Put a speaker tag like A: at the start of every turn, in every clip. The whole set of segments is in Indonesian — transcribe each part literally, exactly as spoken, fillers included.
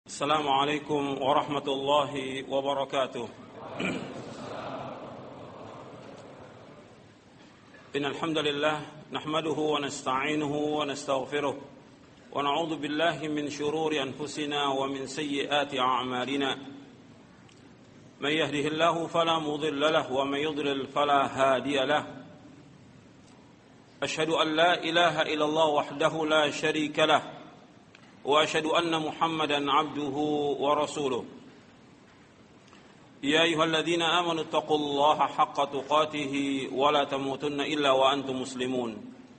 A: السلام عليكم ورحمة الله وبركاته. إن الحمد لله نحمده ونستعينه ونستغفره ونعوذ بالله من شرور أنفسنا ومن سيئات أعمالنا. من يهده الله فلا مضل له ومن يضلل فلا هادي له. أشهد أن لا إله إلا الله وحده لا شريك له وأشهد أن محمدا عبده ورسوله. يا أيها الذين آمنوا اتقوا الله حق تقاته ولا تموتن إلا وأنتم مسلمون.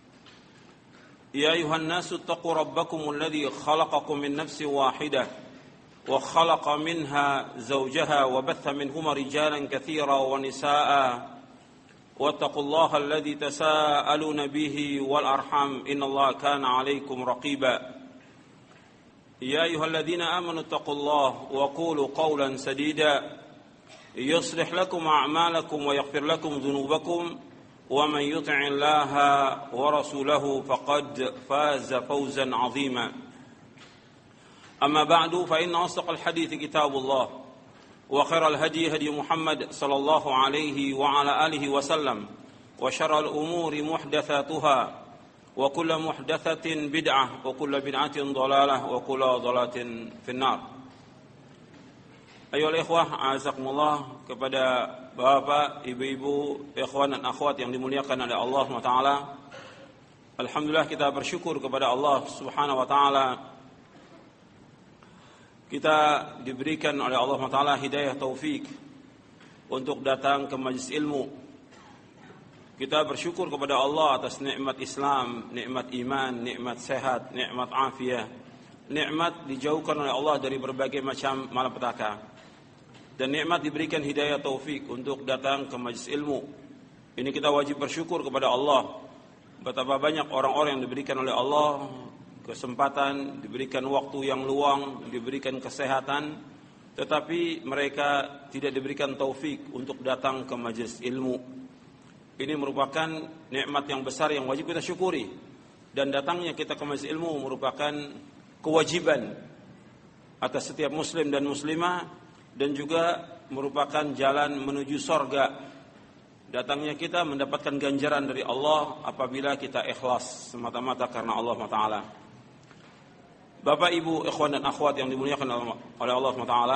A: يا أيها الناس اتقوا ربكم الذي خلقكم من نفس واحدة وخلق منها زوجها وبث منهما رجالا كثيرا ونساء واتقوا الله الذي تساءلون به والأرحام إن الله كان عليكم رقيبا. يا أيها الذين آمنوا اتقوا الله وقولوا قولا سديدا يصلح لكم أعمالكم ويغفر لكم ذنوبكم ومن يطع الله ورسوله فقد فاز فوزا عظيما. أما بعد فإن أصدق الحديث كتاب الله وخير الهدي هدي محمد صلى الله عليه وعلى آله وسلم وشر الأمور محدثاتها وكل محدثة بدعة وكل بدعة ضلالة وكل ضلالة في النار. Ayolah ikhwah, a'azakumullah, kepada bapak, ibu-ibu, ikhwan dan akhwat yang dimuliakan oleh Allah subhanahu wa taala. Alhamdulillah kita bersyukur kepada Allah Subhanahu wa taala. Kita diberikan oleh Allah subhanahu wa taala hidayah taufik untuk datang ke majelis ilmu. Kita bersyukur kepada Allah atas nikmat Islam, nikmat iman, nikmat sehat, nikmat afiah, nikmat dijauhkan oleh Allah dari berbagai macam malapetaka, dan nikmat diberikan hidayah taufik untuk datang ke majelis ilmu. Ini kita wajib bersyukur kepada Allah. Betapa banyak orang-orang yang diberikan oleh Allah kesempatan, diberikan waktu yang luang, diberikan kesehatan, tetapi mereka tidak diberikan taufik untuk datang ke majelis ilmu. Ini merupakan nikmat yang besar yang wajib kita syukuri, dan datangnya kita ke majelis ilmu merupakan kewajiban atas setiap muslim dan muslimah, dan juga merupakan jalan menuju sorga. Datangnya kita mendapatkan ganjaran dari Allah apabila kita ikhlas semata-mata karena Allah subhanahu wa taala. Bapak, ibu, ikhwan dan akhwat yang dimuliakan oleh Allah subhanahu wa taala,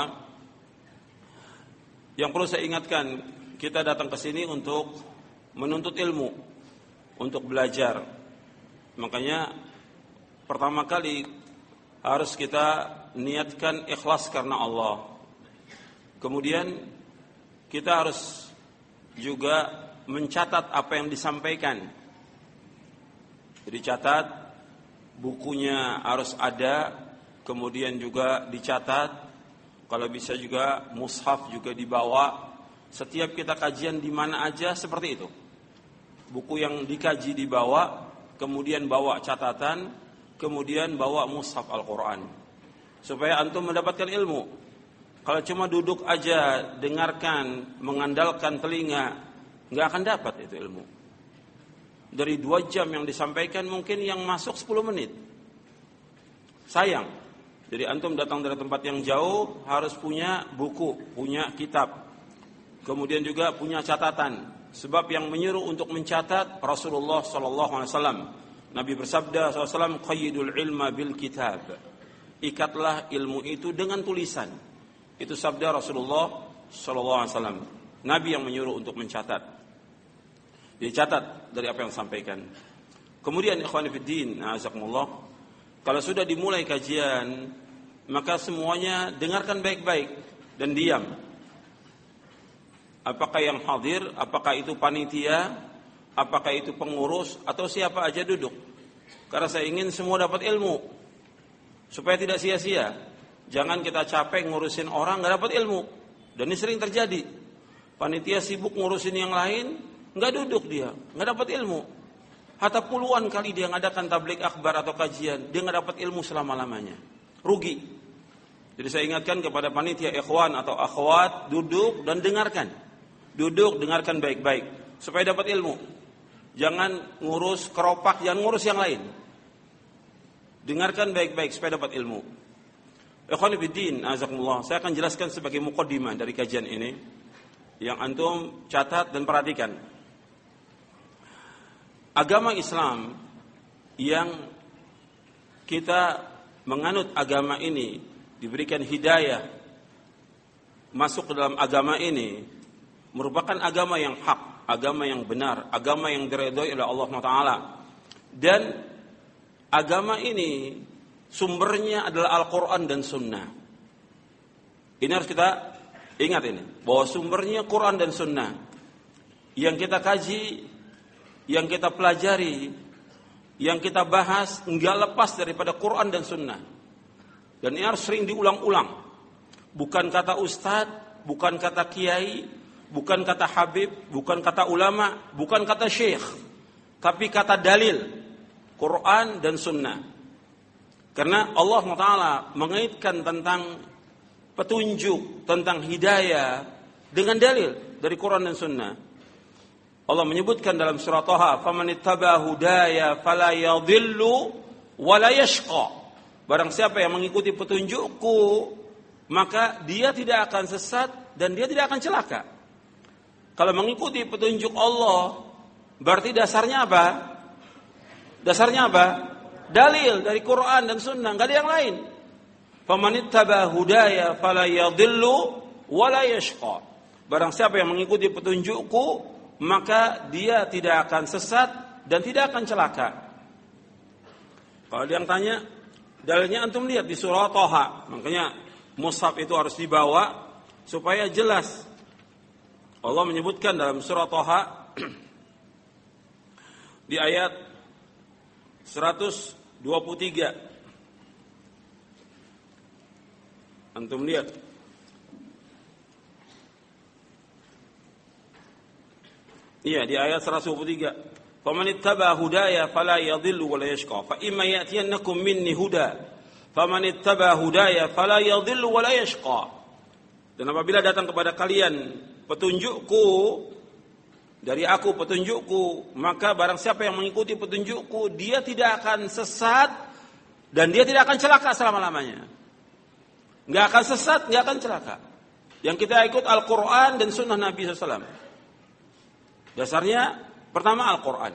A: yang perlu saya ingatkan, kita datang ke sini untuk menuntut ilmu, untuk belajar. Makanya pertama kali harus kita niatkan ikhlas karena Allah. Kemudian kita harus juga mencatat apa yang disampaikan. Jadi catat, bukunya harus ada, kemudian juga dicatat. Kalau bisa juga mushaf juga dibawa. Setiap kita kajian di mana aja seperti itu. Buku yang dikaji dibawa, kemudian bawa catatan, kemudian bawa mushaf Al-Quran, supaya antum mendapatkan ilmu. Kalau cuma duduk aja, dengarkan, mengandalkan telinga, nggak akan dapat itu ilmu. Dari dua jam yang disampaikan, mungkin yang masuk sepuluh menit. Sayang. Jadi antum datang dari tempat yang jauh, harus punya buku, punya kitab, kemudian juga punya catatan. Sebab yang menyuruh untuk mencatat Rasulullah sallallahu alaihi wasallam. Nabi bersabda sallallahu alaihi wasallam, qayyidul ilma bil kitab. Ikatlah ilmu itu dengan tulisan. Itu sabda Rasulullah sallallahu alaihi wasallam. Nabi yang menyuruh untuk mencatat. Dicatat dari apa yang disampaikan. Kemudian ikhwan fillah, a'azakumullah, kalau sudah dimulai kajian, maka semuanya dengarkan baik-baik dan diam. Apakah yang hadir, apakah itu panitia, apakah itu pengurus, atau siapa aja duduk. Karena saya ingin semua dapat ilmu, supaya tidak sia-sia. Jangan kita capek ngurusin orang gak dapat ilmu. Dan ini sering terjadi. Panitia sibuk ngurusin yang lain, gak duduk dia, gak dapat ilmu. Hatta puluhan kali dia ngadakan tabligh akhbar atau kajian, dia gak dapat ilmu selama-lamanya. Rugi. Jadi saya ingatkan kepada panitia ikhwan atau akhwat, duduk dan dengarkan. Duduk, dengarkan baik-baik supaya dapat ilmu. Jangan ngurus keropak, jangan ngurus yang lain. Dengarkan baik-baik supaya dapat ilmu. Ikhwani fiddin, azakumullah. Saya akan jelaskan sebagai muqaddimah dari kajian ini yang antum catat dan perhatikan. Agama Islam yang kita menganut agama ini, diberikan hidayah masuk ke dalam agama ini, merupakan agama yang hak, agama yang benar, agama yang diridhoi oleh Allah subhanahu wa taala. Dan agama ini sumbernya adalah Al-Quran dan Sunnah. Ini harus kita ingat ini, bahwa sumbernya Quran dan Sunnah. Yang kita kaji, yang kita pelajari, yang kita bahas enggak lepas daripada Quran dan Sunnah. Dan ini harus sering diulang-ulang. Bukan kata ustadz, bukan kata kiai, bukan kata habib, bukan kata ulama, bukan kata syekh, tapi kata dalil, Quran dan Sunnah. Karena Allah subhanahu wa taala mengaitkan tentang petunjuk, tentang hidayah dengan dalil dari Quran dan Sunnah. Allah menyebutkan dalam surah Taha, "Faman ittaba hudaya fala yadhillu wa la yashqa." Barang siapa yang mengikuti petunjukku, maka dia tidak akan sesat dan dia tidak akan celaka. Kalau mengikuti petunjuk Allah, berarti dasarnya apa? Dasarnya apa? Dalil dari Quran dan Sunnah, enggak ada yang lain. Famanittaba hudaya fala yadhillu wa la yashqa. Barang siapa yang mengikuti petunjukku, maka dia tidak akan sesat dan tidak akan celaka. Kalau ada yang tanya, dalilnya antum lihat di surah Taha. Makanya mushaf itu harus dibawa supaya jelas. Allah menyebutkan dalam surah Taha di ayat seratus dua puluh tiga. Antum lihat. Iya, di ayat seratus dua puluh tiga. "Faman ittaba hudaya fala yadhillu wa la yashqa. Fa imma ya'tiyannakum minni huda. Faman ittaba hudaya fala yadhillu wa la yashqa." Dan apabila datang kepada kalian petunjukku, dari aku petunjukku, maka barang siapa yang mengikuti petunjukku, dia tidak akan sesat dan dia tidak akan celaka selama-lamanya. Enggak akan sesat, enggak akan celaka. Yang kita ikut Al-Quran dan Sunnah Nabi shallallahu alaihi wasallam. Dasarnya pertama Al-Quran.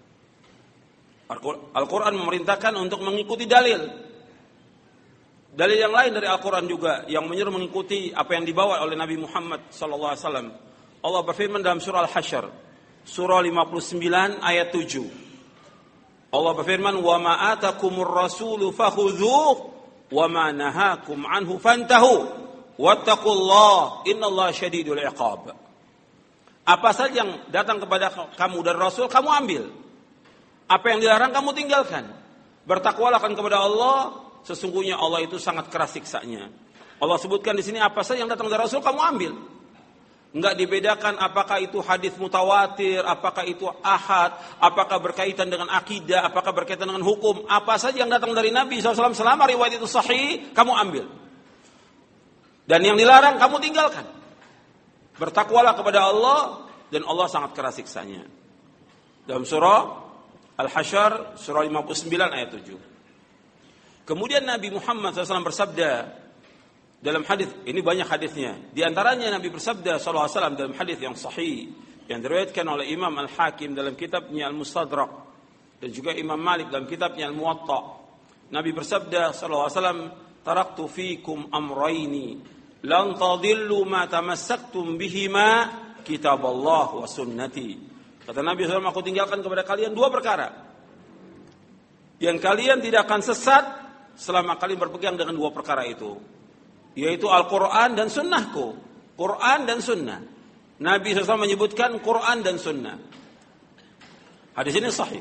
A: Al-Quran memerintahkan untuk mengikuti dalil. Dalil yang lain dari Al-Quran juga yang menyuruh mengikuti apa yang dibawa oleh Nabi Muhammad shallallahu alaihi wasallam. Allah berfirman dalam surah Al-Hasyr, surah lima puluh sembilan ayat tujuh. Allah berfirman, "Wa ma atakumur rasulu fakhudhuhu wa ma nahakum anhu fantahu wattaqullaha innallaha syadidul iqab." Apa saja yang datang kepada kamu dari Rasul, kamu ambil. Apa yang dilarang, kamu tinggalkan. Bertakwalah kepada Allah, sesungguhnya Allah itu sangat keras siksanya. Allah sebutkan di sini apa saja yang datang dari Rasul, kamu ambil. Enggak dibedakan apakah itu hadis mutawatir, apakah itu ahad, apakah berkaitan dengan akidah, apakah berkaitan dengan hukum. Apa saja yang datang dari Nabi shallallahu alaihi wasallam selama riwayat itu sahih, kamu ambil. Dan yang dilarang, kamu tinggalkan. Bertakwalah kepada Allah, dan Allah sangat keras siksanya. Dalam surah Al-Hasyr, surah lima puluh sembilan ayat tujuh. Kemudian Nabi Muhammad shallallahu alaihi wasallam bersabda, dalam hadis ini banyak hadisnya. Di antaranya Nabi bersabda sallallahu alaihi wasallam dalam hadis yang sahih yang diriwayatkan oleh Imam Al-Hakim dalam kitabnya Al-Mustadrak dan juga Imam Malik dalam kitabnya Al-Muwatta. Nabi bersabda sallallahu alaihi wasallam, "Taraktu fikum amrayni lan tadillu ma tamassaktum bihima kitaballah wa sunnati." Kata Nabi sallallahu alaihi wasallam, aku tinggalkan kepada kalian dua perkara yang kalian tidak akan sesat selama kalian berpegang dengan dua perkara itu, yaitu Al-Quran dan Sunnahku. Quran dan Sunnah. Nabi shallallahu alaihi wasallam menyebutkan Quran dan Sunnah. Hadis ini sahih.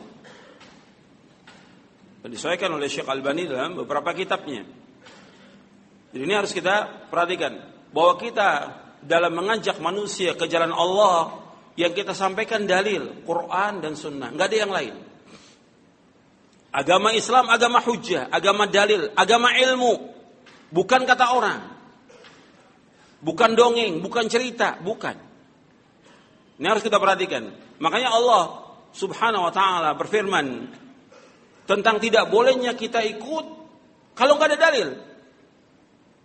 A: Disesuaikan oleh Syekh Albani dalam beberapa kitabnya. Jadi ini harus kita perhatikan, bahwa kita dalam mengajak manusia ke jalan Allah, yang kita sampaikan dalil Quran dan Sunnah, nggak ada yang lain. Agama Islam agama hujjah, agama dalil, agama ilmu, bukan kata orang, bukan dongeng, bukan cerita, bukan. Ini harus kita perhatikan. Makanya Allah Subhanahu wa taala berfirman tentang tidak bolehnya kita ikut kalau nggak ada dalil.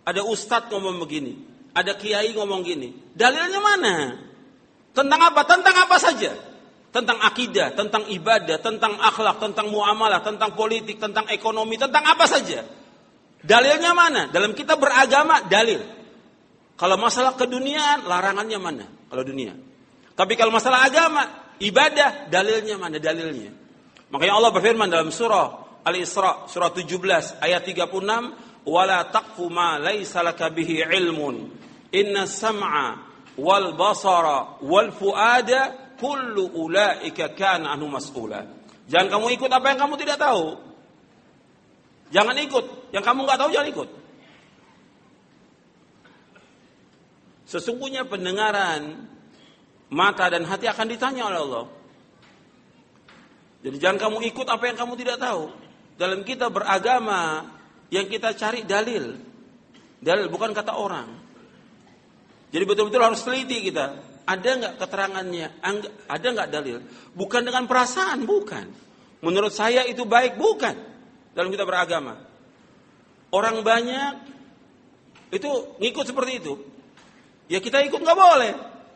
A: Ada ustadz ngomong begini, ada kiai ngomong gini. Dalilnya mana? Tentang apa? Tentang apa saja. Tentang akidah, tentang ibadah, tentang akhlak, tentang muamalah, tentang politik, tentang ekonomi, tentang apa saja. Dalilnya mana? Dalam kita beragama, dalil. Kalau masalah keduniaan, larangannya mana? Kalau dunia. Tapi kalau masalah agama, ibadah, dalilnya mana? Dalilnya. Makanya Allah berfirman dalam surah Al-Isra, surah tujuh belas, ayat tiga puluh enam, وَلَا تَقْفُ مَا لَيْسَ لَكَ بِهِ عِلْمٌ إِنَّ السَّمْعَ وَالْبَصَرَ وَالْفُؤَادَ kullu ulaika kana anhu mas'ula. Jangan kamu ikut apa yang kamu tidak tahu. Jangan ikut yang kamu enggak tahu, jangan ikut. Sesungguhnya pendengaran, mata dan hati akan ditanya oleh Allah. Jadi jangan kamu ikut apa yang kamu tidak tahu. Dalam kita beragama, yang kita cari dalil. Dalil bukan kata orang. Jadi betul-betul harus teliti kita. Ada nggak keterangannya? Ada nggak dalil? Bukan dengan perasaan, bukan. Menurut saya itu baik, bukan. Dalam kita beragama, orang banyak itu ngikut seperti itu. Ya kita ikut nggak boleh.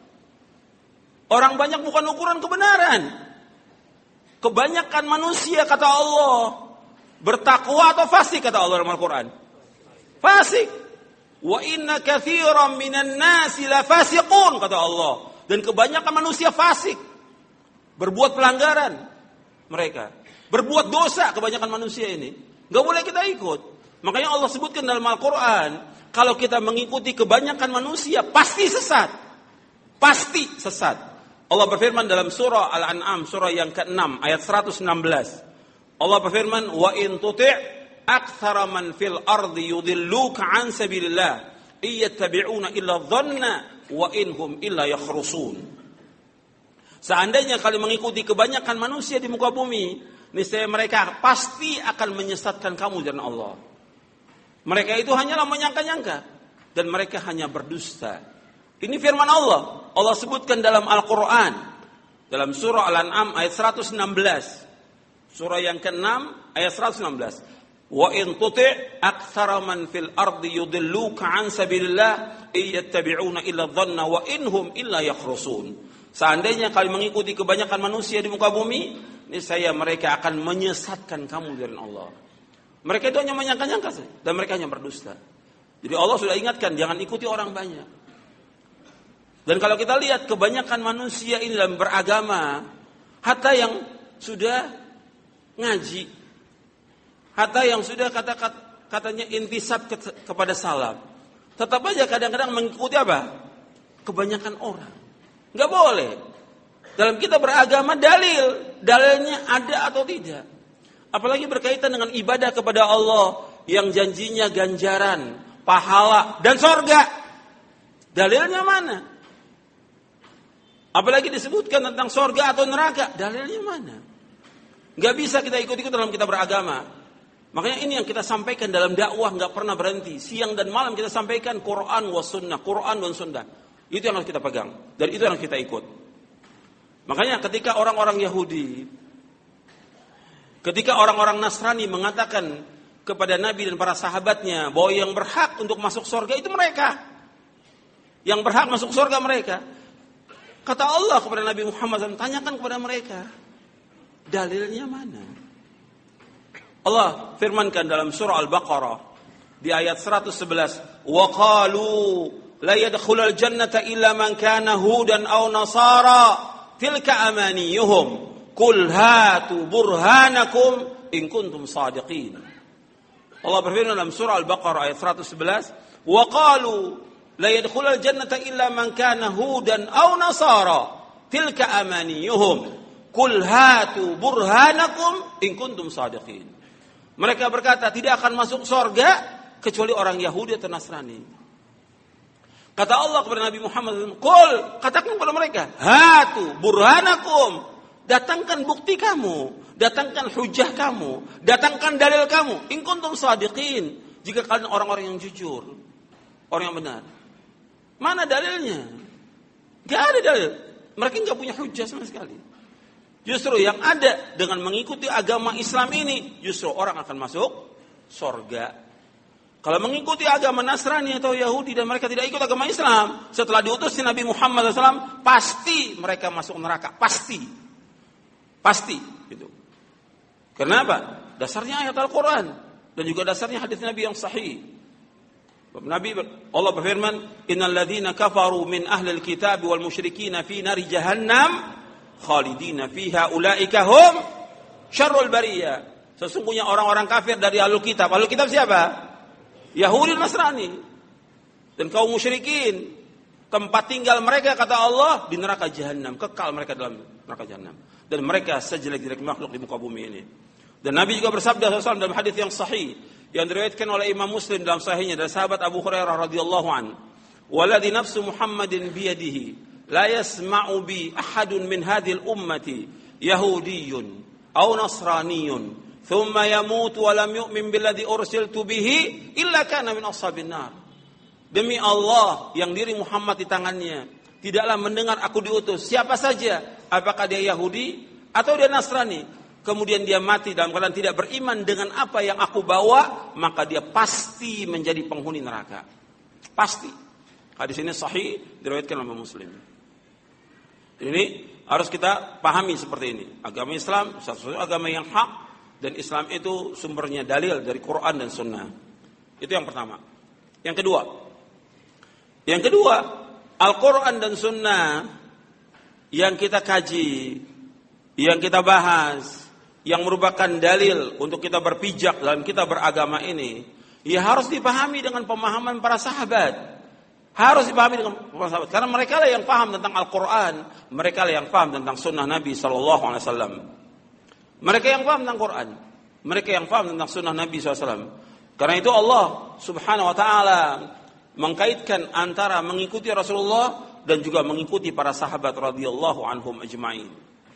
A: Orang banyak bukan ukuran kebenaran. Kebanyakan manusia kata Allah bertakwa atau fasik kata Allah dalam Al-Quran. Fasik. Wa inna katsiran minan nasi la fasiqun kata Allah. Dan kebanyakan manusia fasik. Berbuat pelanggaran mereka. Berbuat dosa kebanyakan manusia ini. Enggak boleh kita ikut. Makanya Allah sebutkan dalam Al-Qur'an, kalau kita mengikuti kebanyakan manusia pasti sesat. Pasti sesat. Allah berfirman dalam surah Al-An'am, surah yang keenam ayat seratus enam belas. Allah berfirman, "Wa in tuti' aktsara man fil ardi yudilluka an sabilillah iyattabi'una illa dhanna wa inhum illa yakhrusun." Seandainya kalian mengikuti kebanyakan manusia di muka bumi, niscaya mereka pasti akan menyesatkan kamu dari Allah. Mereka itu hanyalah menyangka-nyangka dan mereka hanya berdusta. Ini firman Allah. Allah sebutkan dalam Al-Qur'an dalam surah Al-An'am ayat seratus enam belas. Surah yang keenam ayat seratus enam belas. Wa in tuti' aktsara man fil ardi yudilluka an sabilillah iyattabi'una illa dhanna wa inhum illa yakhrusun. Seandainya kalian mengikuti kebanyakan manusia di muka bumi, niscaya mereka akan menyesatkan kamu dari Allah. Mereka itu hanya menyangka-nyangka dan mereka hanya berdusta. Jadi Allah sudah ingatkan jangan ikuti orang banyak. Dan kalau kita lihat kebanyakan manusia ini dalam beragama, hatta yang sudah ngaji, hatta yang sudah kata katanya intisab ke, kepada salaf, tetap aja kadang-kadang mengikuti apa? Kebanyakan orang. Enggak boleh. Dalam kita beragama dalil, dalilnya ada atau tidak. Apalagi berkaitan dengan ibadah kepada Allah yang janjinya ganjaran, pahala dan sorga. Dalilnya mana? Apalagi disebutkan tentang sorga atau neraka, dalilnya mana? Enggak bisa kita ikut-ikut dalam kita beragama. Makanya ini yang kita sampaikan dalam dakwah, enggak pernah berhenti. Siang dan malam kita sampaikan Quran was sunnah, Quran dan sunnah. Itu yang harus kita pegang dan itu yang harus kita ikut. Makanya ketika orang-orang Yahudi, ketika orang-orang Nasrani mengatakan kepada Nabi dan para sahabatnya bahwa yang berhak untuk masuk surga itu mereka, yang berhak masuk surga mereka, kata Allah kepada Nabi Muhammad shallallahu alaihi wasallam, tanyakan kepada mereka, dalilnya mana? Allah firmankan dalam surah Al-Baqarah di ayat seratus sebelas, wa qalu la yadkhulul jannata illa man kana hudan aw nasara tilka amaniyuhum qul hatu burhanakum in kuntum shadiqin. Allah berfirman dalam surah Al-Baqarah ayat seratus sebelas, wa qalu la yadkhulul jannata illa man kana hudan aw nasara tilka amaniyuhum qul hatu burhanakum in kuntum shadiqin. Mereka berkata tidak akan masuk surga kecuali orang Yahudi atau Nasrani. Kata Allah kepada Nabi Muhammad, "Qul," katakan kepada mereka, "Hatu burhanakum." Datangkan bukti kamu, datangkan hujah kamu, datangkan dalil kamu. In kuntum shadiqin, jika kalian orang-orang yang jujur, orang yang benar. Mana dalilnya? Enggak ada dalil. Mereka enggak punya hujah sama sekali. Justru yang ada dengan mengikuti agama Islam ini, justru orang akan masuk surga. Kalau mengikuti agama Nasrani atau Yahudi dan mereka tidak ikut agama Islam, setelah diutusnya Nabi Muhammad shallallahu alaihi wasallam, pasti mereka masuk neraka, pasti, pasti, gitu. Kenapa? Dasarnya ayat Al-Quran dan juga dasarnya hadis Nabi yang sahih. Nabi Allah berfirman, "Innal ladzina kafaru min ahlil kitab wal musyrikin fi nari jahannam khalidina fiha ulaika hum syarrul bariyah." Sesungguhnya orang-orang kafir dari ahlul kitab. Ahlul kitab siapa? Yahudi Nasrani dan kaum musyrikin, tempat tinggal mereka kata Allah di neraka jahanam, kekal mereka dalam neraka jahanam, dan mereka sejelek-jelek makhluk di muka bumi ini. Dan Nabi juga bersabda shallallahu alaihi wasallam dalam hadis yang sahih yang diriwayatkan oleh Imam Muslim dalam sahihnya dari sahabat Abu Hurairah radhiyallahu an, "Walladzi nafsu Muhammadin biyadihi la yasma'u bi ahadun min hadhil ummati yahudiyyun aw nasraniyyun thumma yamutu wa lam yu'min billadzi ursiltu bihi illa kana min ashabin nar." Demi Allah yang diri Muhammad di tangannya, tidaklah mendengar aku diutus siapa saja, apakah dia Yahudi atau dia Nasrani, kemudian dia mati dalam keadaan tidak beriman dengan apa yang aku bawa, maka dia pasti menjadi penghuni neraka. Pasti. Hadis ini sahih, diriwayatkan oleh Muslim. Ini harus kita pahami seperti ini. Agama Islam satu-satunya agama yang hak. Dan Islam itu sumbernya dalil dari Quran dan Sunnah. Itu yang pertama. Yang kedua, yang kedua, Al-Quran dan Sunnah yang kita kaji, yang kita bahas, yang merupakan dalil untuk kita berpijak dalam kita beragama ini, ya harus dipahami dengan pemahaman para sahabat. Harus dipahami dengan para sahabat. Karena mereka lah yang paham tentang Al-Quran, mereka lah yang paham tentang Sunnah Nabi Sallallahu Alaihi Wasallam. Mereka yang paham tentang Quran, mereka yang paham tentang Sunnah Nabi shallallahu alaihi wasallam. Karena itu Allah Subhanahu Wa Taala mengkaitkan antara mengikuti Rasulullah dan juga mengikuti para sahabat radhiyallahu anhum ajma'in.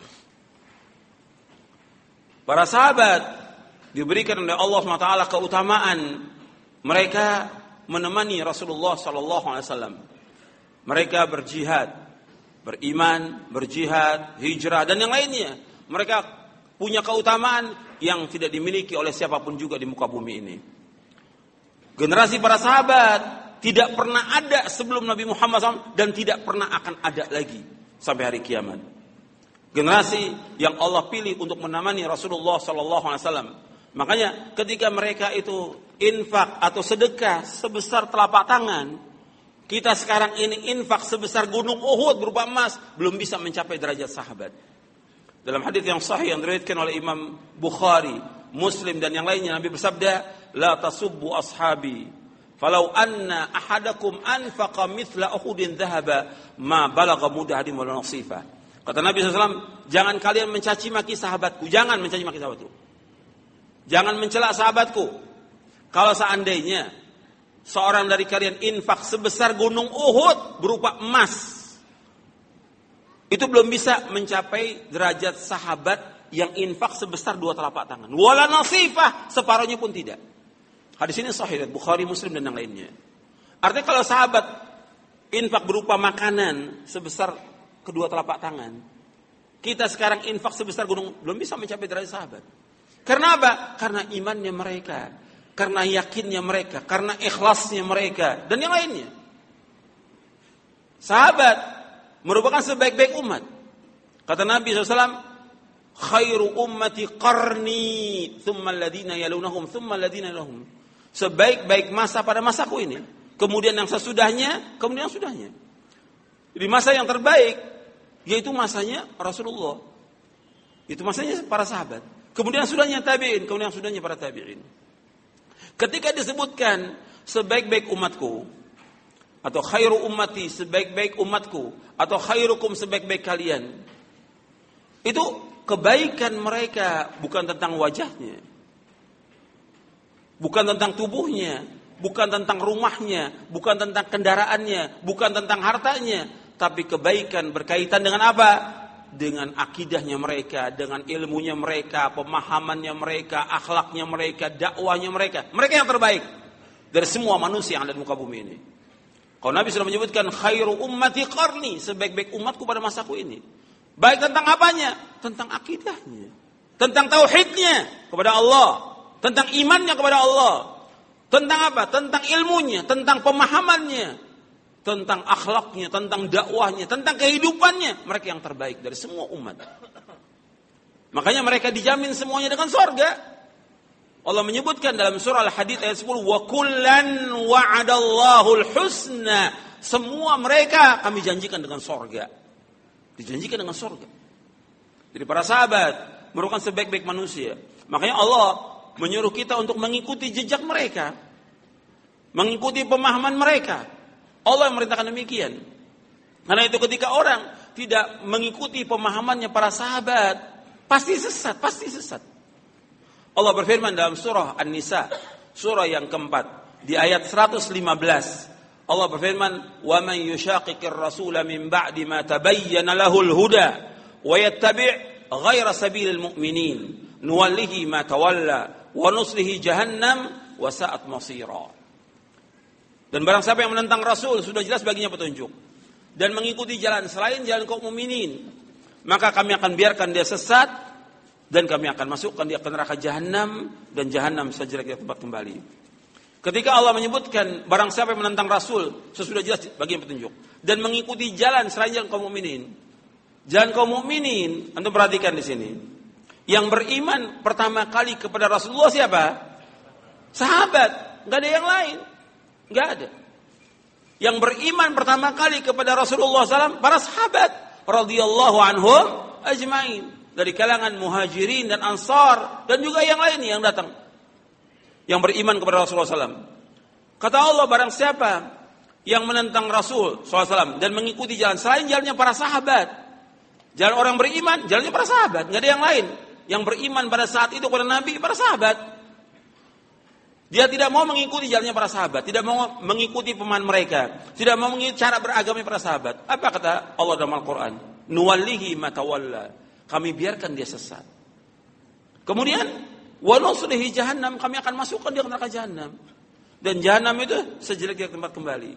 A: Para sahabat diberikan oleh Allah Subhanahu Wa Taala keutamaan mereka menemani Rasulullah Sallallahu Alaihi Wasallam. Mereka berjihad, beriman, berjihad, hijrah dan yang lainnya. Mereka punya keutamaan yang tidak dimiliki oleh siapapun juga di muka bumi ini. Generasi para sahabat tidak pernah ada sebelum Nabi Muhammad shallallahu alaihi wasallam dan tidak pernah akan ada lagi sampai hari kiamat. Generasi yang Allah pilih untuk menemani Rasulullah Sallallahu Alaihi Wasallam. Makanya ketika mereka itu infak atau sedekah sebesar telapak tangan, kita sekarang ini infak sebesar gunung Uhud berupa emas belum bisa mencapai derajat sahabat. Dalam hadis yang sahih yang diriwayatkan oleh Imam Bukhari, Muslim dan yang lainnya, Nabi bersabda, "La tasubbu ashabi, falau anna ahadakum anfaqa mithla Uhudin dhahaba, ma balagha mudahdim wala nasifa." Kata Nabi shallallahu alaihi wasallam, jangan kalian mencaci maki sahabatku, jangan mencaci maki sahabatku. Jangan mencela sahabatku. Kalau seandainya seorang dari kalian infak sebesar gunung Uhud berupa emas, itu belum bisa mencapai derajat sahabat yang infak sebesar dua telapak tangan. Wala nasifah, separuhnya pun tidak. Hadis ini sahih dari Bukhari, Muslim dan yang lainnya. Artinya kalau sahabat infak berupa makanan sebesar kedua telapak tangan, kita sekarang infak sebesar gunung, belum bisa mencapai derajat sahabat. Karena apa? Karena imannya mereka, karena yakinnya mereka, karena ikhlasnya mereka dan yang lainnya. Sahabat merupakan sebaik-baik umat. Kata Nabi shallallahu alaihi wasallam, khairu ummati qarni, thumma alladhina yalunahum, thumma alladhina yalunahum. Sebaik-baik masa pada masaku ini, kemudian yang sesudahnya, kemudian yang sudahnya. Jadi masa yang terbaik, yaitu masanya Rasulullah. Itu masanya para sahabat. Kemudian yang sudahnya tabi'in, kemudian yang sudahnya para tabi'in. Ketika disebutkan sebaik-baik umatku, atau khairu ummati, sebaik-baik umatku, atau khairukum, sebaik-baik kalian, itu kebaikan mereka bukan tentang wajahnya, bukan tentang tubuhnya, bukan tentang rumahnya, bukan tentang kendaraannya, bukan tentang hartanya, tapi kebaikan berkaitan dengan apa? Dengan akidahnya mereka, dengan ilmunya mereka, pemahamannya mereka, akhlaknya mereka, dakwahnya mereka. Mereka yang terbaik dari semua manusia yang ada di muka bumi ini. Kalau Nabi sudah menyebutkan khairu ummati qarni, sebaik-baik umatku pada masaku ini. Baik tentang apanya? Tentang akidahnya, tentang tauhidnya kepada Allah, tentang imannya kepada Allah. Tentang apa? Tentang ilmunya, tentang pemahamannya, tentang akhlaknya, tentang dakwahnya, tentang kehidupannya. Mereka yang terbaik dari semua umat. Makanya mereka dijamin semuanya dengan surga. Allah menyebutkan dalam surah Al-Hadid ayat sepuluh, wa kullan wa'adallahu al-husna. Semua mereka kami janjikan dengan surga. Dijanjikan dengan surga. Jadi para sahabat merupakan sebaik-baik manusia. Makanya Allah menyuruh kita untuk mengikuti jejak mereka, mengikuti pemahaman mereka. Allah yang merintahkan demikian. Karena itu ketika orang tidak mengikuti pemahamannya para sahabat, pasti sesat, pasti sesat. Allah berfirman dalam surah An-Nisa, surah yang keempat, di ayat seratus lima belas. Allah berfirman, "Wa man yushaqiqir rasula min ba'di ma tabayyana lahul huda wa yattabi' ghaira sabilil mu'minin nuwallihi ma tawalla wa nuslihi jahannam wa sa'at masira." Dan barang siapa yang menentang Rasul, sudah jelas baginya petunjuk, dan mengikuti jalan selain jalan kaum mukminin, maka kami akan biarkan dia sesat, dan kami akan masukkan dia ke neraka jahannam, dan jahannam sejelek-jelek tempat kembali. Ketika Allah menyebutkan barang siapa yang menentang Rasul, sesudah jelas bagian petunjuk, dan mengikuti jalan selain jalan kaum mukminin. Jalan kaum mukminin, antum perhatikan di sini. Yang beriman pertama kali kepada Rasulullah siapa? Sahabat, enggak ada yang lain. Enggak ada. Yang beriman pertama kali kepada Rasulullah shallallahu alaihi wasallam para sahabat radhiyallahu anhum ajmain, dari kalangan muhajirin dan ansar, dan juga yang lain yang datang yang beriman kepada Rasulullah shallallahu alaihi wasallam. Kata Allah, barang siapa yang menentang Rasul shallallahu alaihi wasallam dan mengikuti jalan selain jalannya para sahabat, jalan orang beriman, jalannya para sahabat, enggak ada yang lain. Yang beriman pada saat itu kepada Nabi, para sahabat. Dia tidak mau mengikuti jalannya para sahabat, tidak mau mengikuti pemahaman mereka, tidak mau mengikuti cara beragama para sahabat. Apa kata Allah dalam Al-Quran? Nuwallihi ma tawalla. Kami biarkan dia sesat. Kemudian wa nuslihi jahannam, kami akan masukkan dia ke neraka jahannam. Dan jahannam itu sejelek-jelek tempat kembali.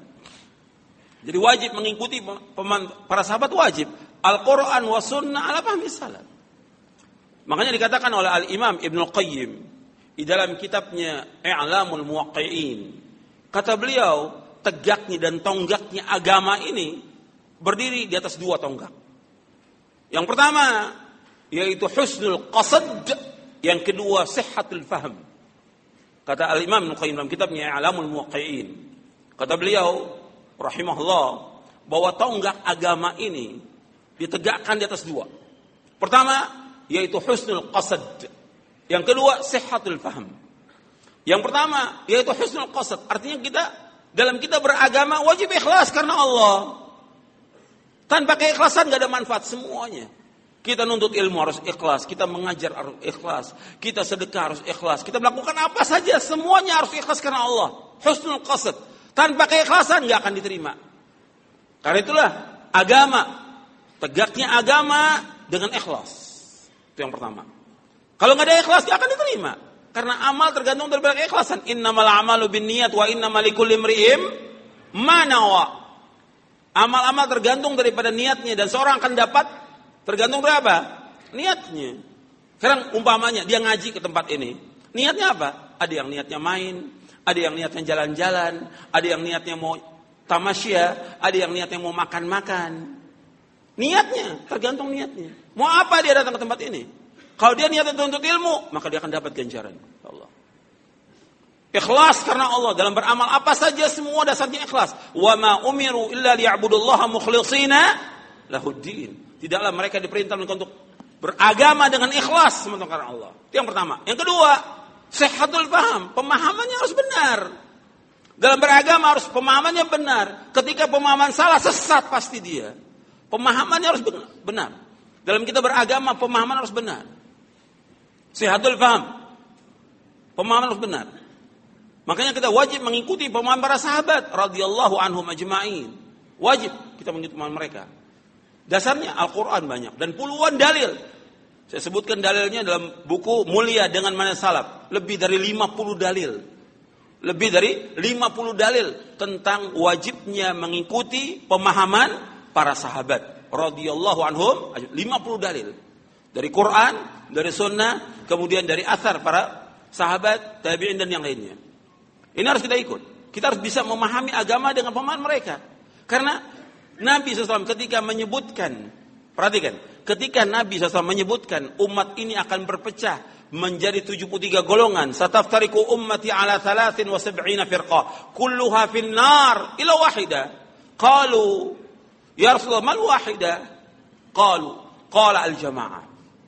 A: Jadi wajib mengikuti pemahaman para sahabat, wajib. Al-Quran wa sunnah ala fahmi salaf. Makanya dikatakan oleh Al-Imam Ibnul Qayyim di dalam kitabnya I'lamul Muwaqqi'in, kata beliau, tegaknya dan tonggaknya agama ini berdiri di atas dua tonggak. Yang pertama yaitu husnul qasad, yang kedua sihhatul fahm. Kata Al-Imam Ibnul Qayyim dalam kitabnya I'lamul Muwaqqi'in, kata beliau rahimahullah, bahwa tonggak agama ini ditegakkan di atas dua. Pertama yaitu husnul qasad. Yang kedua sihhatul fahm. Yang pertama yaitu husnul qasad, artinya kita dalam kita beragama wajib ikhlas karena Allah. Tanpa keikhlasan enggak ada manfaat semuanya. Kita nuntut ilmu harus ikhlas, kita mengajar harus ikhlas, kita sedekah harus ikhlas, kita melakukan apa saja semuanya harus ikhlas karena Allah. Husnul qasad. Tanpa keikhlasan enggak akan diterima. Karena itulah agama, tegaknya agama dengan ikhlas. Itu yang pertama. Kalau nggak ada ikhlas, nggak akan diterima. Karena amal tergantung dari keikhlasan. Innamal a'malu binniyat wa innamal likulli imri'in ma nawa. Amal-amal tergantung daripada niatnya, dan seorang akan dapat tergantung dari apa? Niatnya. Sekarang umpamanya dia ngaji ke tempat ini, niatnya apa? Ada yang niatnya main, ada yang niatnya jalan-jalan, ada yang niatnya mau tamasya, ada yang niatnya mau makan-makan. Niatnya, tergantung niatnya. Mau apa dia datang ke tempat ini? Kalau dia niatnya untuk ilmu, maka dia akan dapat ganjaran Allah. Ikhlas karena Allah, dalam beramal apa saja semua dasarnya ikhlas. Wa ma umiru illa liya'budullaha mukhlishina lahuddin. Tidaklah mereka diperintah untuk beragama dengan ikhlas semata karena Allah. Itu yang pertama. Yang kedua, sihhatul faham, pemahamannya harus benar. Dalam beragama harus pemahamannya benar. Ketika pemahaman salah, sesat pasti dia. Pemahamannya harus benar. Dalam kita beragama, pemahaman harus benar. Sihhatul faham, pemahaman harus benar. Makanya kita wajib mengikuti pemahaman para sahabat radhiyallahu anhum ajma'in. Wajib kita mengikuti pemahaman mereka. Dasarnya Al-Quran banyak dan puluhan dalil. Saya sebutkan dalilnya dalam buku Mulia dengan Manhaj Salaf. Lebih dari lima puluh dalil. Lebih dari lima puluh dalil tentang wajibnya mengikuti pemahaman para sahabat radhiyallahu anhum. lima puluh dalil. Dari Quran, dari sunnah, kemudian dari athar para sahabat, tabi'in dan yang lainnya. Ini harus kita ikut. Kita harus bisa memahami agama dengan pemahaman mereka. Karena Nabi shallallahu alaihi wasallam ketika menyebutkan, perhatikan, ketika Nabi shallallahu alaihi wasallam menyebutkan umat ini akan berpecah menjadi tujuh puluh tiga golongan, sataftariqu ummati ala thalathin wa sab'ina firqah, kulluha fin nar illa wahida. Qalu ya Rasulullah mal wahida? Qalu qala al jamaah.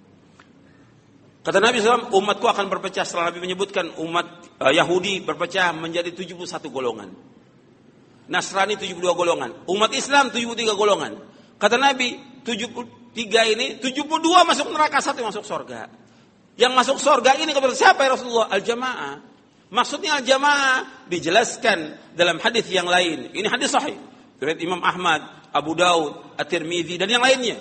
A: Kata Nabi shallallahu alaihi wasallam, umatku akan berpecah setelah Nabi menyebutkan umat uh, Yahudi berpecah menjadi tujuh puluh satu golongan. Nasrani tujuh puluh dua golongan. Umat Islam tujuh puluh tiga golongan. Kata Nabi, tujuh puluh tiga ini, tujuh puluh dua masuk neraka, satu masuk surga. Yang masuk surga ini kepada siapa ya Rasulullah? Al-jamaah. Maksudnya al-jamaah dijelaskan dalam hadis yang lain. Ini hadis sahih. Riwayat Imam Ahmad, Abu Daud, At-Tirmidzi dan yang lainnya.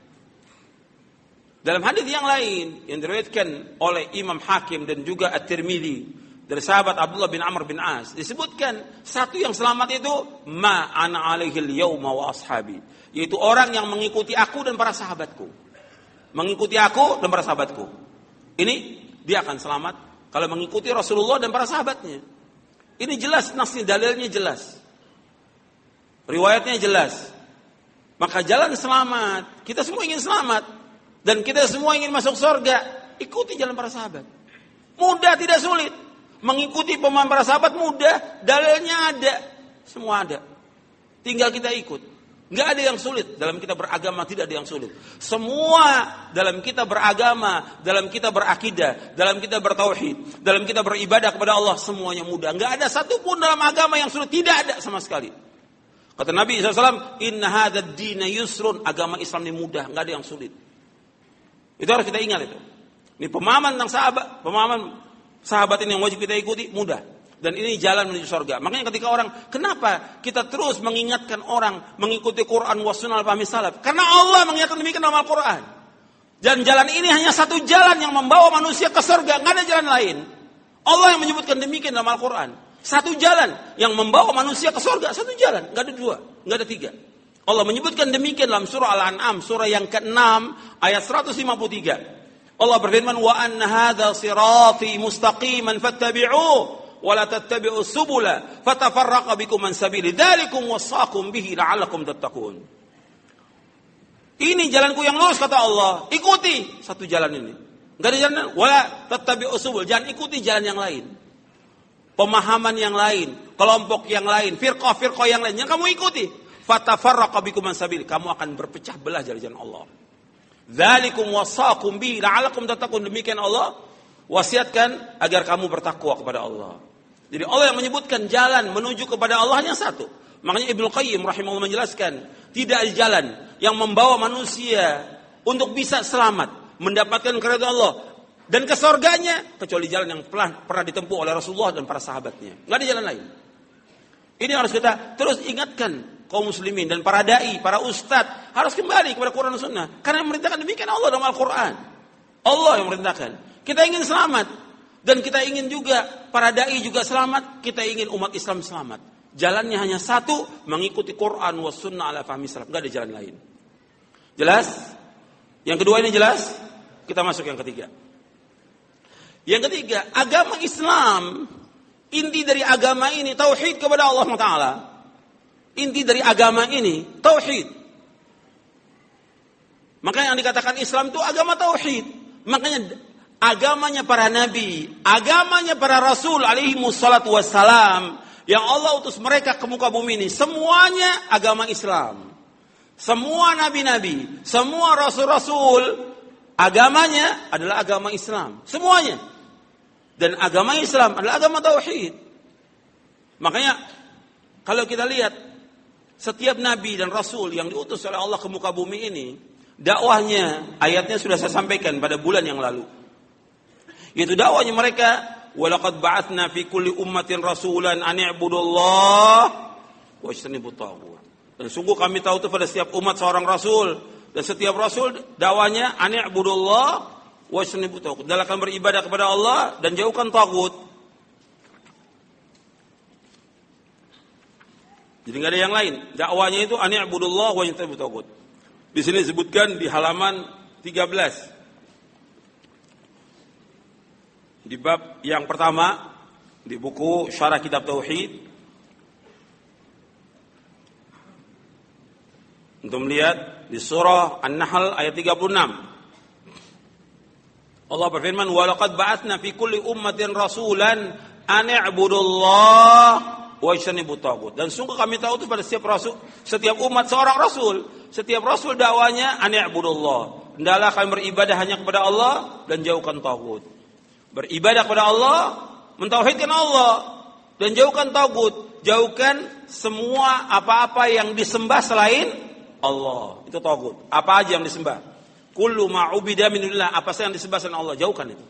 A: Dalam hadis yang lain yang diriwayatkan oleh Imam Hakim dan juga At-Tirmidzi dari sahabat Abdullah bin Amr bin As, disebutkan satu yang selamat itu ma ana alaihil yauma wa ashabi, yaitu orang yang mengikuti aku dan para sahabatku. Mengikuti aku dan para sahabatku. Ini dia akan selamat kalau mengikuti Rasulullah dan para sahabatnya. Ini jelas nasnya, dalilnya jelas. Riwayatnya jelas. Maka jalan selamat, kita semua ingin selamat. Dan kita semua ingin masuk surga, ikuti jalan para sahabat. Mudah, tidak sulit. Mengikuti pemahaman para sahabat mudah, dalilnya ada, semua ada. Tinggal kita ikut. Nggak ada yang sulit dalam kita beragama, tidak ada yang sulit. Semua dalam kita beragama, dalam kita berakidah, dalam kita bertauhid, dalam kita beribadah kepada Allah, semuanya mudah. Nggak ada satupun dalam agama yang sulit, tidak ada sama sekali. Kata Nabi shallallahu alaihi wasallam, inna hadzal dina yusrun, agama Islam ini mudah, nggak ada yang sulit. Itu harus kita ingat itu. Ini pemahaman tentang sahabat, pemahaman sahabat ini yang wajib kita ikuti, mudah. Dan ini jalan menuju surga. Makanya ketika orang, kenapa kita terus mengingatkan orang mengikuti Quran wa sunnah al-fahmi salaf? Karena Allah mengingatkan demikian dalam Al-Quran. Dan jalan ini hanya satu jalan yang membawa manusia ke surga, nggak ada jalan lain. Allah yang menyebutkan demikian dalam Al-Quran. Satu jalan yang membawa manusia ke surga, satu jalan, nggak ada dua, nggak ada tiga. Allah menyebutkan demikian dalam surah Al-An'am, surah yang keenam ayat seratus lima puluh tiga. Allah berfirman, wa anna hadza sirati mustaqiman fattabi'uhu wa la tattabi'us subula fatafarraqa bikum an sabili dzalikum wasaqum bihi la'allakum tattaqun. Ini jalanku yang lurus kata Allah, ikuti satu jalan ini. Enggak ada jalan wa la tattabi'us subul, jangan ikuti jalan yang lain. Pemahaman yang lain, kelompok yang lain, firqah-firqah yang lain, yang kamu ikuti. Fatafarraqa bikum an sabili, kamu akan berpecah belah dari jalan Allah. Dzalikum wasaqum bihi la'allakum tattaqun, demikian Allah wasiatkan agar kamu bertakwa kepada Allah. Jadi Allah yang menyebutkan jalan menuju kepada Allah hanya satu. Makanya Ibnu Qayyim rahimahullah menjelaskan, tidak ada jalan yang membawa manusia untuk bisa selamat, mendapatkan keridhaan Allah dan ke surganya kecuali jalan yang pernah, pernah ditempuh oleh Rasulullah dan para sahabatnya. Enggak ada jalan lain. Ini harus kita terus ingatkan kaum muslimin dan para dai, para ustadz harus kembali kepada Quran dan Sunnah. Karena yang memerintahkan demikian Allah dalam Al-Quran. Allah yang memerintahkan. Kita ingin selamat. Dan kita ingin juga para dai juga selamat. Kita ingin umat Islam selamat. Jalannya hanya satu, mengikuti Quran wa Sunnah ala fahmi salaf. Tidak ada jalan lain. Jelas? Yang kedua ini jelas? Kita masuk yang ketiga. Yang ketiga, agama Islam, inti dari agama ini tauhid kepada Allah Taala. Inti dari agama ini tauhid. Makanya yang dikatakan Islam itu agama tauhid. Makanya agamanya para nabi, agamanya para rasul alaihi wassalatu wassalam, yang Allah utus mereka ke muka bumi ini, semuanya agama Islam. Semua nabi-nabi, semua rasul-rasul, agamanya adalah agama Islam. Semuanya. Dan agama Islam adalah agama tauhid. Makanya kalau kita lihat setiap nabi dan rasul yang diutus oleh Allah ke muka bumi ini, dakwahnya, ayatnya sudah saya sampaikan pada bulan yang lalu. Yaitu dakwahnya mereka, walaqad ba'atsna fi kulli ummatin rasulan an i'budullaha wajtanibut taghut. Dan sungguh kami tahu itu pada setiap umat seorang rasul, dan setiap rasul dakwahnya an i'budullaha wajtanibut taghut. Dalakan beribadah kepada Allah dan jauhkan taghut. Jadi nggak ada yang lain. Dakwanya itu an i'budullaha wajtanibut taghut. Di sini disebutkan di halaman tiga belas. Di bab yang pertama, di buku Syarah Kitab Tauhid. Untuk melihat di surah An-Nahl ayat tiga puluh enam. Allah berfirman, "Wa laqad ba'atsna fi kulli ummatin rasulan an i'budullaha wa ijtanibut taghut." Dan sungguh kami tahu itu pada setiap rasul, setiap umat seorang rasul, setiap rasul dakwanya an i'budullah. Hendaklah kalian beribadah hanya kepada Allah dan jauhkan taghut. Beribadah kepada Allah, mentauhidkan Allah dan jauhkan taghut, jauhkan semua apa-apa yang disembah selain Allah. Itu taghut. Apa aja yang disembah? Kullu ma'ubida min dunillah, apa saja yang disembah selain Allah, jauhkan itu.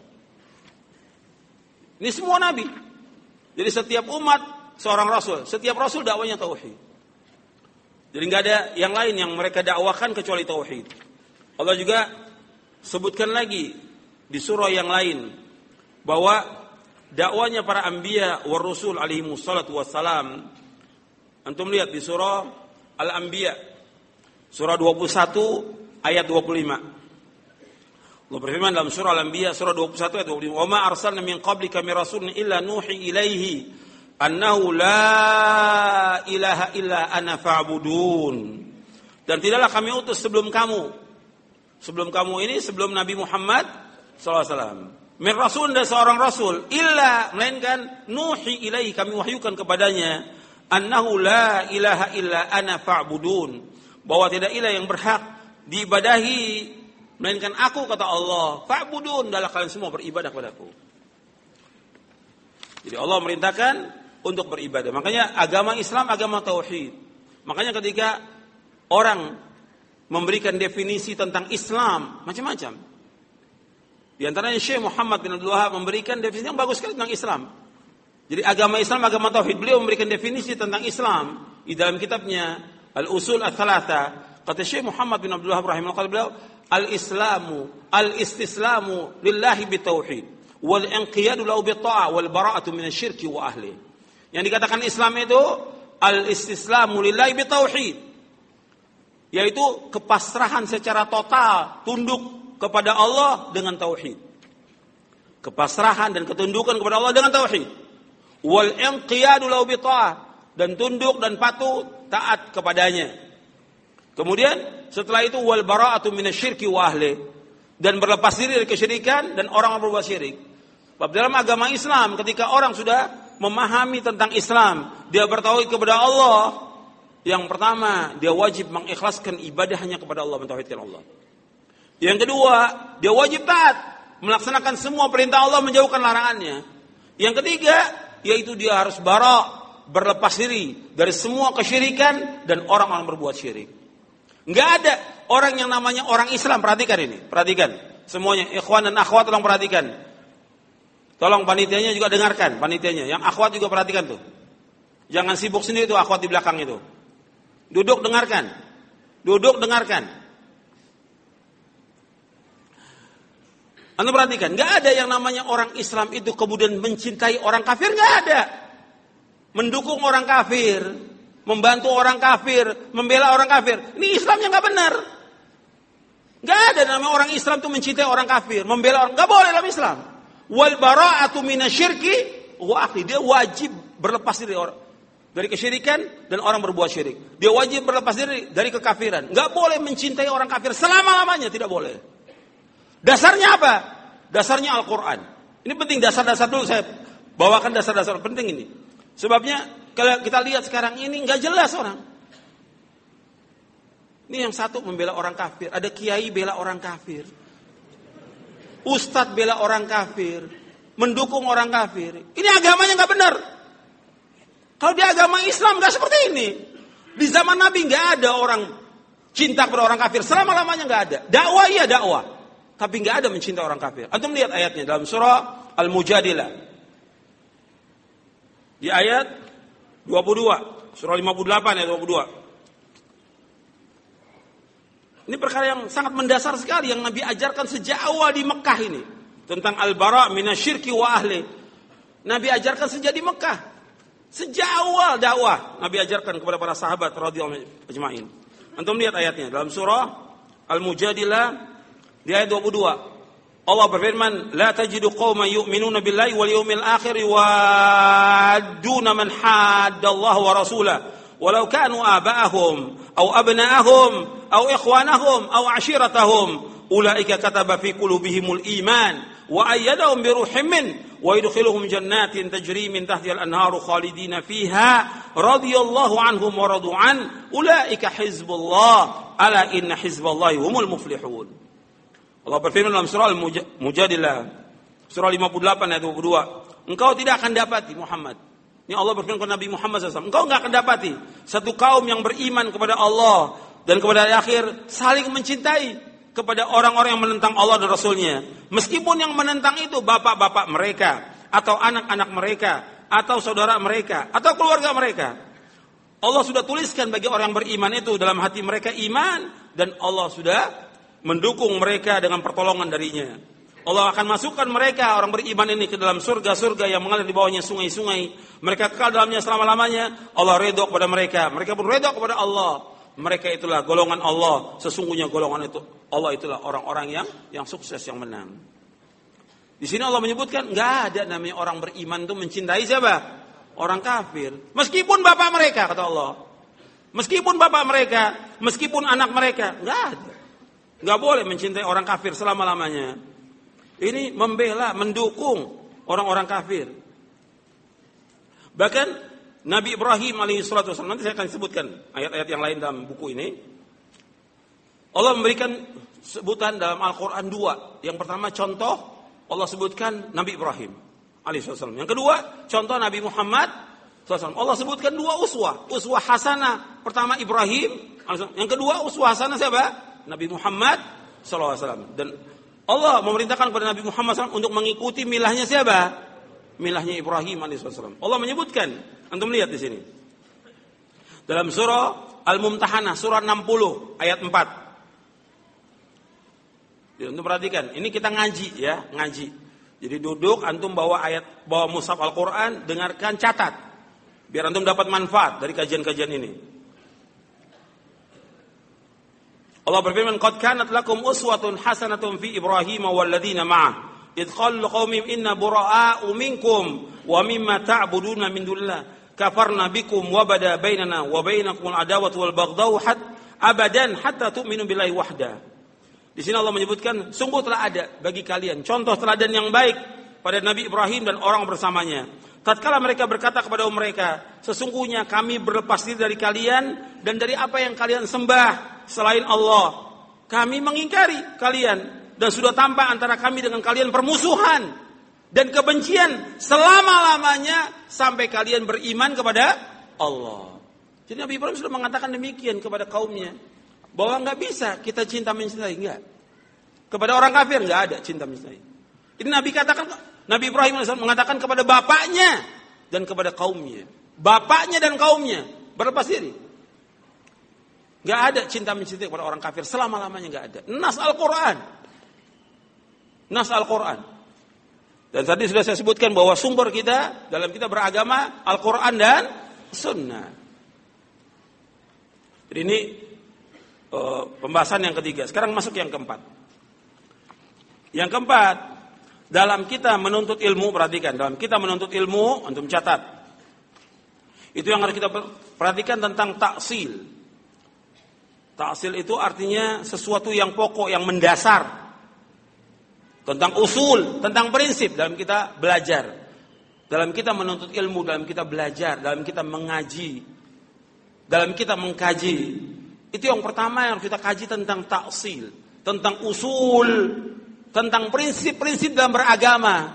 A: Ini semua nabi. Jadi setiap umat seorang rasul, setiap rasul dakwanya tauhid. Jadi enggak ada yang lain yang mereka dakwakan kecuali tauhid. Allah juga sebutkan lagi di surah yang lain bahwa dakwanya para anbiya war rusul alaihi wassalatu wassalam. Antum lihat di surah Al-Anbiya surah dua puluh satu ayat dua puluh lima. Allah berfirman dalam surah Al-Anbiya surah dua puluh satu ayat dua puluh lima, "Wa ma arsalna min qablika min rasulin illa nuhi ilaihi annahu la ilaha illa ana fa'budun." Dan tidaklah kami utus sebelum kamu, sebelum kamu ini, sebelum Nabi Muhammad sallallahu alaihi wasallam, min rasul, dan seorang rasul, illa, melainkan nuhi ilaihi, kami wahyukan kepadanya, annahu la ilaha illa ana fa'budun, bahwa tidak ilah yang berhak diibadahi melainkan aku, kata Allah. Fa'budun, adalah kalian semua beribadah kepadaku. Jadi Allah merintahkan untuk beribadah. Makanya agama Islam agama tauhid. Makanya ketika orang memberikan definisi tentang Islam macam-macam. Di antaranya Syekh Muhammad bin Abdul Wahab memberikan definisi yang bagus sekali tentang Islam. Jadi agama Islam agama tauhid. Beliau memberikan definisi tentang Islam di dalam kitabnya Al-Usul Ats-Tsalatsa. Kata Syekh Muhammad bin Abdul Wahab rahimahullah, beliau, al-islamu al-istislamu lillahi bitauhid wal inqiyadu lahu bitta'ah wal bara'atu minasyirki wa ahli. Yang dikatakan Islam itu al-istislamu lillahi bitauhid, yaitu kepasrahan secara total, tunduk kepada Allah dengan tauhid. Kepasrahan dan ketundukan kepada Allah dengan tauhid. Wal inqiyadu lahu bitta'ah, dan tunduk dan patuh taat kepadanya. Kemudian setelah itu wal bara'atu minasyirki wa ahli, dan berlepas diri dari kesyirikan dan orang yang berbuat syirik. Sebab dalam agama Islam ketika orang sudah memahami tentang Islam, dia bertauhid kepada Allah, yang pertama dia wajib mengikhlaskan ibadahnya kepada Allah, mentauhidkan Allah. Yang kedua, dia wajib taat, melaksanakan semua perintah Allah, menjauhkan larangannya. Yang ketiga, yaitu dia harus bara', berlepas diri dari semua kesyirikan dan orang-orang berbuat syirik. Enggak ada orang yang namanya orang Islam. Perhatikan ini, perhatikan semuanya, ikhwan dan akhwat, tolong perhatikan. Tolong panitianya juga dengarkan, panitianya. Yang akhwat juga perhatikan tuh. Jangan sibuk sendiri tuh akhwat di belakang itu. Duduk dengarkan. Duduk dengarkan. Anda perhatikan, enggak ada yang namanya orang Islam itu kemudian mencintai orang kafir, enggak ada. Mendukung orang kafir, membantu orang kafir, membela orang kafir. Ini Islamnya nggak benar. Nggak ada namanya orang Islam itu mencintai orang kafir, membela orang. Nggak boleh dalam Islam. Wal bara'atu minasyirki wa akhi, dia wajib berlepas diri orang dari kesyirikan dan orang berbuat syirik. Dia wajib berlepas diri dari kekafiran. Nggak boleh mencintai orang kafir selama-lamanya, tidak boleh. Dasarnya apa? Dasarnya Al-Quran. Ini penting, dasar-dasar dulu saya bawakan, dasar-dasar penting ini. Sebabnya kalau kita lihat sekarang ini nggak jelas orang. Ini yang satu membela orang kafir, ada kiai bela orang kafir, ustadz bela orang kafir, mendukung orang kafir. Ini agamanya nggak benar. Kalau di agama Islam nggak seperti ini. Di zaman Nabi nggak ada orang cinta kepada orang kafir, selama-lamanya nggak ada. Dakwah iya dakwah, tapi nggak ada mencintai orang kafir. Antum lihat ayatnya dalam surah Al-Mujadilah. Di ayat dua puluh dua, surah lima puluh delapan ayat dua puluh dua. Ini perkara yang sangat mendasar sekali yang Nabi ajarkan sejak awal di Mekah ini. Tentang al-bara' minasyirki wa ahli. Nabi ajarkan sejak di Mekah. Sejak awal dakwah Nabi ajarkan kepada para sahabat radhiyallahu ajma'in. Antum lihat ayatnya dalam surah Al-Mujadilah di ayat dua puluh dua. Allah berfirman, "La tajidu qauman yu'minuna billahi wal yawmil akhir yuwadduna man hadda Allah wa rasulahu walau kanu aba'ahum aw abna'ahum aw ikhwanahum aw 'ashiratahum ulaika kataba fi qulubihimul iman wa ayyadahum bi ruhin min wa yudkhiluhum jannatin tajri min tahtiha al-anharu khalidina fiha radhiyallahu anhum wa radu an ulaika hizbullah ala inna hizballahi humul muflihun." Allah berfirman dalam surah Al-Mujadilah, surah lima puluh delapan ayat dua puluh dua, engkau tidak akan dapati Muhammad. Ini Allah berfirman kepada Nabi Muhammad shallallahu alaihi wasallam, engkau enggak akan dapati satu kaum yang beriman kepada Allah dan kepada hari akhir saling mencintai kepada orang-orang yang menentang Allah dan Rasulnya. Meskipun yang menentang itu bapak-bapak mereka, atau anak-anak mereka, atau saudara mereka, atau keluarga mereka. Allah sudah tuliskan bagi orang yang beriman itu dalam hati mereka iman, dan Allah sudah mendukung mereka dengan pertolongan darinya. Allah akan masukkan mereka orang beriman ini ke dalam surga-surga yang mengalir di bawahnya sungai-sungai. Mereka kekal dalamnya selama-lamanya. Allah redha kepada mereka, mereka pun redha kepada Allah. Mereka itulah golongan Allah. Sesungguhnya golongan itu Allah itulah orang-orang yang yang sukses, yang menang. Di sini Allah menyebutkan enggak ada namanya orang beriman itu mencintai siapa? Orang kafir. Meskipun bapak mereka, kata Allah. Meskipun bapak mereka, meskipun anak mereka, enggak ada. Enggak boleh mencintai orang kafir selama-lamanya. Ini membela, mendukung orang-orang kafir. Bahkan Nabi Ibrahim alaihi salatu wasallam, nanti saya akan sebutkan ayat-ayat yang lain dalam buku ini. Allah memberikan sebutan dalam Al-Quran dua. Yang pertama contoh, Allah sebutkan Nabi Ibrahim alaihi salatu wasallam. Yang kedua contoh Nabi Muhammad sallallahu alaihi wasallam. Allah sebutkan dua uswah. Uswah hasanah. Pertama Ibrahim alaihi salam. Yang kedua uswah hasanah siapa? Nabi Muhammad sallallahu alaihi wasallam. Dan Allah memerintahkan kepada Nabi Muhammad sallallahu alaihi wasallam untuk mengikuti milahnya siapa? Milahnya Ibrahim alaihi wasallam. Allah menyebutkan, antum lihat di sini. Dalam surah Al-Mumtahanah, surah enam puluh ayat empat. Jadi, antum perhatikan, ini kita ngaji ya, ngaji. Jadi duduk, antum bawa ayat, bawa mushaf Al-Quran, dengarkan, catat. Biar antum dapat manfaat dari kajian-kajian ini. Allah berfirman, "Qad kanat lakum uswatun hasanatun fi Ibrahim wal ladzina ma'ah. Idh qalu liqaumihim inna bura'a'u minkum wa mimma ta'buduna min dunillah kafarna bikum wa bada bainana wa bainakum al-adawatu wal baghdau hat abadan hatta tu'minu billahi wahda." Di sini Allah menyebutkan sungguh telah ada bagi kalian contoh teladan yang baik pada Nabi Ibrahim dan orang bersamanya. Tatkala mereka berkata kepada mereka, sesungguhnya kami berlepas diri dari kalian dan dari apa yang kalian sembah selain Allah. Kami mengingkari kalian dan sudah tampak antara kami dengan kalian permusuhan dan kebencian selama-lamanya sampai kalian beriman kepada Allah. Jadi Nabi Ibrahim sudah mengatakan demikian kepada kaumnya, bahwa enggak bisa kita cinta mencintai, enggak. Kepada orang kafir enggak ada cinta mencintai. Ini Nabi katakan, Nabi Ibrahim mengatakan kepada bapaknya dan kepada kaumnya. Bapaknya dan kaumnya berlepas diri. Gak ada cinta mencintai kepada orang kafir selama-lamanya, gak ada. Nas Al-Quran. Nas Al-Quran. Dan tadi sudah saya sebutkan bahwa sumber kita dalam kita beragama Al-Quran dan Sunnah. Jadi ini uh, pembahasan yang ketiga. Sekarang masuk yang keempat. Yang keempat, dalam kita menuntut ilmu, perhatikan, dalam kita menuntut ilmu, antum catat. Itu yang harus kita perhatikan tentang taksil. Taksil itu artinya sesuatu yang pokok, yang mendasar. Tentang usul, tentang prinsip dalam kita belajar. Dalam kita menuntut ilmu, dalam kita belajar, dalam kita mengaji, dalam kita mengkaji. Itu yang pertama yang harus kita kaji tentang taksil. Tentang usul, tentang prinsip-prinsip dalam beragama.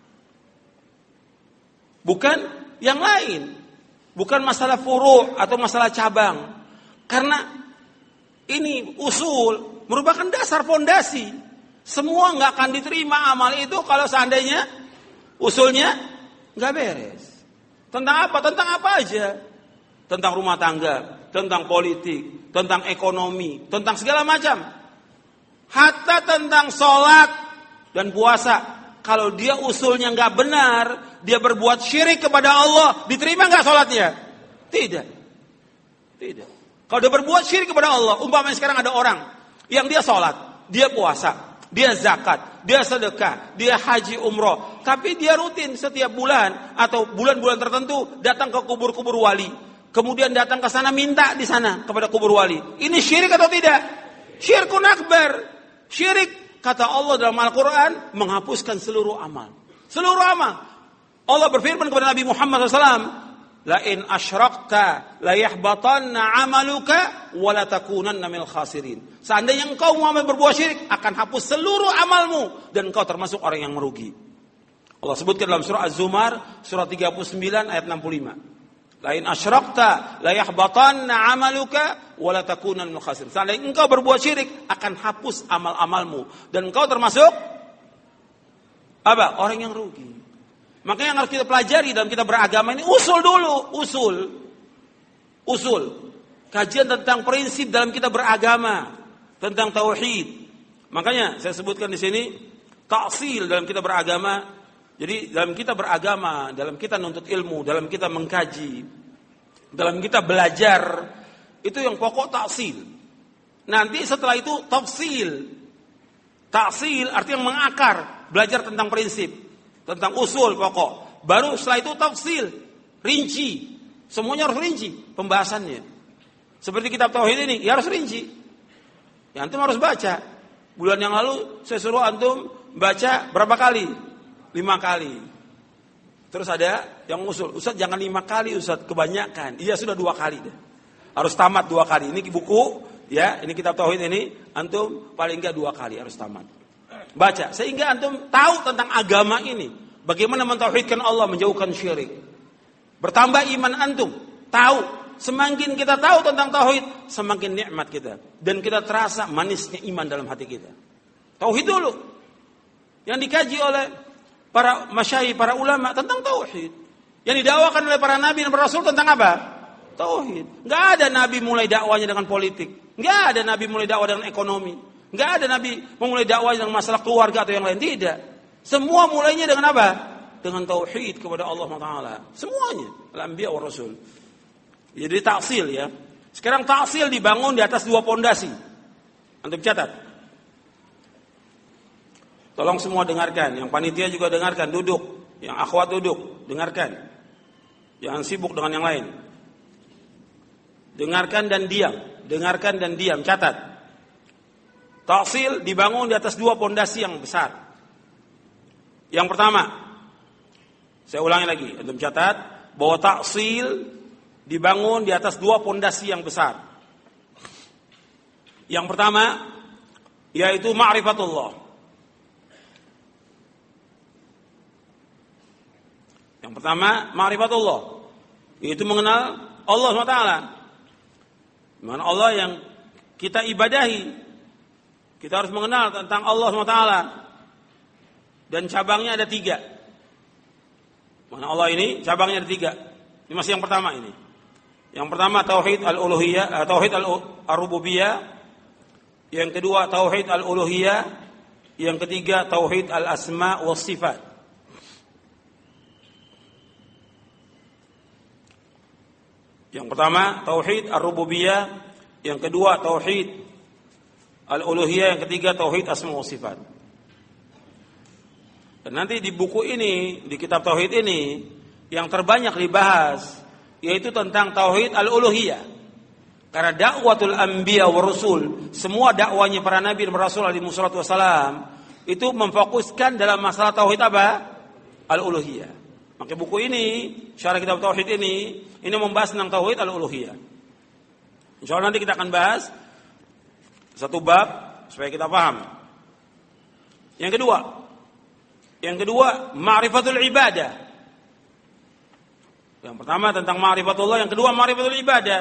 A: Bukan yang lain. Bukan masalah furu' atau masalah cabang. Karena ini usul merupakan dasar fondasi. Semua nggak akan diterima amal itu kalau seandainya usulnya nggak beres. Tentang apa? Tentang apa aja? Tentang rumah tangga, tentang politik, tentang ekonomi, tentang segala macam. Hatta tentang sholat dan puasa. Kalau dia usulnya nggak benar, dia berbuat syirik kepada Allah, diterima nggak sholatnya? Tidak. Tidak. Kalau dia berbuat syirik kepada Allah, umpamanya sekarang ada orang yang dia sholat, dia puasa, dia zakat, dia sedekah, dia haji umroh, tapi dia rutin setiap bulan atau bulan-bulan tertentu datang ke kubur-kubur wali, kemudian datang ke sana minta di sana kepada kubur wali. Ini syirik atau tidak? Syirkun akbar. Syirik, kata Allah dalam Al-Quran, menghapuskan seluruh amal. Seluruh amal. Allah berfirman kepada Nabi Muhammad shallallahu alaihi wasallam, la in asyrakta la yahbatanna amaluka wa la takunanna minal khasirin. Seandainya engkau mau berbuat syirik, akan hapus seluruh amalmu dan engkau termasuk orang yang merugi. Allah sebutkan dalam surah Az-Zumar surah tiga puluh sembilan ayat enam puluh lima. La in asyrakta la yahbatanna amaluka wa la takunanna minal khasirin. Seandainya engkau berbuat syirik, akan hapus amal-amalmu dan engkau termasuk apa? Orang yang rugi. Makanya yang harus kita pelajari dalam kita beragama ini usul dulu, usul. Usul. Kajian tentang prinsip dalam kita beragama, tentang tauhid. Makanya saya sebutkan di sini ta'sil dalam kita beragama. Jadi dalam kita beragama, dalam kita nuntut ilmu, dalam kita mengkaji, dalam kita belajar, itu yang pokok ta'sil. Nanti setelah itu tafsil. Ta'sil artinya mengakar, belajar tentang prinsip, tentang usul pokok. Baru setelah itu tafsil, rinci. Semuanya harus rinci pembahasannya. Seperti kitab tauhid ini, ya harus rinci. Ya antum harus baca. Bulan yang lalu saya suruh antum baca berapa kali? Lima kali. Terus ada yang usul, Ustaz jangan lima kali Ustaz, kebanyakan. Iya sudah dua kali deh. Harus tamat dua kali. Ini buku, ya ini kitab tauhid ini, antum paling enggak dua kali harus tamat. Baca, sehingga antum tahu tentang agama ini. Bagaimana mentauhidkan Allah, menjauhkan syirik. Bertambah iman antum. Tahu, semakin kita tahu tentang tauhid, semakin nikmat kita. Dan kita terasa manisnya iman dalam hati kita. Tauhid dulu. Yang dikaji oleh para masyayikh, para ulama tentang tauhid. Yang didakwakan oleh para nabi dan para rasul tentang apa? Tauhid. Enggak ada nabi mulai dakwanya dengan politik. Enggak ada nabi mulai dakwah dengan ekonomi. Enggak ada nabi memulai dakwah dengan masalah keluarga atau yang lain, tidak. Semua mulainya dengan apa? Dengan tauhid kepada Allah Taala. Semuanya, al-anbiya wa rasul. Jadi ta'sil ya. Sekarang ta'sil dibangun di atas dua pondasi. Antum catat. Tolong semua dengarkan, yang panitia juga dengarkan, duduk, yang akhwat duduk, dengarkan. Jangan sibuk dengan yang lain. Dengarkan dan diam, dengarkan dan diam, catat. Ta'sil dibangun di atas dua pondasi yang besar. Yang pertama, saya ulangi lagi, antum catat bahwa ta'sil dibangun di atas dua pondasi yang besar. Yang pertama yaitu ma'rifatullah. Yang pertama ma'rifatullah, yaitu mengenal Allah subhanahu wa taala. Mengenal Allah yang kita ibadahi. Kita harus mengenal tentang Allah subhanahu wa taala. Dan cabangnya ada tiga. Mana Allah ini cabangnya ada tiga. Ini masih yang pertama ini. Yang pertama tauhid al-uluhiyah, tauhid al-rububiyah. Yang kedua tauhid al-uluhiyah. Yang ketiga tauhid al-asma was sifat. Yang pertama tauhid ar-rububiyah, yang kedua tauhid al-uluhiyah, yang ketiga tauhid asma wa sifat. Dan nanti di buku ini, di kitab tauhid ini, yang terbanyak dibahas yaitu tentang tauhid al-uluhiyah. Karena dakwatul anbiya wa rasul, semua dakwanya para nabi dan rasul alaihi wassalatu wassalam itu memfokuskan dalam masalah tauhid apa? Al-uluhiyah. Maka buku ini, syarah kitab tauhid ini, ini membahas tentang tauhid al-uluhiyah. Insyaallah nanti kita akan bahas satu bab supaya kita paham. Yang kedua, yang kedua ma'rifatul ibadah. Yang pertama tentang ma'rifatullah, yang kedua ma'rifatul ibadah.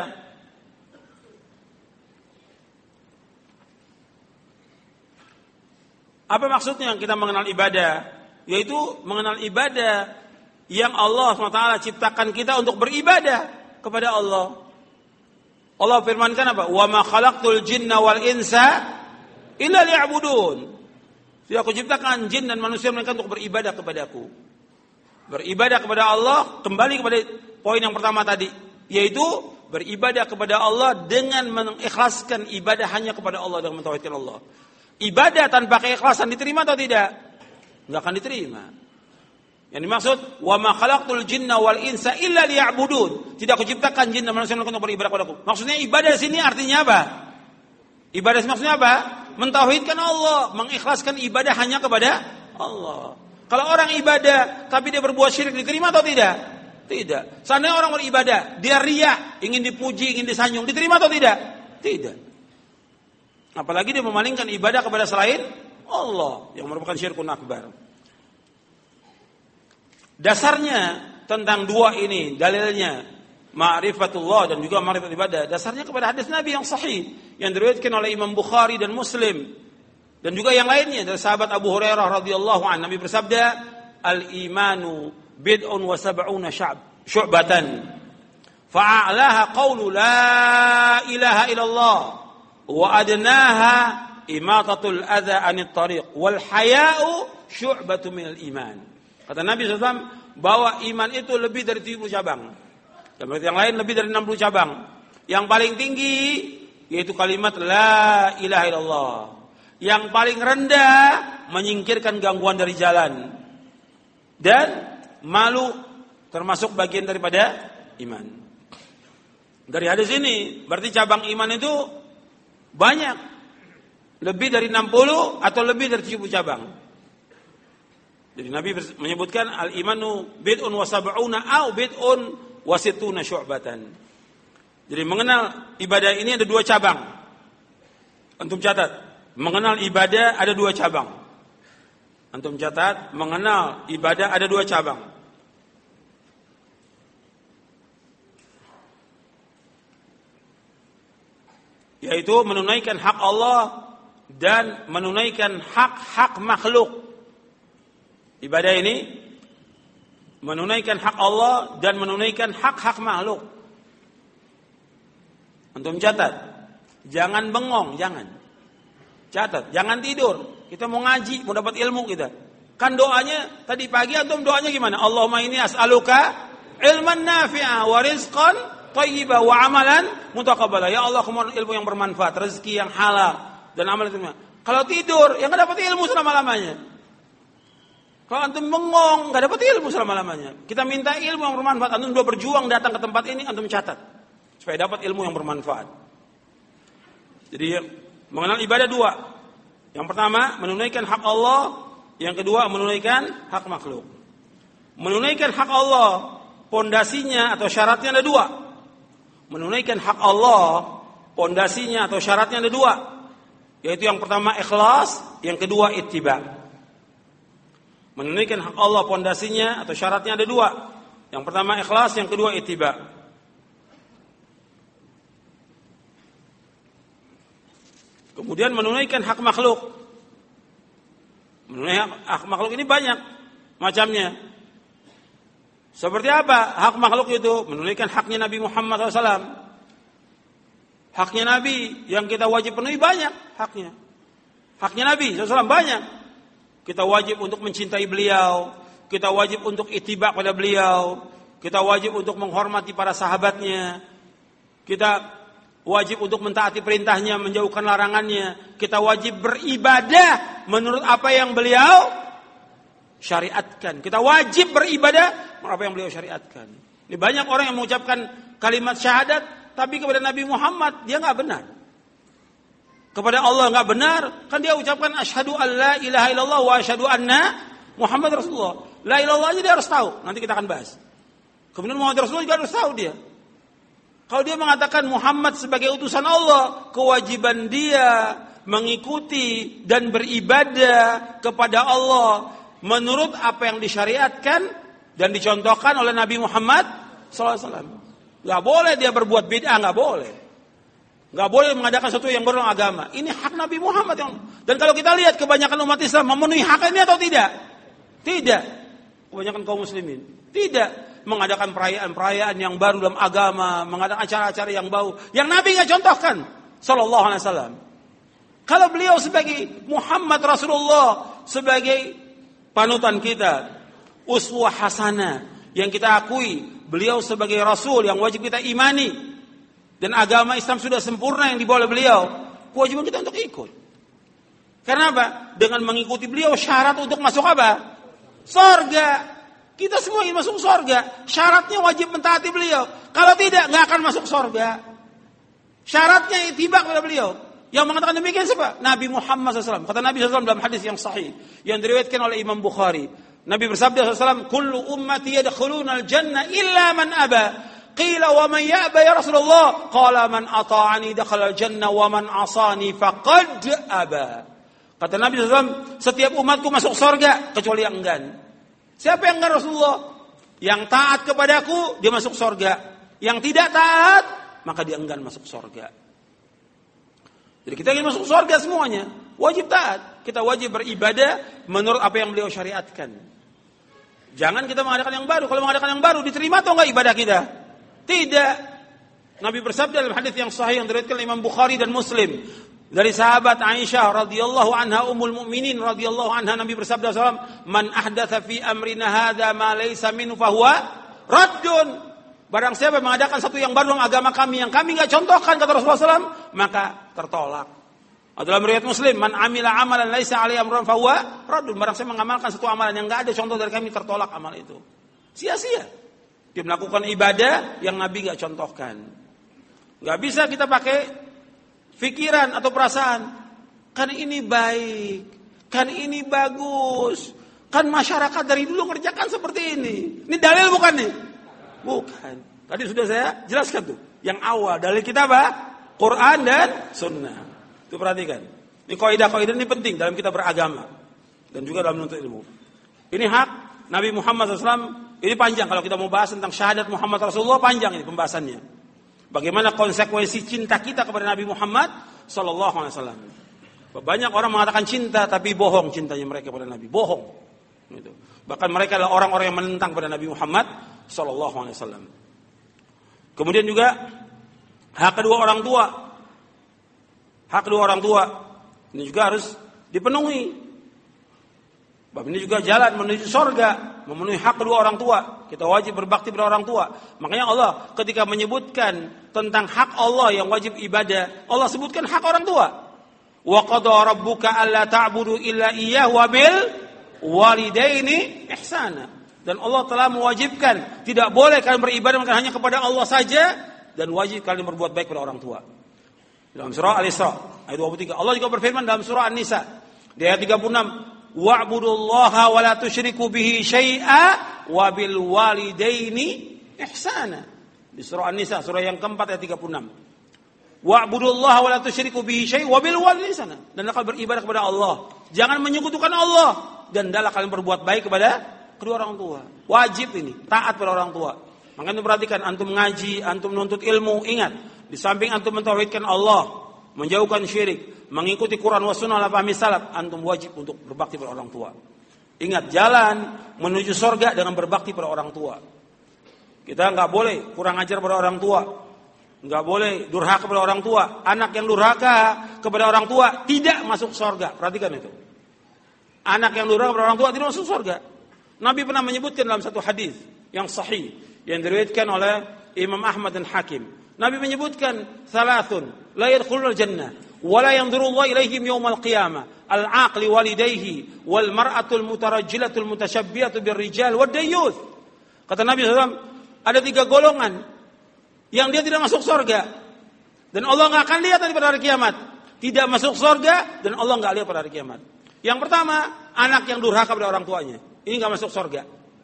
A: Apa maksudnya kita mengenal ibadah? Yaitu mengenal ibadah yang Allah subhanahu wa taala ciptakan kita untuk beribadah kepada Allah. Allah firmankan apa? Wa ma khalaqtul jinna wal insa illa liya'budun. Jadi aku ciptakan jin dan manusia mereka untuk beribadah kepadaku. Beribadah kepada Allah, kembali kepada poin yang pertama tadi, yaitu beribadah kepada Allah dengan mengikhlaskan ibadah hanya kepada Allah, dengan mentauhidkan Allah. Ibadah tanpa keikhlasan diterima atau tidak? Enggak akan diterima. Yang dimaksud wa ma khalaqtul jinna wal insa illa liya'budun. Tidak aku ciptakan jin dan manusia untuk beribadah kepadaku. Maksudnya ibadah di sini artinya apa? Ibadah maksudnya apa? Mentauhidkan Allah, mengikhlaskan ibadah hanya kepada Allah. Kalau orang ibadah tapi dia berbuat syirik diterima atau tidak? Tidak. Seandainya orang beribadah, dia riya, ingin dipuji, ingin disanjung, diterima atau tidak? Tidak. Apalagi dia memalingkan ibadah kepada selain Allah yang merupakan syirkun akbar. Dasarnya tentang dua ini, dalilnya ma'rifatullah dan juga ma'rifat ibadah, dasarnya kepada hadis Nabi yang sahih yang diriwayatkan oleh Imam Bukhari dan Muslim dan juga yang lainnya dari sahabat Abu Hurairah radhiyallahu anhu. Nabi bersabda, "Al-imanu bid'un wa sab'una syu'batan. Fa'alaha qawlu la ilaha illallah wa adnaha imatatul adza 'anit tariq wal haya'u syu'batun minal iman." Kata Nabi shallallahu alaihi wasallam bahwa iman itu lebih dari tujuh puluh cabang. Dan berarti yang lain lebih dari enam puluh cabang. Yang paling tinggi yaitu kalimat la ilaha illallah. Yang paling rendah menyingkirkan gangguan dari jalan. Dan malu termasuk bagian daripada iman. Dari hadis ini berarti cabang iman itu banyak. Lebih dari enam puluh atau lebih dari tujuh puluh cabang. Jadi Nabi menyebutkan al-imanu bid'un wa sab'una au bid'un wa sittuna syu'batan. Jadi mengenal ibadah ini ada dua cabang. Antum catat, mengenal ibadah ada dua cabang. Antum catat, mengenal ibadah ada dua cabang. Yaitu menunaikan hak Allah dan menunaikan hak-hak makhluk. Ibadah ini menunaikan hak Allah dan menunaikan hak-hak makhluk. Antum catat, jangan bengong, jangan. Catat, jangan tidur. Kita mau ngaji, mau dapat ilmu kita. Kan doanya tadi pagi antum doanya gimana? Allahumma inni as'aluka ilman nafi'a wa rizqan thayyiban wa amalan mutaqabbala. Ya Allah, kumohon ilmu yang bermanfaat, rezeki yang halal dan amal itu. Kalau tidur, ya enggak dapat ilmu selama-lamanya. Kalau antum bengong, enggak dapat ilmu selama-lamanya. Kita minta ilmu yang bermanfaat. Antum sudah berjuang datang ke tempat ini, antum catat supaya dapat ilmu yang bermanfaat. Jadi mengenal ibadah dua. Yang pertama, menunaikan hak Allah. Yang kedua, menunaikan hak makhluk. Menunaikan hak Allah, pondasinya atau syaratnya ada dua. Menunaikan hak Allah, pondasinya atau syaratnya ada dua. Yaitu yang pertama ikhlas, yang kedua ittiba. Menunaikan hak Allah, pondasinya atau syaratnya ada dua. Yang pertama ikhlas, yang kedua ittiba. Kemudian menunaikan hak makhluk. Menunaikan hak makhluk ini banyak macamnya. Seperti apa hak makhluk itu? Menunaikan haknya Nabi Muhammad shallallahu alaihi wasallam. Haknya Nabi yang kita wajib penuhi banyak haknya. Haknya Nabi shallallahu alaihi wasallam banyak. Kita wajib untuk mencintai beliau. Kita wajib untuk ittiba pada beliau. Kita wajib untuk menghormati para sahabatnya. Kita wajib untuk mentaati perintahnya, menjauhkan larangannya. Kita wajib beribadah menurut apa yang beliau syariatkan. Kita wajib beribadah menurut apa yang beliau syariatkan. Ini banyak orang yang mengucapkan kalimat syahadat, tapi kepada Nabi Muhammad dia nggak benar. Kepada Allah nggak benar, kan dia ucapkan asyhadu an la ilaha illallah wa asyhadu anna Muhammad Rasulullah. La ilallah aja dia harus tahu. Nanti kita akan bahas. Kemudian Muhammad Rasulullah juga harus tahu dia. Kalau dia mengatakan Muhammad sebagai utusan Allah, kewajiban dia mengikuti dan beribadah kepada Allah menurut apa yang disyariatkan dan dicontohkan oleh Nabi Muhammad shallallahu alaihi wasallam. Gak boleh dia berbuat bid'ah, gak boleh. Gak boleh mengadakan sesuatu yang berlawanan agama. Ini hak Nabi Muhammad yang. Dan kalau kita lihat kebanyakan umat Islam memenuhi hak ini atau tidak? Tidak. Kebanyakan kaum muslimin tidak mengadakan perayaan-perayaan yang baru dalam agama, mengadakan acara-acara yang baru yang Nabi nggak contohkan sallallahu alaihi wasallam. Kalau beliau sebagai Muhammad Rasulullah, sebagai panutan kita, uswah hasanah yang kita akui, beliau sebagai Rasul yang wajib kita imani, dan agama Islam sudah sempurna yang dibawa oleh beliau, kewajiban kita untuk ikut. Karena apa? Dengan mengikuti beliau syarat untuk masuk apa? Sorga. Kita semua ingin masuk sorga. Syaratnya wajib mentaati beliau. Kalau tidak, nggak akan masuk sorga. Syaratnya ittiba kepada beliau. Yang mengatakan demikian siapa? Nabi Muhammad shallallahu alaihi wasallam. Kata Nabi shallallahu alaihi wasallam dalam hadis yang sahih yang diriwayatkan oleh Imam Bukhari. Nabi bersabda shallallahu alaihi wasallam, "Kullu ummati yadkhuluna al-jannah illa man aba." Qila wa man ya'ba ya Rasulullah? Qala man ata'ani dakhala al-jannah wa man 'asani faqad aba. Kata Nabi shallallahu alaihi wasallam, setiap umatku masuk surga kecuali yang enggan. Siapa yang enggan Rasulullah? Yang taat kepadaku dia masuk surga. Yang tidak taat maka dia enggan masuk surga. Jadi kita ingin masuk surga semuanya, wajib taat. Kita wajib beribadah menurut apa yang beliau syariatkan. Jangan kita mengadakan yang baru. Kalau mengadakan yang baru diterima atau enggak ibadah kita? Tidak. Nabi bersabda dalam hadis yang sahih yang diriwayatkan Imam Bukhari dan Muslim dari sahabat Aisyah radhiyallahu anha ummul mukminin radhiyallahu anha, Nabi bersabda sallallahu alaihi wasallam, "Man ahdatsa fi amrina hadza ma laysa minhu fa huwa raddun." Barang siapa mengadakan satu yang baru dalam agama kami yang kami enggak contohkan, kata Rasulullah sallallahu alaihi wasallam, maka tertolak. Dalam riwayat Muslim, "Man amila amalan laisa alaihi amrun fa huwa raddun." Barang siapa mengamalkan satu amalan yang enggak ada contoh dari kami, tertolak amal itu. Sia-sia. Dia melakukan ibadah yang Nabi enggak contohkan. Enggak bisa kita pakai fikiran atau perasaan, kan ini baik, kan ini bagus, kan masyarakat dari dulu ngerjakan seperti ini. Ini dalil bukan nih? Bukan. Tadi sudah saya jelaskan tuh. Yang awal dalil kita apa? Quran dan Sunnah. Itu perhatikan. Ini kaidah-kaidah ini penting dalam kita beragama dan juga dalam menuntut ilmu. Ini hak Nabi Muhammad shallallahu alaihi wasallam. Ini panjang kalau kita mau bahas tentang syahadat Muhammad Rasulullah, panjang ini pembahasannya. Bagaimana konsekuensi cinta kita kepada Nabi Muhammad sallallahu alaihi wasallam. Banyak orang mengatakan cinta tapi bohong cintanya mereka kepada Nabi, bohong. Gitu. Bahkan mereka adalah orang-orang yang menentang kepada Nabi Muhammad sallallahu alaihi wasallam. Kemudian juga hak kedua orang tua. Hak kedua orang tua ini juga harus dipenuhi. Bab ini juga jalan menuju surga, memenuhi hak kedua orang tua. Kita wajib berbakti pada orang tua. Makanya Allah ketika menyebutkan tentang hak Allah yang wajib ibadah, Allah sebutkan hak orang tua. Wa qada rabbuka alla ta'budu illa iyyahu wa bil walidaini ihsana. Dan Allah telah mewajibkan tidak boleh kalian beribadah hanya kepada Allah saja dan wajib kalian berbuat baik pada orang tua. Dalam surah Al-Isra ayat dua puluh tiga Allah juga berfirman dalam surah An-Nisa di ayat tiga puluh enam, wa'budullaha wa la tusyriku bihi syai'a wa bil walidaini ihsana. Di surah An-Nisa surah yang keempat ayat tiga puluh enam. Wa'budullaha wa la tusyriku bihi syai'a wa bil walidaini ihsana. Dan kalian beribadah kepada Allah, jangan menyekutukan Allah, dan hendaklah kalian berbuat baik kepada kedua orang tua. Wajib ini, taat pada orang tua. Makanya perhatikan, antum ngaji, antum menuntut ilmu, ingat, di samping antum mentauhidkan Allah, menjauhkan syirik, mengikuti Quran wa sunnah ala fahmi salaf, antum wajib untuk berbakti pada orang tua. Ingat, jalan menuju surga dengan berbakti pada orang tua. Kita enggak boleh kurang ajar pada orang tua. Enggak boleh durhaka kepada orang tua. Anak yang durhaka kepada orang tua tidak masuk surga. Perhatikan itu. Anak yang durhaka kepada orang tua tidak masuk surga. Nabi pernah menyebutkan dalam satu hadis yang sahih yang diriwayatkan oleh Imam Ahmad dan Hakim. Nabi menyebutkan salasun la yadkhulul jannah wa la yanzurullahu ilaihim yaumal qiyamah al-aqli walidayhi wal mar'atul mutarajjilatul mutasyabbihatu birrijal wad dayyuth. Kata Nabi sallallahu alaihi wasallam, ada tiga golongan yang dia tidak masuk surga dan Allah enggak akan lihat pada hari kiamat. Tidak masuk surga dan Allah enggak lihat pada hari kiamat. Yang pertama, anak yang durhaka pada orang tuanya. Ini enggak masuk surga.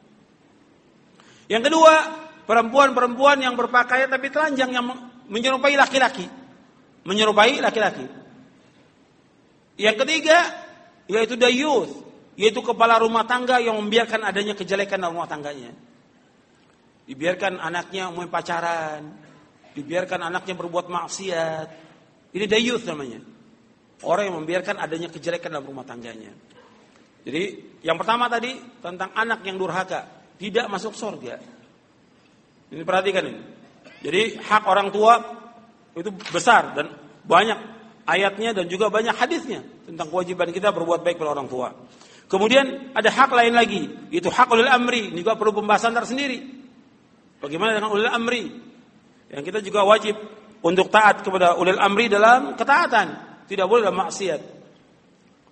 A: Yang kedua, perempuan-perempuan yang berpakaian tapi telanjang yang menyerupai laki-laki. Menyerupai laki-laki. Yang ketiga, yaitu dayyuth, yaitu kepala rumah tangga yang membiarkan adanya kejelekan dalam rumah tangganya. Dibiarkan anaknya umum pacaran, dibiarkan anaknya berbuat maksiat. Ini dayyuth namanya. Orang yang membiarkan adanya kejelekan dalam rumah tangganya. Jadi, yang pertama tadi tentang anak yang durhaka, tidak masuk surga. Ini perhatikan ini. Jadi hak orang tua itu besar dan banyak ayatnya dan juga banyak hadisnya tentang kewajiban kita berbuat baik pada orang tua. Kemudian ada hak lain lagi, yaitu hak ulil amri. Ini juga perlu pembahasan tersendiri. Bagaimana dengan ulil amri? Yang kita juga wajib untuk taat kepada ulil amri dalam ketaatan, tidak boleh dalam maksiat.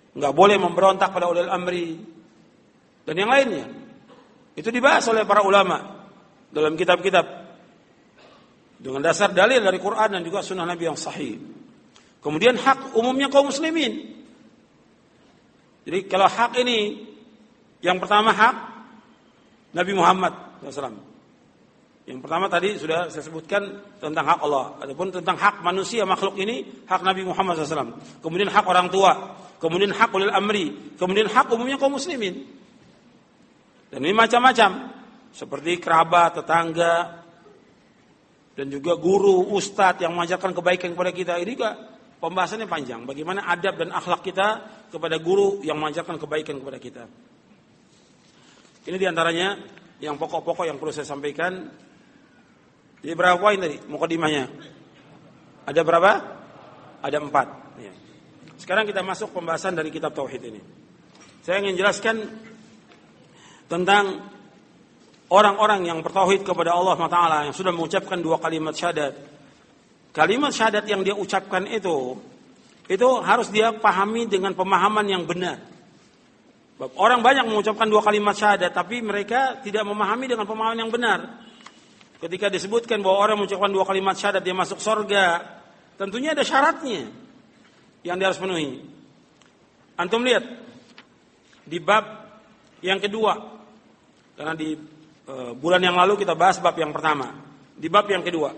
A: Nggak boleh memberontak pada ulil amri, dan yang lainnya. Itu dibahas oleh para ulama dalam kitab-kitab dengan dasar dalil dari Quran dan juga sunnah Nabi yang sahih. Kemudian hak umumnya kaum muslimin. Jadi kalau hak ini, yang pertama hak Nabi Muhammad shallallahu alaihi wasallam. Yang pertama tadi sudah saya sebutkan tentang hak Allah. Adapun tentang hak manusia makhluk ini, hak Nabi Muhammad shallallahu alaihi wasallam. Kemudian hak orang tua, kemudian hak ulil amri, kemudian hak umumnya kaum muslimin. Dan ini macam-macam, seperti kerabat, tetangga, dan juga guru, ustadz yang mengajarkan kebaikan kepada kita. Ini juga pembahasannya panjang. Bagaimana adab dan akhlak kita kepada guru yang mengajarkan kebaikan kepada kita. Ini diantaranya yang pokok-pokok yang perlu saya sampaikan. Jadi berapa poin tadi mukadimahnya? Ada berapa? Ada empat. Ya. Sekarang kita masuk pembahasan dari kitab Tauhid ini. Saya ingin jelaskan tentang orang-orang yang bertauhid kepada Allah subhanahu wa taala, yang sudah mengucapkan dua kalimat syahadat. Kalimat syahadat yang dia ucapkan itu, itu harus dia pahami dengan pemahaman yang benar. Orang banyak mengucapkan dua kalimat syahadat, tapi mereka tidak memahami dengan pemahaman yang benar. Ketika disebutkan bahwa orang mengucapkan dua kalimat syahadat dia masuk surga, tentunya ada syaratnya yang dia harus penuhi. Antum lihat di bab yang kedua, karena di e, bulan yang lalu kita bahas bab yang pertama. Di bab yang kedua,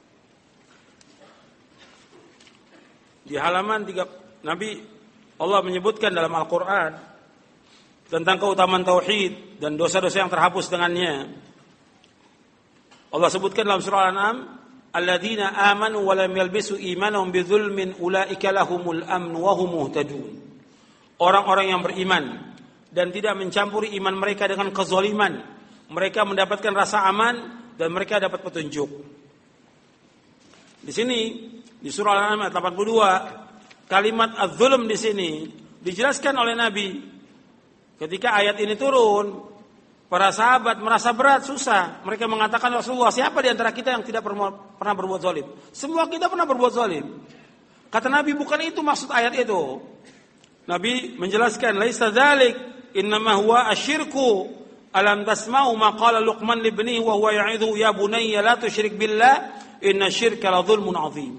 A: di halaman tiga, Nabi Allah menyebutkan dalam Al-Quran tentang keutamaan tauhid dan dosa-dosa yang terhapus dengannya. Allah sebutkan dalam surah Al-An'am, alladzina amanu wa lam yalbisu imanahum bidzulmin ulaika lahumul amn wa hum muhtadun. Orang-orang yang beriman dan tidak mencampuri iman mereka dengan kezaliman, mereka mendapatkan rasa aman dan mereka dapat petunjuk. Di sini di surah Al-An'am ayat delapan puluh dua, kalimat az-zulm di sini dijelaskan oleh Nabi. Ketika ayat ini turun, para sahabat merasa berat, susah. Mereka mengatakan, Rasulullah, siapa di antara kita yang tidak pernah berbuat zalim? Semua kita pernah berbuat zalim. Kata Nabi, bukan itu maksud ayat itu. Nabi menjelaskan, laisa dzalik, innama huwa asyirku. Alam tasma'u ma qala Luqman li ibnihi wa huwa ya'idhu ya bunayya la tusyrik billah, inna syirka la dzulmun 'adzim.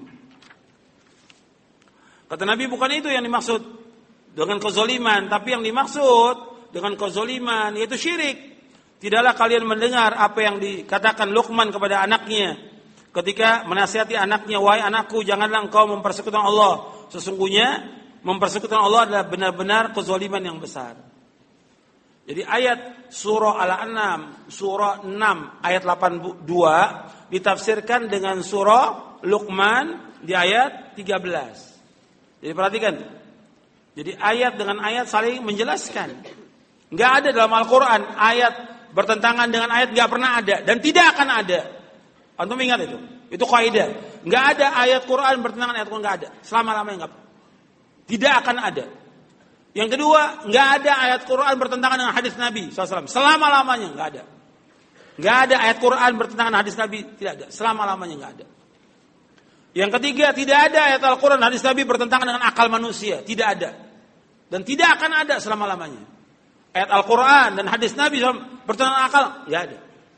A: Kata Nabi, bukan itu yang dimaksud dengan kezaliman, tapi yang dimaksud dengan kezaliman yaitu syirik. Tidaklah kalian mendengar apa yang dikatakan Luqman kepada anaknya ketika menasihati anaknya, wahai anakku, janganlah engkau mempersekutukan Allah. Sesungguhnya mempersekutukan Allah adalah benar-benar kezaliman yang besar. Jadi ayat surah Al-An'am, surah enam ayat delapan puluh dua ditafsirkan dengan surah Luqman di ayat tiga belas. Jadi perhatikan. Jadi ayat dengan ayat saling menjelaskan. Enggak ada dalam Al-Quran ayat bertentangan dengan ayat, enggak pernah ada dan tidak akan ada. Antum ingat itu? Itu kaidah. Enggak ada ayat Quran bertentangan ayat Quran, enggak ada. Selama-lamanya enggak. Tidak akan ada. Yang kedua, enggak ada ayat Quran bertentangan dengan hadis Nabi shallallahu alaihi wasallam. Selama-lamanya enggak ada. Enggak ada ayat Quran bertentangan dengan hadis Nabi, tidak ada. Selama-lamanya enggak ada. Yang ketiga, tidak ada ayat Al-Quran hadis Nabi bertentangan dengan akal manusia, tidak ada. Dan tidak akan ada selama-lamanya. Ayat Al-Quran dan hadis Nabi bertentangan dengan akal, tidak ada.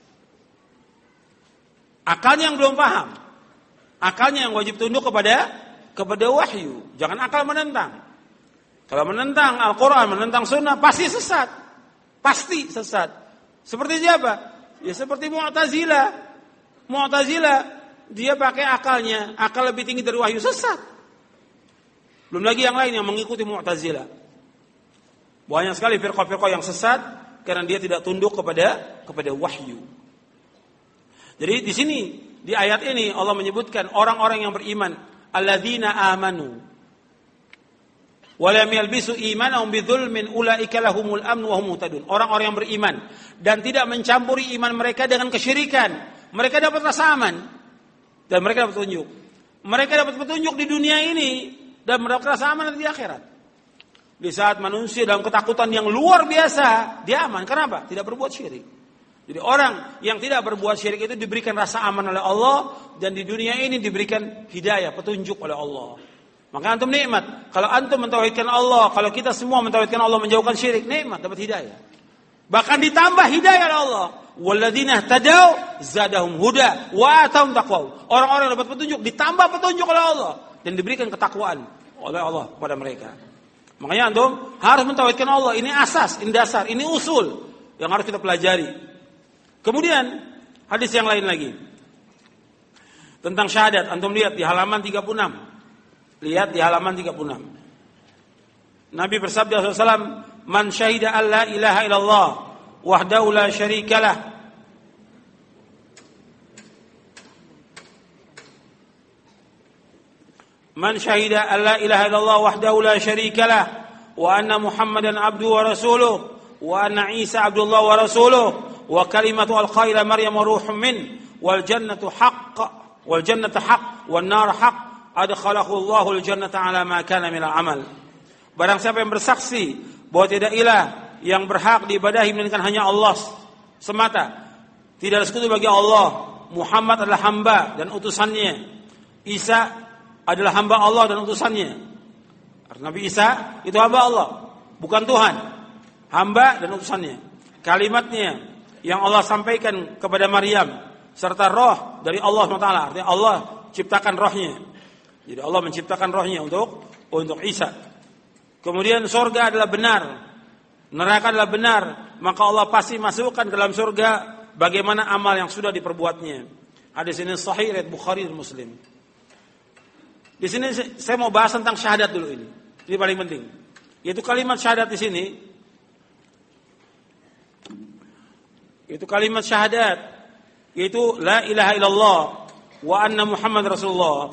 A: Akalnya yang belum paham, akalnya yang wajib tunduk kepada kepada wahyu, jangan akal menentang. Kalau menentang Al-Quran, menentang Sunnah, pasti sesat, pasti sesat. Seperti siapa? Ya seperti Mu'tazilah. Mu'tazilah dia pakai akalnya, akal lebih tinggi dari wahyu, sesat. Belum lagi yang lain yang mengikuti Mu'tazilah. Banyak sekali firqah-firqah yang sesat karena dia tidak tunduk kepada kepada wahyu. Jadi di sini di ayat ini Allah menyebutkan orang-orang yang beriman, alladzina amanu wa lam yalbisu imanahum bidzulmin ulaika lahumul amn wa hum muhtadun. Orang-orang yang beriman dan tidak mencampuri iman mereka dengan kesyirikan, mereka dapat rasa aman dan mereka dapat petunjuk. Mereka dapat petunjuk di dunia ini dan mendapat rasa aman di akhirat. Di saat manusia dalam ketakutan yang luar biasa, dia aman. Kenapa? Tidak berbuat syirik. Jadi orang yang tidak berbuat syirik itu diberikan rasa aman oleh Allah dan di dunia ini diberikan hidayah, petunjuk oleh Allah. Maka antum nikmat. Kalau antum mentauhidkan Allah, kalau kita semua mentauhidkan Allah, menjauhkan syirik, nikmat, dapat hidayah. Bahkan ditambah hidayah oleh Allah. Walladzina tadau zadahum huda wa atahum taqwa. Orang-orang yang dapat petunjuk ditambah petunjuk oleh Allah dan diberikan ketakwaan oleh Allah kepada mereka. Makanya antum harus mentauhidkan Allah. Ini asas, ini dasar, ini usul yang harus kita pelajari. Kemudian hadis yang lain lagi tentang syahadat. Antum lihat di halaman tiga puluh enam. Lihat di halaman tiga puluh enam. Nabi bersabda sallallahu alaihi wasallam, "Man syahida an la ilaha illallah wahdahu la syarikalah Man syahida an la ilaha illallah wahdahu la syarikalah wa anna Muhammadan abduhu wa rasuluh wa anna Isa abdullah wa rasuluh wa kalimatu alqa Maryam ruhun min wal jannatu haqq wal jannatu haqq wan nar haqq adkhalahu Allahu al jannata ala ma kana min al amal." Barang siapa yang bersaksi bahwa tidak ilah yang berhak diibadahi melainkan hanya Allah semata, tidak ada sekutu bagi Allah, Muhammad adalah hamba dan utusannya, Isa adalah hamba Allah dan utusannya. Nabi Isa itu hamba Allah, bukan Tuhan, hamba dan utusannya. Kalimatnya yang Allah sampaikan kepada Maryam serta roh dari Allah subhanahu wa taala, artinya Allah ciptakan rohnya. Jadi Allah menciptakan rohnya untuk untuk Isa. Kemudian surga adalah benar, neraka adalah benar, maka Allah pasti masukkan ke dalam surga bagaimana amal yang sudah diperbuatnya. Hadis ini sahih riwayat Bukhari dan Muslim. Di sini saya mau bahas tentang syahadat dulu ini. Ini paling penting. Yaitu kalimat syahadat di sini. Itu kalimat syahadat, yaitu la ilaha illallah wa anna Muhammad Rasulullah.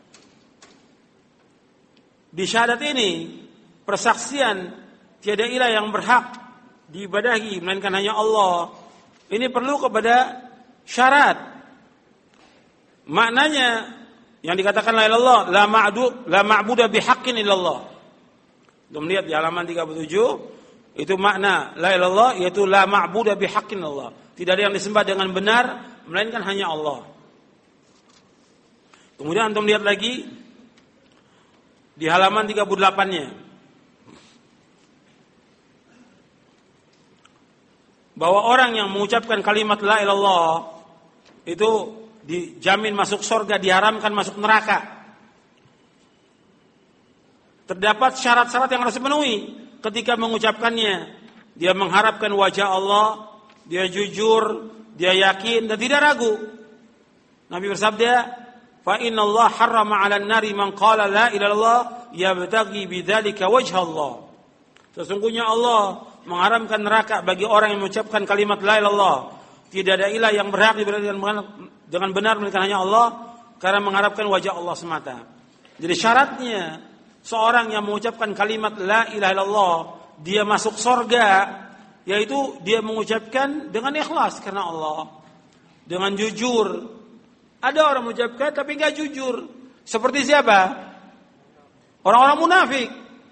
A: Di syahadat ini persaksian tiada ilah yang berhak diibadahi melainkan hanya Allah. Ini perlu kepada syarat. Maknanya yang dikatakan la ilaha illallah, la ma'du la ma'budu bihaqqin illallah. Kita melihat di halaman tiga puluh tujuh, itu makna la ilaha illallah yaitu la ma'budu bihaqqin illallah. Tidak ada yang disembah dengan benar melainkan hanya Allah. Kemudian antum lihat lagi di halaman tiga puluh delapan-nya. Bahwa orang yang mengucapkan kalimat la ilaha illallah itu dijamin masuk surga, diharamkan masuk neraka. Terdapat syarat-syarat yang harus dipenuhi ketika mengucapkannya. Dia mengharapkan wajah Allah, dia jujur, dia yakin dan tidak ragu. Nabi bersabda, "Fa inna Allah harrama 'alan nari man qala la ilaha illallah yabtaghi bidzalika wajha Allah." Sesungguhnya Allah mengharamkan neraka bagi orang yang mengucapkan kalimat la ilaha illallah. Tidak ada ilah yang berhak diibadahi dengan benar melainkan hanya Allah, karena mengharapkan wajah Allah semata. Jadi syaratnya seorang yang mengucapkan kalimat la ilaha illallah dia masuk surga, yaitu dia mengucapkan dengan ikhlas karena Allah, dengan jujur. Ada orang mengucapkan tapi enggak jujur. Seperti siapa? Orang-orang munafik.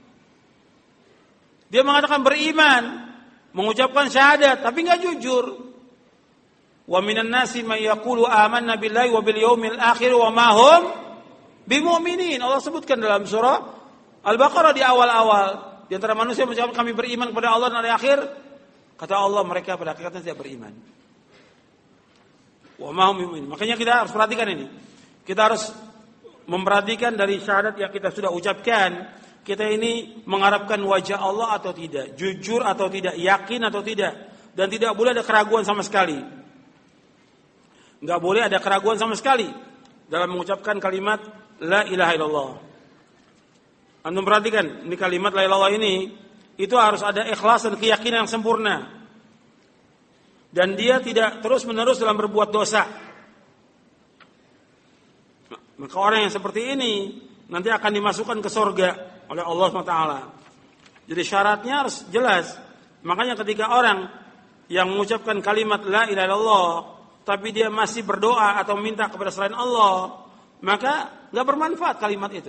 A: Dia mengatakan beriman, mengucapkan syahadat, tapi enggak jujur. Wa minan nasi may yaqulu amanna billahi wa bil yaumil akhir wa ma hum bimu'minin. Allah sebutkan dalam surah Al-Baqarah di awal-awal, di antara manusia mengucapkan kami beriman kepada Allah dan hari akhir, kata Allah mereka pada hakikatnya tidak beriman. Wa ma hum bimu'minin. Makanya kita harus perhatikan ini. Kita harus memperhatikan dari syahadat yang kita sudah ucapkan, kita ini mengharapkan wajah Allah atau tidak, jujur atau tidak, yakin atau tidak, dan tidak boleh ada keraguan sama sekali. Enggak boleh ada keraguan sama sekali dalam mengucapkan kalimat la ilaha illallah. Antum perhatikan, ini kalimat la ilaha illallah ini itu harus ada ikhlas dan keyakinan yang sempurna. Dan dia tidak terus-menerus dalam berbuat dosa. Maka orang yang seperti ini nanti akan dimasukkan ke surga oleh Allah subhanahu wa taala. Jadi syaratnya harus jelas. Makanya ketika orang yang mengucapkan kalimat la ilaha illallah tapi dia masih berdoa atau minta kepada selain Allah, maka enggak bermanfaat kalimat itu.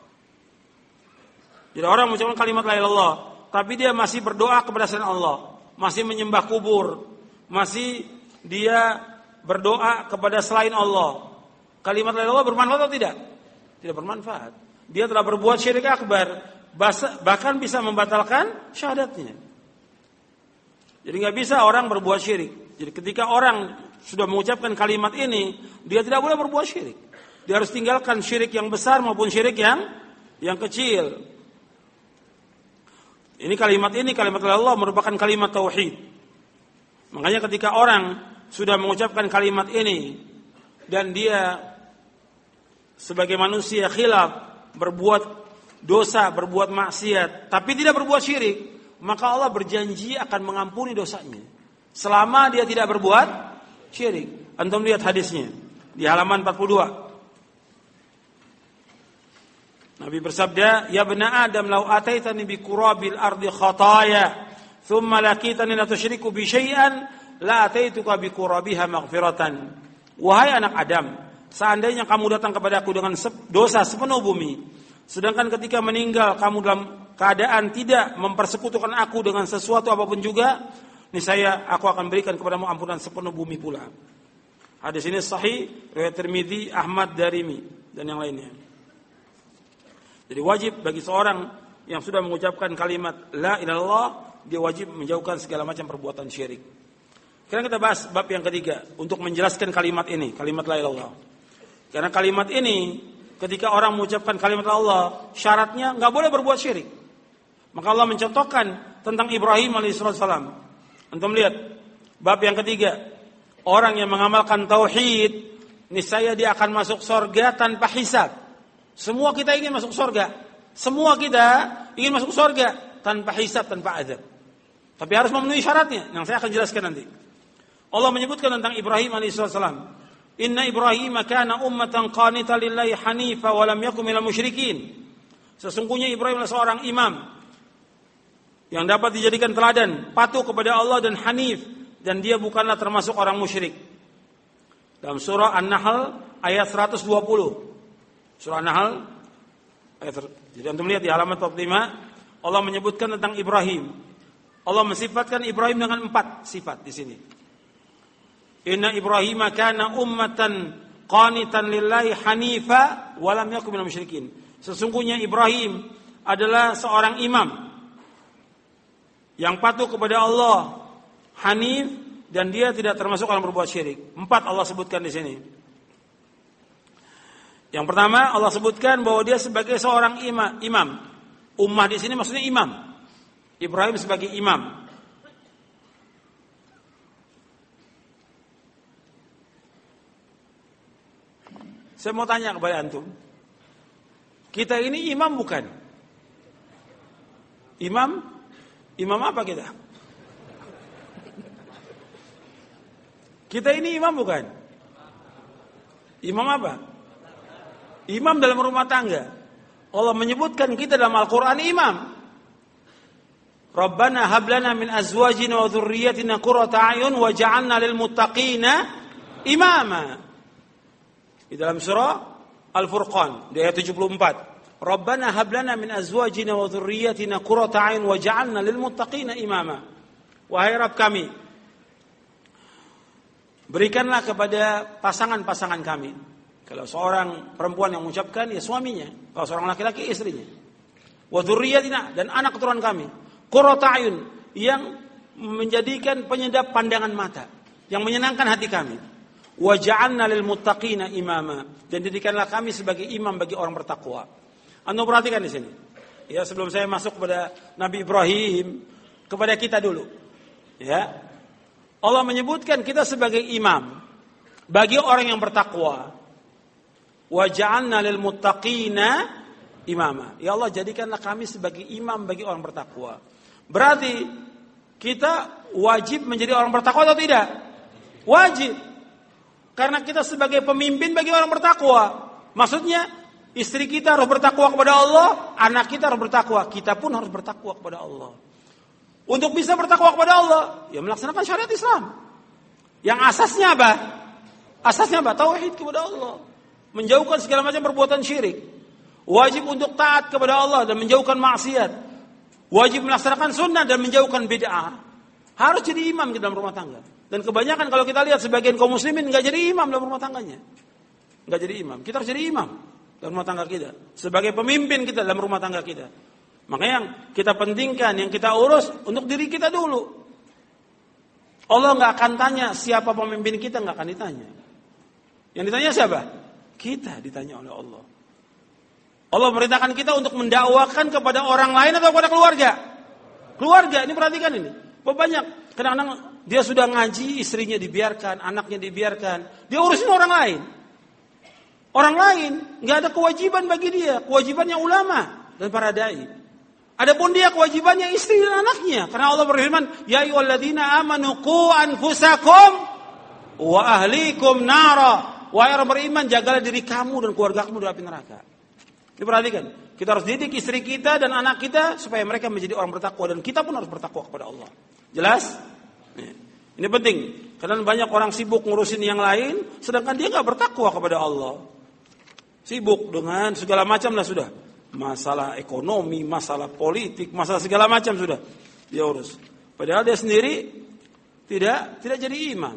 A: Jadi orang mengucapkan kalimat la ilaha illallah tapi dia masih berdoa kepada selain Allah, masih menyembah kubur, masih dia berdoa kepada selain Allah. Kalimat la ilaha illallah bermanfaat atau tidak? Tidak bermanfaat. dia telah berbuat syirik akbar, bahkan bisa membatalkan syahadatnya. Jadi nggak bisa orang berbuat syirik. Jadi ketika orang sudah mengucapkan kalimat ini, dia tidak boleh berbuat syirik. Dia harus tinggalkan syirik yang besar maupun syirik yang yang kecil. Ini kalimat ini kalimat Allah merupakan kalimat tauhid. Makanya ketika orang sudah mengucapkan kalimat ini dan dia sebagai manusia khilaf, berbuat dosa, berbuat maksiat, tapi tidak berbuat syirik, maka Allah berjanji akan mengampuni dosanya selama dia tidak berbuat syirik. Antum lihat hadisnya di halaman empat puluh dua. Nabi bersabda, "Ya bna Adam, law ataitani bi qurabil ardi khataaya, thumma laqitani la tusyriku bi syai'an, la ataituka bi qurabiha maghfiratan." Wahai anak Adam, seandainya kamu datang kepada aku dengan dosa sepenuh bumi, sedangkan ketika meninggal kamu dalam keadaan tidak mempersekutukan aku dengan sesuatu apapun juga, niscaya aku akan berikan kepadamu ampunan sepenuh bumi pula. Hadis ini sahih, riwayat Tirmidzi, Ahmad, Darimi dan yang lainnya. Jadi wajib bagi seorang yang sudah mengucapkan kalimat la ilaha illallah, dia wajib menjauhkan segala macam perbuatan syirik. Sekarang kita bahas bab yang ketiga untuk menjelaskan kalimat ini, kalimat la ilaha illallah. Karena kalimat ini ketika orang mengucapkan kalimat Allah, syaratnya nggak boleh berbuat syirik. Maka Allah mencontohkan tentang Ibrahim alaihissalam. Antum lihat bab yang ketiga, orang yang mengamalkan tauhid, niscaya dia akan masuk surga tanpa hisab. Semua kita ingin masuk surga. Semua kita ingin masuk surga tanpa hisab, tanpa azab. Tapi harus memenuhi syaratnya yang saya akan jelaskan nanti. Allah menyebutkan tentang Ibrahim alaihissalam, "Inna Ibrahim kana ummatan qanitan lillahi hanifa wa lam yakun minal musyrikin." Sesungguhnya Ibrahim adalah seorang imam yang dapat dijadikan teladan, patuh kepada Allah dan hanif, dan dia bukanlah termasuk orang musyrik. Dalam surah An-Nahl ayat seratus dua puluh. Surah An-Nahl ayat, jadi antum lihat di halaman empat puluh lima, Allah menyebutkan tentang Ibrahim. Allah mensifatkan Ibrahim dengan empat sifat di sini. Inna Ibrahim kana ummatan qanitan lillahi hanifa wa lam yakun minal musyrikin. Sesungguhnya Ibrahim adalah seorang imam yang patuh kepada Allah, hanif, dan dia tidak termasuk orang berbuat syirik. Empat Allah sebutkan di sini. Yang pertama Allah sebutkan bahwa dia sebagai seorang ima, imam. Ummah di sini maksudnya imam. Ibrahim sebagai imam. Saya mau tanya kepada antum, kita ini imam bukan? Imam? Imam apa kita? Kita ini imam bukan? Imam apa? Imam dalam rumah tangga. Allah menyebutkan kita dalam Al-Quran imam. Rabbana hablana min azwajina wa dhurriyyatina qurrata a'yun waj'alna lil muttaqina imama. Di dalam surah Al-Furqan di ayat tujuh puluh empat. Rabbana hablana min azwajina wa dhurriyyatina qurrata a'yun waj'alna lil muttaqina imama. Wahai Rabb kami, berikanlah kepada pasangan-pasangan kami. Kalau seorang perempuan yang mengucapkan, ya suaminya. Kalau seorang laki-laki, istrinya. Wa dzurriyyatina, dan anak keturunan kami. Qurrata a'yun, yang menjadikan penyedap pandangan mata, yang menyenangkan hati kami. Wa ja'alna lil muttaqina imama, dan jadikanlah kami sebagai imam bagi orang bertakwa. Anda perhatikan di sini. Ya, sebelum saya masuk kepada Nabi Ibrahim, kepada kita dulu. Ya. Allah menyebutkan kita sebagai imam bagi orang yang bertakwa. Wa ja'alna lil muttaqina imama. Ya Allah, jadikanlah kami sebagai imam bagi orang bertakwa. Berarti kita wajib menjadi orang bertakwa atau tidak? Wajib. Karena kita sebagai pemimpin bagi orang bertakwa. Maksudnya istri kita harus bertakwa kepada Allah, anak kita harus bertakwa, kita pun harus bertakwa kepada Allah. Untuk bisa bertakwa kepada Allah, ya melaksanakan syariat Islam. Yang asasnya apa? Asasnya apa? Tauhid kepada Allah. Menjauhkan segala macam perbuatan syirik. Wajib untuk taat kepada Allah dan menjauhkan maksiat. Wajib melaksanakan sunnah dan menjauhkan bid'ah. Harus jadi imam di dalam rumah tangga. Dan kebanyakan kalau kita lihat sebagian kaum muslimin nggak jadi imam dalam rumah tangganya. Nggak jadi imam. Kita harus jadi imam. dalam rumah tangga kita, sebagai pemimpin kita dalam rumah tangga kita. Makanya yang kita pentingkan, yang kita urus untuk diri kita dulu. Allah nggak akan tanya siapa pemimpin kita, nggak akan ditanya. Yang ditanya siapa? Kita ditanya oleh Allah. Allah merintahkan kita untuk mendakwakan kepada orang lain atau kepada keluarga. Keluarga, ini perhatikan ini. Banyak, kadang-kadang dia sudah ngaji, istrinya dibiarkan, anaknya dibiarkan. Dia urusin orang lain. Orang lain, nggak ada kewajiban bagi dia. Kewajibannya ulama dan para dai. Adapun dia kewajibannya istri dan anaknya. Karena Allah berfirman, Ya ayyuhalladzina amanu qu anfusakum wa ahlikum nara. Wahai orang beriman, jagalah diri kamu dan keluarga kamu dari api neraka. Diperhatikan, kita harus didik istri kita dan anak kita supaya mereka menjadi orang bertakwa, dan kita pun harus bertakwa kepada Allah. Jelas? Ini penting. Karena banyak orang sibuk ngurusin yang lain, sedangkan dia nggak bertakwa kepada Allah. Sibuk dengan segala macam lah sudah. Masalah ekonomi, masalah politik, masalah segala macam sudah dia urus. Padahal dia sendiri tidak tidak jadi imam.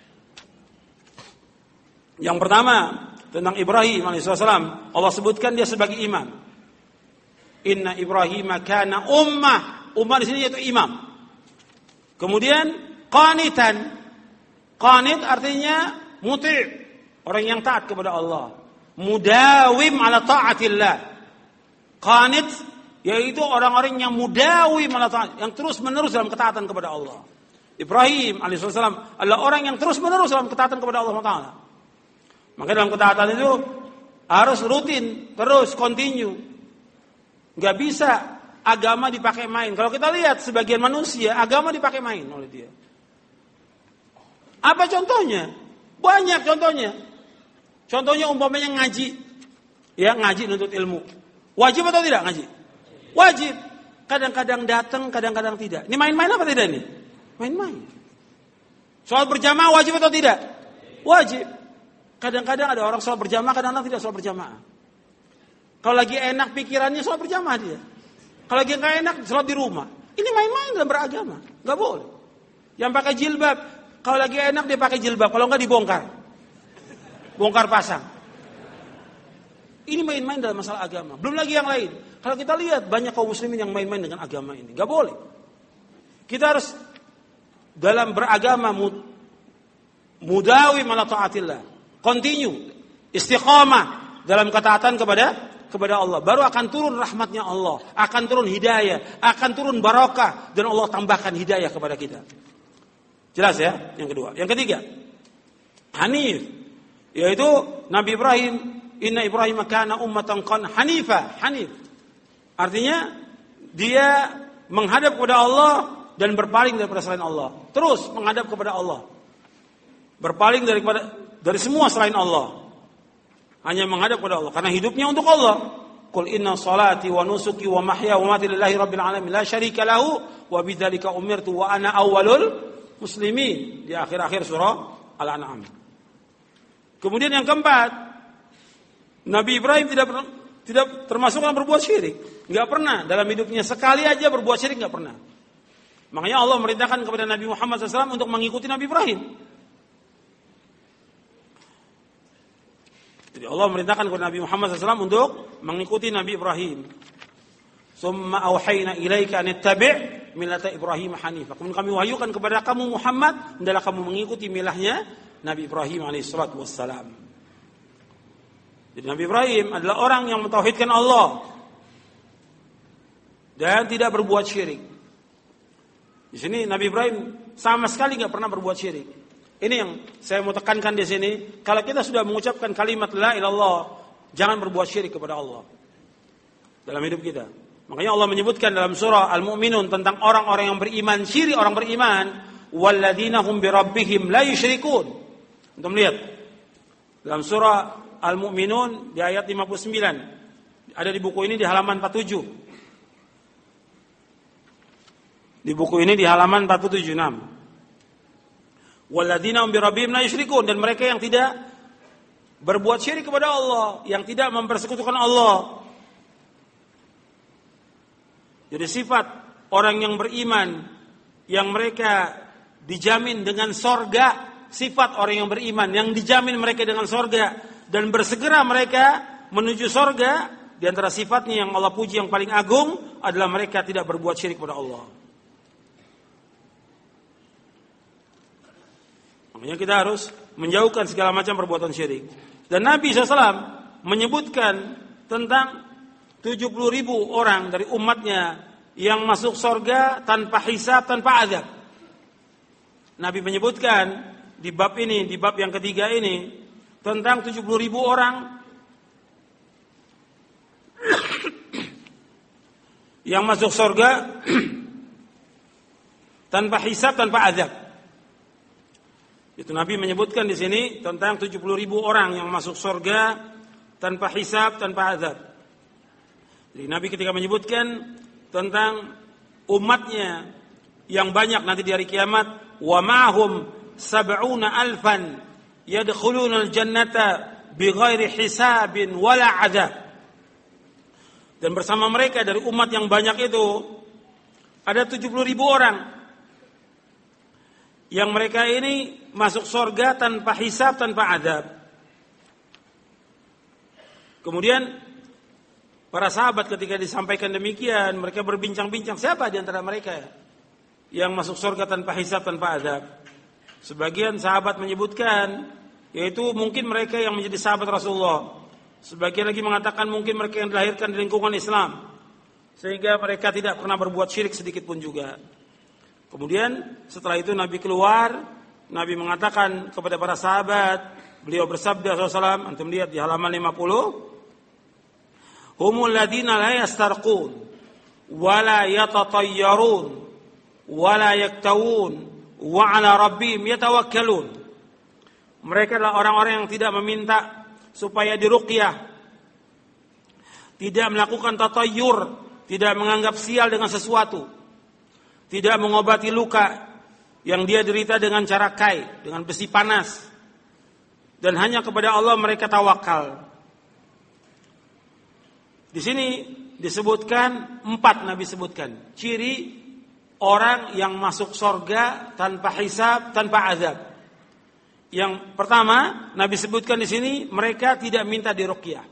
A: Yang pertama tentang Ibrahim alaihissalam, Allah sebutkan dia sebagai imam. Inna Ibrahim kana ummah. Ummah di sini yaitu imam. Kemudian qanitan. Qanit artinya muti', orang yang taat kepada Allah. Mudawim ala ta'atillah. Qanit yaitu orang-orang yang mudawim ala ta'at, yang terus-menerus dalam ketaatan kepada Allah. Ibrahim alaihissalam adalah orang yang terus-menerus dalam ketaatan kepada Allah Taala. Maka dalam ketaatan itu harus rutin, terus, continue. Gak bisa agama dipakai main. Kalau kita lihat sebagian manusia, agama dipakai main oleh dia. Apa contohnya? Banyak contohnya. Contohnya umpamanya ngaji. Ya, ngaji nuntut ilmu. Wajib atau tidak ngaji? Wajib. Kadang-kadang datang, kadang-kadang tidak. Ini main-main apa tidak ini? Main-main. Soal berjamaah wajib atau tidak? Wajib. Kadang-kadang ada orang sholat berjamaah, kadang-kadang tidak sholat berjamaah. Kalau lagi enak pikirannya sholat berjamaah dia. Kalau lagi nggak enak sholat di rumah. Ini main-main dalam beragama, nggak boleh. Yang pakai jilbab, kalau lagi enak dia pakai jilbab, kalau nggak dibongkar, bongkar pasang. Ini main-main dalam masalah agama. Belum lagi yang lain. Kalau kita lihat banyak kaum muslimin yang main-main dengan agama ini, nggak boleh. Kita harus dalam beragama mudawim ala taatillah. Continue, istiqamah dalam ketaatan kepada kepada Allah. Baru akan turun rahmatnya Allah, akan turun hidayah, akan turun barakah, dan Allah tambahkan hidayah kepada kita. Jelas ya? Yang kedua. Yang ketiga, Hanif, yaitu Nabi Ibrahim. Inna Ibrahim kana ummatan qan hanifa. Hanif artinya dia menghadap kepada Allah dan berpaling daripada selain Allah. Terus menghadap kepada Allah, berpaling daripada dari semua selain Allah, hanya menghadap kepada Allah karena hidupnya untuk Allah. Qul inna salati wa nusuki wa mahya wa mamati lillahi rabbil alamin la syarika lahu wa bidzalika umirtu wa ana awwalul muslimin, di akhir-akhir surah Al-An'am. Kemudian yang keempat, Nabi Ibrahim tidak tidak termasuk dalam berbuat syirik. Enggak pernah dalam hidupnya sekali aja berbuat syirik, enggak pernah. Makanya Allah merintahkan kepada Nabi Muhammad shallallahu alaihi wasallam untuk mengikuti Nabi Ibrahim. Jadi Allah merintahkan kepada Nabi Muhammad shallallahu alaihi wasallam untuk mengikuti Nabi Ibrahim. Summa auhayna ilaika an ittabi' millata Ibrahim hanifah. Kemudian kami wahyukan kepada kamu Muhammad, hendaklah kamu mengikuti milahnya Nabi Ibrahim alaihi salatu wassalam. Jadi Nabi Ibrahim adalah orang yang mentauhidkan Allah dan tidak berbuat syirik. Di sini Nabi Ibrahim sama sekali nggak pernah berbuat syirik. Ini yang saya mau tekankan di sini. Kalau kita sudah mengucapkan kalimat la ilallah, jangan berbuat syirik kepada Allah dalam hidup kita. Makanya Allah menyebutkan dalam surah Al-Mu'minun tentang orang-orang yang beriman, ciri orang beriman, walladzina hum birabbihim la yusyrikun. Untuk melihat dalam surah Al-Mu'minun di ayat lima puluh sembilan. Ada di buku ini di halaman empat puluh tujuh. Di buku ini di halaman empat puluh tujuh enam. Walladzina hum birabbihim la yusyrikun, dan mereka yang tidak berbuat syirik kepada Allah, yang tidak mempersekutukan Allah. Jadi sifat orang yang beriman yang mereka dijamin dengan sorga, sifat orang yang beriman yang dijamin mereka dengan sorga, dan bersegera mereka menuju sorga, di antara sifatnya yang Allah puji yang paling agung adalah mereka tidak berbuat syirik kepada Allah. Makanya kita harus menjauhkan segala macam perbuatan syirik. Dan Nabi shallallahu alaihi wasallam menyebutkan tentang tujuh puluh ribu orang dari umatnya yang masuk sorga tanpa hisab, tanpa azab. Nabi menyebutkan di bab ini, di bab yang ketiga ini, tentang tujuh puluh ribu orang yang masuk surga tanpa hisab, tanpa azab. Itu Nabi menyebutkan di sini tentang tujuh puluh ribu orang yang masuk surga tanpa hisab, tanpa azab. Jadi Nabi ketika menyebutkan tentang umatnya yang banyak nanti di hari kiamat, wa ma'hum sab'una alfan yadkhuluna al-jannata bighairi hisabin wala azab. Dan bersama mereka dari umat yang banyak itu ada tujuh puluh ribu orang yang mereka ini masuk surga tanpa hisab, tanpa azab. Kemudian para sahabat ketika disampaikan demikian, mereka berbincang-bincang, siapa di antara mereka yang masuk surga tanpa hisab, tanpa azab? Sebagian sahabat menyebutkan, yaitu mungkin mereka yang menjadi sahabat Rasulullah. Sebagian lagi mengatakan mungkin mereka yang dilahirkan di lingkungan Islam, sehingga mereka tidak pernah berbuat syirik sedikit pun juga. Kemudian setelah itu Nabi keluar, Nabi mengatakan kepada para sahabat, beliau bersabda shallallahu alaihi wasallam, antum lihat di halaman lima puluh, humul ladina la yastarqun wa la yatatayyarun wa la yaktawun wa ala rabbihim yatawakkalun. Mereka adalah orang-orang yang tidak meminta supaya diruqyah, tidak melakukan tatayyur, tidak menganggap sial dengan sesuatu, tidak mengobati luka yang dia derita dengan cara kai, dengan besi panas, dan hanya kepada Allah mereka tawakal. Di sini disebutkan empat, Nabi sebutkan ciri orang yang masuk surga tanpa hisab, tanpa azab. Yang pertama, Nabi sebutkan di sini mereka tidak minta diruqyah.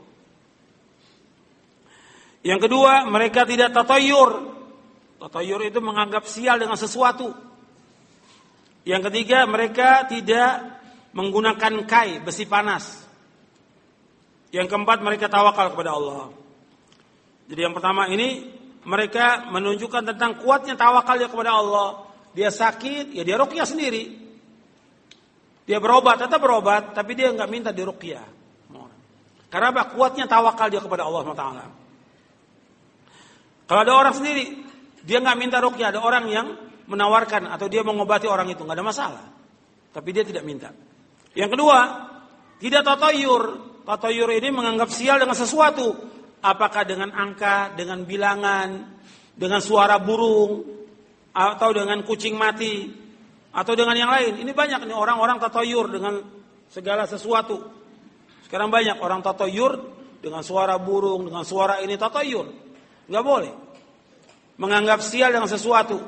A: Yang kedua, mereka tidak tatayyur. Tatayyur itu menganggap sial dengan sesuatu. Yang ketiga, mereka tidak menggunakan kai, besi panas. Yang keempat, mereka tawakal kepada Allah. Jadi yang pertama ini mereka menunjukkan tentang kuatnya tawakalnya kepada Allah. Dia sakit, ya dia ruqyah sendiri. Dia berobat, tetap berobat, tapi dia enggak minta diruqyah. Karena apa? Kuatnya tawakal dia kepada Allah subhanahu wa taala. Kalau ada orang sendiri, dia enggak minta ruqyah, ada orang yang menawarkan atau dia mengobati orang itu, enggak ada masalah. Tapi dia tidak minta. Yang kedua, tidak tatayyur. Tatayyur ini menganggap sial dengan sesuatu. Apakah dengan angka, dengan bilangan, dengan suara burung, atau dengan kucing mati, atau dengan yang lain. Ini banyak nih orang-orang tatayyur dengan segala sesuatu. Sekarang banyak orang tatayyur dengan suara burung, dengan suara ini tatayyur. Enggak boleh. Menganggap sial dengan sesuatu.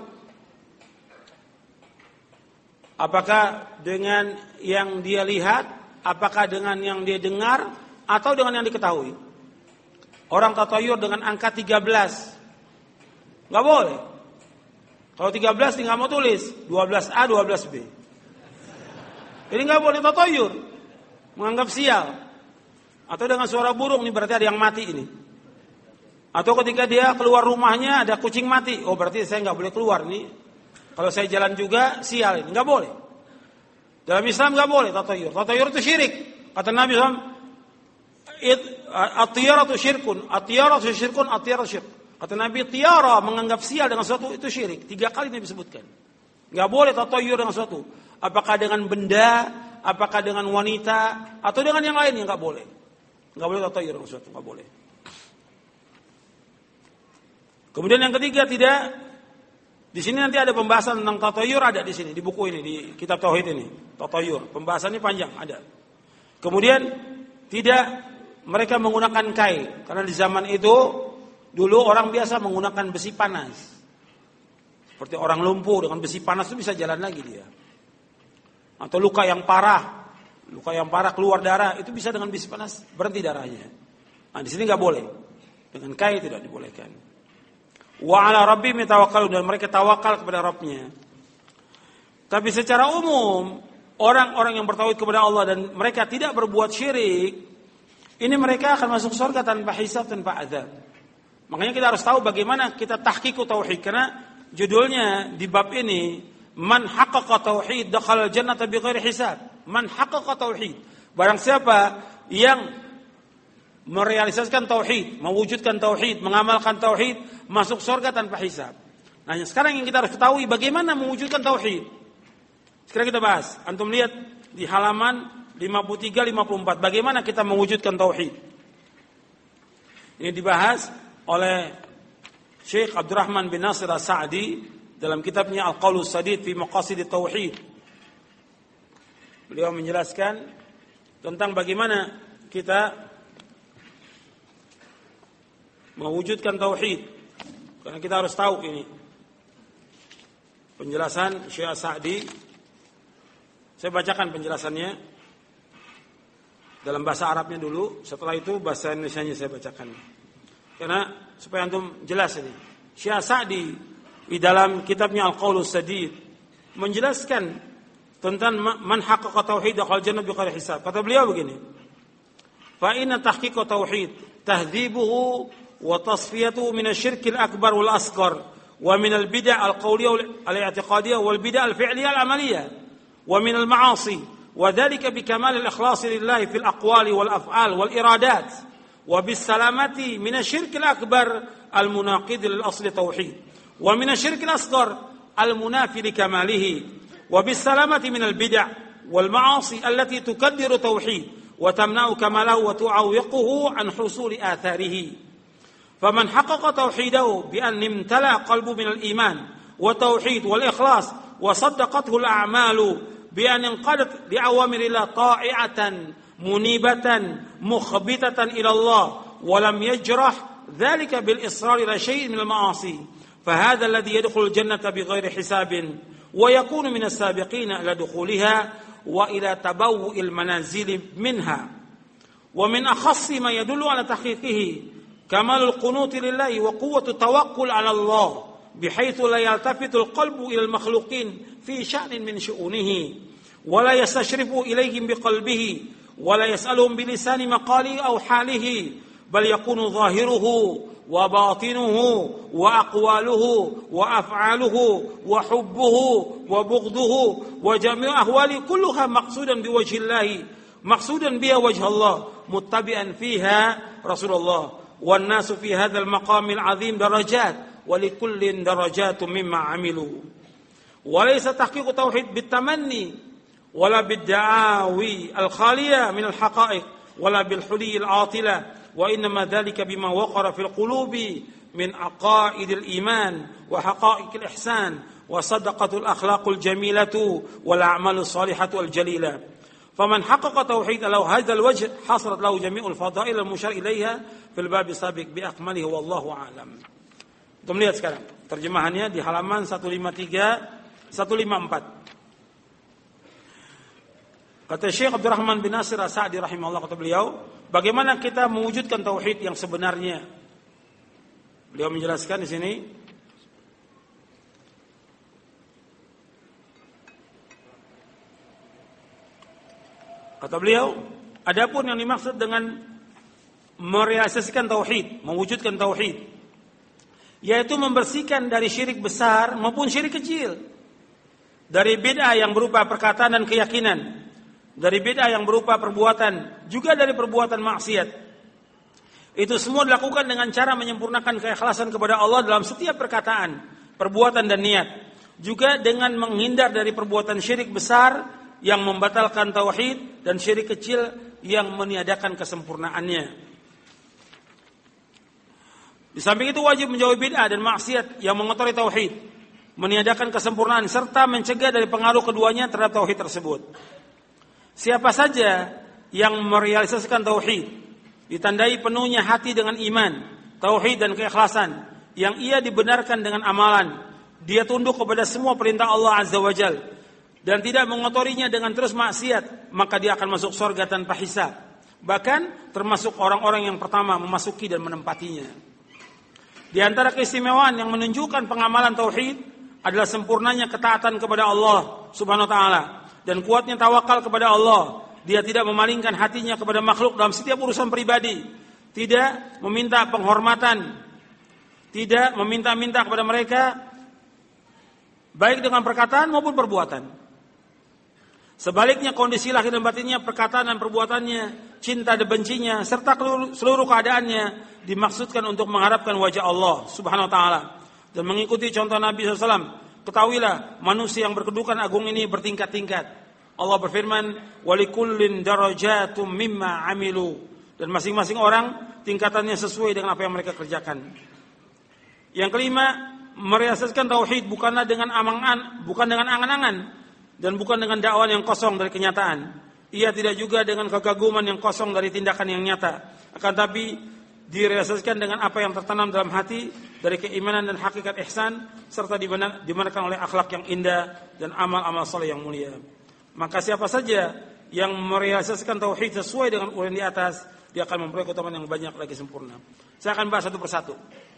A: Apakah dengan yang dia lihat, apakah dengan yang dia dengar, atau dengan yang diketahui. Orang tatayyur dengan angka tiga belas. Enggak boleh. Kalau tiga belas tinggal mau tulis dua belas A, dua belas B. Ini enggak boleh tatayyur. Menganggap sial. Atau dengan suara burung, ini berarti ada yang mati ini. Atau ketika dia keluar rumahnya ada kucing mati. Oh berarti saya enggak boleh keluar nih. Kalau saya jalan juga sial ini. Enggak boleh. Dalam Islam enggak boleh tatayyur. Tatayyur itu syirik. Kata Nabi shallallahu alaihi wasallam, at-tiyaratu syirkun, at-tiyaratu syirkun, at-tiyaratu syirk. Kata Nabi, tiara menganggap sial dengan sesuatu itu syirik. Tiga kali Nabi sebutkan. Enggak boleh tatayyur dengan sesuatu. Apakah dengan benda, apakah dengan wanita, atau dengan yang lain, enggak boleh. Enggak boleh tatayyur dengan sesuatu, enggak boleh. Kemudian yang ketiga, tidak. Di sini nanti ada pembahasan tentang tatayyur, ada di sini di buku ini, di kitab tauhid ini. Tatayyur, pembahasannya panjang, ada. Kemudian tidak mereka menggunakan kai, karena di zaman itu dulu orang biasa menggunakan besi panas. Seperti orang lumpuh dengan besi panas itu bisa jalan lagi dia. Atau luka yang parah, luka yang parah keluar darah itu bisa dengan besi panas berhenti darahnya. Nah, di sini nggak boleh. Dengan kaya tidak dibolehkan. Wa ala rabbihim yatawakkalun, dan mereka tawakal kepada Rabbnya. Tapi secara umum, orang-orang yang bertauhid kepada Allah dan mereka tidak berbuat syirik, ini mereka akan masuk surga tanpa hisab, tanpa azab. Makanya kita harus tahu bagaimana kita tahqiq tauhid, karena judulnya di bab ini, man haqqaqa tauhid dakhala jannata bighairi hisab. Man haqqaqa tauhid, barang siapa yang merealisasikan tauhid, mewujudkan tauhid, mengamalkan tauhid, masuk surga tanpa hisab. Nah, sekarang yang kita harus ketahui bagaimana mewujudkan tauhid. Sekarang kita bahas. Antum lihat di halaman lima puluh tiga lima puluh empat bagaimana kita mewujudkan tauhid. Ini dibahas oleh Syekh Abdurrahman bin Nasir As-Sa'di dalam kitabnya Al-Qaulus Sadid fi Maqasid Tauhid. Beliau menjelaskan tentang bagaimana kita mewujudkan tauhid. Karena kita harus tahu ini. Penjelasan Syekh As-Sa'di, saya bacakan penjelasannya dalam bahasa Arabnya dulu, setelah itu bahasa Indonesianya saya bacakan. Karena supaya antum jelas ini. Syekh As-Sa'di di dalam kitabnya Al-Qaulus Sadid menjelaskan tentang man haqqaqa tauhid dakhala jannah bighairi hisab. Kata beliau begini. Fa inna tahqiqa tauhid tahdhibuhu وتصفيته من الشرك الأكبر والأصغر ومن البدع القولية والاعتقادية والبدع الفعلية العملية ومن المعاصي وذلك بكمال الإخلاص لله في الأقوال والأفعال والإرادات وبالسلامة من الشرك الأكبر المناقض للأصل التوحيد ومن الشرك الأصغر المنافي لكماله وبالسلامة من البدع والمعاصي التي تكدر توحيد وتمنع كماله وتعوقه عن حصول آثاره. فمن حقق توحيده بأن امتلأ قلبه من الإيمان والتوحيد والإخلاص وصدقته الأعمال بأن انقادت لأوامر الله طائعة منيبة مخبتة إلى الله ولم يجرح ذلك بالإصرار إلى شيء من المعاصي فهذا الذي يدخل الجنة بغير حساب ويكون من السابقين إلى دخولها وإلى تبوء المنازل منها. ومن أخص ما يدل على تحقيقه كمال القنوط لله وقوة التوكل على الله بحيث لا يلتفت القلب إلى المخلوقين في شأن من شؤونه ولا يستشرف إليهم بقلبه ولا يسألهم بلسان مقاله أو حاله بل يكون ظاهره وباطنه وأقواله وأفعاله وحبه وبغضه وجميع أهواله كلها مقصودا بوجه الله مقصودا بها وجه الله متبعا فيها رسول الله. والناس في هذا المقام العظيم درجات ولكل درجات مما عملوا وليس تحقيق التوحيد بالتمني ولا بالدعاوي الخالية من الحقائق ولا بالحلي العاطلة وإنما ذلك بما وقر في القلوب من عقائد الإيمان وحقائق الإحسان وصدقة الأخلاق الجميلة والأعمال الصالحة الجليلة. فمن حقق توحيد له هذا الوجه حصلت له جميع الفضائل المشار إليها في الباب السابق بأكمله والله أعلم. Kita lihat sekarang terjemahannya di halaman seratus lima puluh tiga seratus lima puluh empat. Kata Syekh Abdurrahman bin Nasir As-Sa'di rahimahullah, kata beliau, bagaimana kita mewujudkan tauhid yang sebenarnya? Beliau menjelaskan di sini. Kata beliau, adapun yang dimaksud dengan merealisasikan tauhid, mewujudkan tauhid, yaitu membersihkan dari syirik besar maupun syirik kecil, dari bid'ah yang berupa perkataan dan keyakinan, dari bid'ah yang berupa perbuatan, juga dari perbuatan maksiat. Itu semua dilakukan dengan cara menyempurnakan keikhlasan kepada Allah dalam setiap perkataan, perbuatan dan niat, juga dengan menghindar dari perbuatan syirik besar yang membatalkan tauhid dan syirik kecil yang meniadakan kesempurnaannya. Di samping itu wajib menjauhi bid'ah dan maksiat yang mengotori tauhid, meniadakan kesempurnaan serta mencegah dari pengaruh keduanya terhadap tauhid tersebut. Siapa saja yang merealisasikan tauhid ditandai penuhnya hati dengan iman, tauhid dan keikhlasan yang ia dibenarkan dengan amalan, dia tunduk kepada semua perintah Allah Azza wa Jalla dan tidak mengotorinya dengan terus maksiat, maka dia akan masuk surga tanpa hisab.
B: Bahkan termasuk orang-orang yang pertama memasuki dan menempatinya. Di antara keistimewaan yang menunjukkan pengamalan tauhid adalah sempurnanya ketaatan kepada Allah Subhanahu wa taala dan kuatnya tawakal kepada Allah. Dia tidak memalingkan hatinya kepada makhluk dalam setiap urusan pribadi, tidak meminta penghormatan, tidak meminta-minta kepada mereka baik dengan perkataan maupun perbuatan. Sebaliknya kondisi lahir dan batinnya, perkataan dan perbuatannya, cinta dan bencinya, serta seluruh keadaannya dimaksudkan untuk mengharapkan wajah Allah Subhanahu wa taala dan mengikuti contoh Nabi shallallahu alaihi wasallam. Ketahuilah, manusia yang berkedudukan agung ini bertingkat-tingkat. Allah berfirman, "Walikullin darajatum mimma amilu." Dan masing-masing orang tingkatannya sesuai dengan apa yang mereka kerjakan. Yang kelima, merealisasikan tauhid bukanlah dengan amangan, bukan dengan angan-angan dan bukan dengan dakwaan yang kosong dari kenyataan. Ia tidak juga dengan kekaguman yang kosong dari tindakan yang nyata. Akan tapi direalisasikan dengan apa yang tertanam dalam hati dari keimanan dan hakikat ihsan serta dibenarkan oleh akhlak yang indah dan amal-amal saleh yang mulia. Maka siapa saja yang merealisasikan tauhid sesuai dengan uraian di atas, dia akan memperoleh keutamaan yang banyak lagi sempurna. Saya akan bahas satu persatu.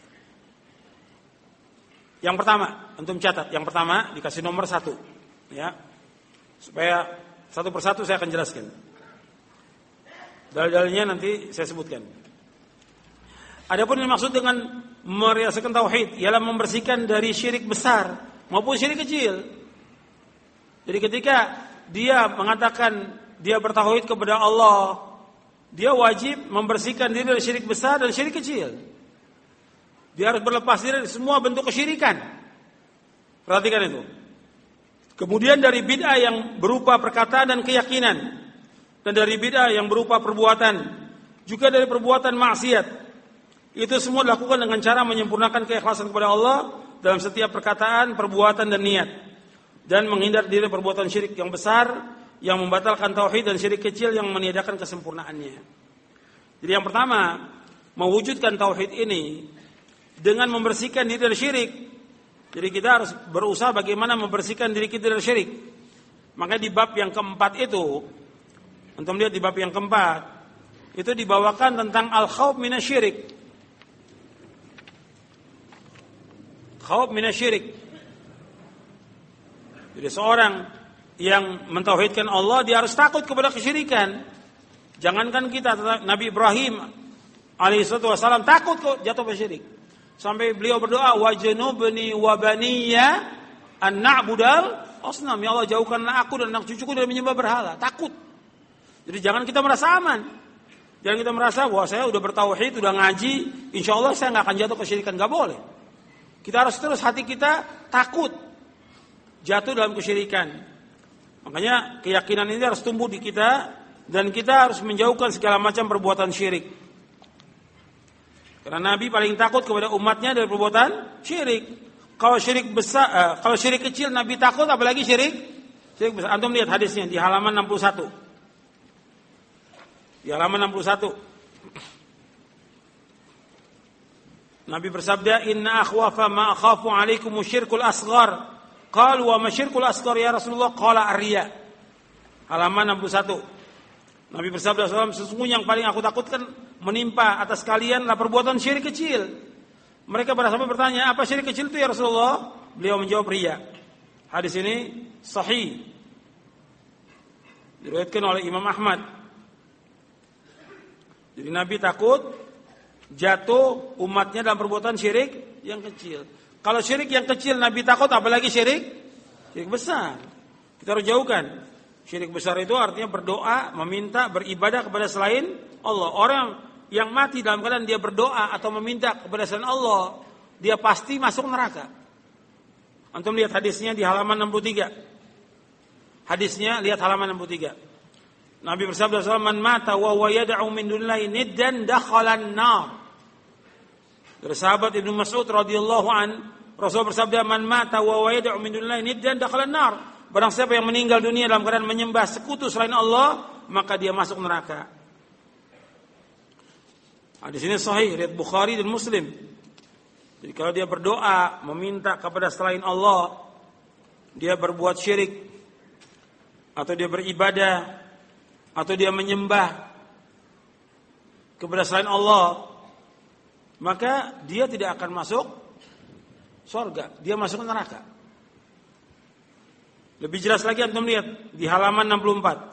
B: Yang pertama, antum catat. Yang pertama dikasih nomor satu, ya, supaya satu persatu saya akan jelaskan. Dalil-dalilnya nanti saya sebutkan. Adapun yang dimaksud dengan merealisasikan tauhid ialah membersihkan dari syirik besar maupun syirik kecil. Jadi ketika dia mengatakan dia bertauhid kepada Allah, dia wajib membersihkan diri dari syirik besar dan syirik kecil. Dia harus berlepas diri dari semua bentuk kesyirikan. Perhatikan itu. Kemudian dari bid'ah yang berupa perkataan dan keyakinan, dan dari bid'ah yang berupa perbuatan, juga dari perbuatan maksiat. Itu semua dilakukan dengan cara menyempurnakan keikhlasan kepada Allah dalam setiap perkataan, perbuatan dan niat, dan menghindar diri perbuatan syirik yang besar yang membatalkan tauhid dan syirik kecil yang meniadakan kesempurnaannya. Jadi yang pertama, mewujudkan tauhid ini dengan membersihkan diri dari syirik. Jadi kita harus berusaha bagaimana membersihkan diri kita dari syirik. Maka di bab yang keempat itu, antum lihat di bab yang keempat, itu dibawakan tentang al-khauf minasyirik. Khauf minasyirik. Jadi seorang yang mentauhidkan Allah, dia harus takut kepada kesyirikan. Jangankan kita, Nabi Ibrahim alaihissalatu wassalam takut kok jatuh pada syirik. Sampai beliau berdoa, wajnubni wa baniya an na'budal asnam. Ya Allah, jauhkanlah aku dan anak cucuku dari menyembah berhala. Takut. Jadi jangan kita merasa aman. Jangan kita merasa bahwa saya udah bertauhid, udah ngaji, insya Allah saya nggak akan jatuh kesyirikan. Nggak boleh. Kita harus terus hati kita takut jatuh dalam kesyirikan. Makanya keyakinan ini harus tumbuh di kita dan kita harus menjauhkan segala macam perbuatan syirik. Karena Nabi paling takut kepada umatnya dari perbuatan syirik. Kalau syirik besar, uh, kalau syirik kecil Nabi takut, apalagi syirik syirik besar. Antum lihat hadisnya di halaman enam puluh satu. Di halaman enam puluh satu. Nabi bersabda, "Inna akhwafa ma akhafu 'alaikum syirkul asghar." Qalu wa ma syirkul asghar ya Rasulullah? Qala ar-riya. Halaman enam puluh satu. Nabi bersabda, sesungguhnya yang paling aku takutkan menimpa atas kalian adalah perbuatan syirik kecil. Mereka pada sahabat bertanya, apa syirik kecil itu ya Rasulullah? Beliau menjawab, riya. Hadis ini sahih, diriwayatkan oleh Imam Ahmad. Jadi Nabi takut jatuh umatnya dalam perbuatan syirik yang kecil. Kalau syirik yang kecil Nabi takut, apalagi syirik syirik besar. Kita harus jauhkan. Syirik besar itu artinya berdoa, meminta, beribadah kepada selain Allah. Orang yang mati dalam keadaan dia berdoa atau meminta kepada selain Allah, dia pasti masuk neraka. Antum lihat hadisnya di halaman enam puluh tiga. Hadisnya lihat halaman enam puluh tiga. Nabi bersabda, "Man mata wa huwa yad'u min dunillahi niddan dakhalan nar." Dari sahabat Ibnu Mas'ud radhiyallahu an, Rasul bersabda, "Man mata wa huwa yad'u min dunillahi niddan dakhalan nar." Barang siapa yang meninggal dunia dalam keadaan menyembah sekutu selain Allah, maka dia masuk neraka. Hadis ini sahih riwayat Bukhari dan Muslim. Jadi kalau dia berdoa meminta kepada selain Allah, dia berbuat syirik, atau dia beribadah, atau dia menyembah kepada selain Allah, maka dia tidak akan masuk surga, dia masuk neraka. Lebih jelas lagi antum lihat di halaman enam puluh empat.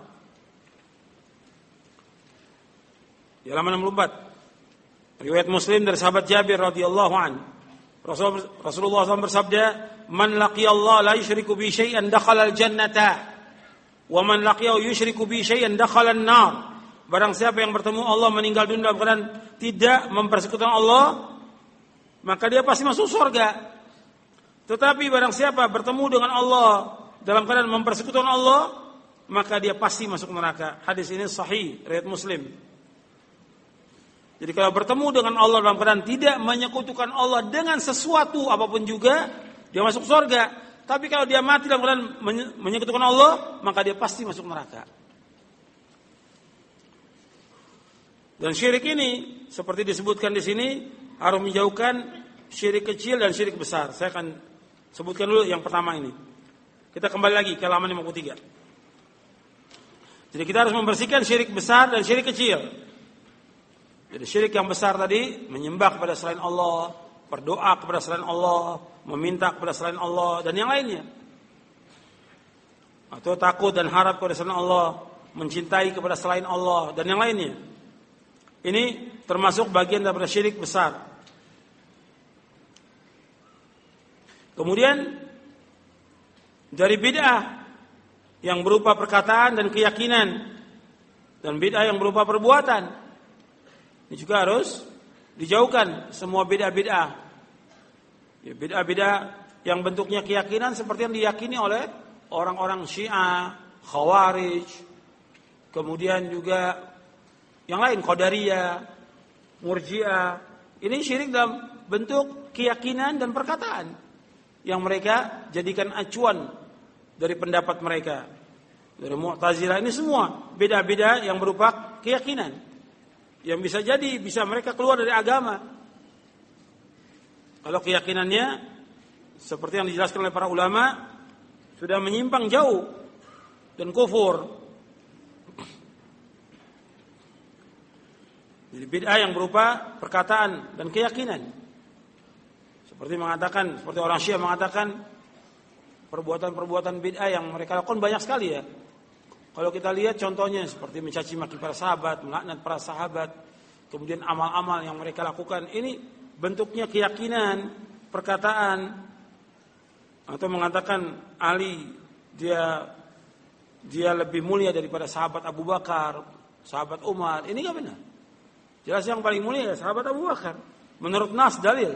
B: Di halaman enam puluh empat. Riwayat Muslim dari sahabat Jabir radhiyallahu an. Rasul, Rasulullah shallallahu alaihi wasallam bersabda, "Man laqiyallaha la yusyriku bi syai'an dakhala al-jannata, wa man laqiyahu yusyriku bi syai'an dakhala an-nar." Barang siapa yang bertemu Allah meninggal dunia dalam keadaan tidak mempersekutukan Allah, maka dia pasti masuk surga. Tetapi barang siapa bertemu dengan Allah dalam keadaan mempersekutukan Allah, maka dia pasti masuk neraka. Hadis ini sahih, riwayat Muslim. Jadi kalau bertemu dengan Allah dalam keadaan tidak menyekutukan Allah dengan sesuatu apapun juga, dia masuk surga. Tapi kalau dia mati dalam keadaan menyekutukan Allah, maka dia pasti masuk neraka. Dan syirik ini seperti disebutkan di sini harus menjauhkan syirik kecil dan syirik besar. Saya akan sebutkan dulu yang pertama ini. Kita kembali lagi ke halaman lima puluh tiga. Jadi kita harus membersihkan syirik besar dan syirik kecil. Jadi syirik yang besar tadi menyembah kepada selain Allah, berdoa kepada selain Allah, meminta kepada selain Allah dan yang lainnya. Atau takut dan harap kepada selain Allah, mencintai kepada selain Allah dan yang lainnya. Ini termasuk bagian daripada syirik besar. Kemudian dari bid'ah yang berupa perkataan dan keyakinan dan bid'ah yang berupa perbuatan, ini juga harus dijauhkan semua bid'ah-bid'ah. Ya, bid'ah-bid'ah yang bentuknya keyakinan seperti yang diyakini oleh orang-orang Syiah, Khawarij, kemudian juga yang lain, Qadariyah, Murji'ah. Ini syirik dalam bentuk keyakinan dan perkataan yang mereka jadikan acuan dari pendapat mereka. Dari Mu'tazilah, ini semua beda-beda yang berupa keyakinan yang bisa jadi bisa mereka keluar dari agama. Kalau keyakinannya seperti yang dijelaskan oleh para ulama sudah menyimpang jauh dan kufur. Jadi bid'ah yang berupa perkataan dan keyakinan. Seperti mengatakan, seperti orang Syiah mengatakan perbuatan-perbuatan bid'ah yang mereka lakukan banyak sekali ya. Kalau kita lihat contohnya seperti mencaci maki para sahabat, melaknat para sahabat, kemudian amal-amal yang mereka lakukan, ini bentuknya keyakinan, perkataan, atau mengatakan Ali dia dia lebih mulia daripada sahabat Abu Bakar, sahabat Umar. Ini enggak benar. Jelas yang paling mulia sahabat Abu Bakar menurut nas dalil.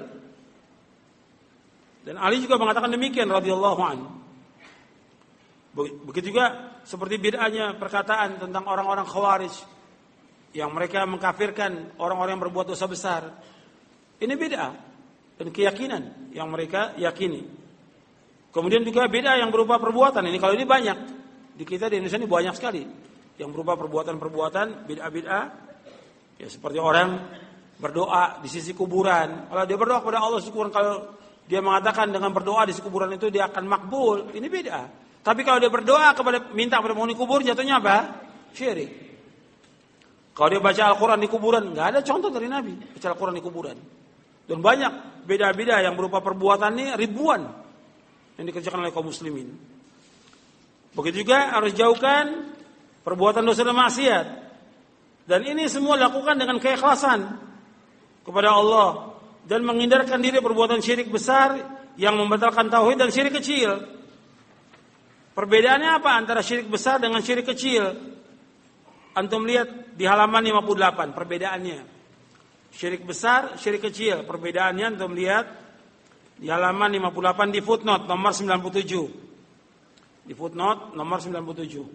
B: Dan Ali juga mengatakan demikian radhiyallahu anhu. Begitu juga seperti bid'ahnya perkataan tentang orang-orang Khawarij yang mereka mengkafirkan orang-orang yang berbuat dosa besar. Ini bid'ah dan keyakinan yang mereka yakini. Kemudian juga bid'ah yang berupa perbuatan. Ini kalau ini banyak. Di kita di Indonesia ini banyak sekali yang berupa perbuatan-perbuatan bid'ah-bid'ah. Ya seperti orang berdoa di sisi kuburan. Kalau dia berdoa kepada Allah di sisi kuburan, kalau dia mengatakan dengan berdoa di sisi kuburan itu dia akan makbul, ini bid'ah. Tapi kalau dia berdoa kepada minta kepada penghuni kubur, jatuhnya apa? Syirik. Kalau dia baca Al-Quran di kuburan, nggak ada contoh dari Nabi baca Al-Quran di kuburan. Dan banyak beda-beda yang berupa perbuatannya ribuan yang dikerjakan oleh kaum muslimin. Begitu juga harus jauhkan perbuatan dosa dan maksiat. Dan ini semua lakukan dengan keikhlasan kepada Allah dan menghindarkan diri perbuatan syirik besar yang membatalkan tauhid dan syirik kecil. Perbedaannya apa antara syirik besar dengan syirik kecil? Antum lihat di halaman lima puluh delapan perbedaannya. Syirik besar, syirik kecil. Perbedaannya antum lihat di halaman lima puluh delapan di footnote nomor sembilan puluh tujuh. Di footnote nomor sembilan puluh tujuh.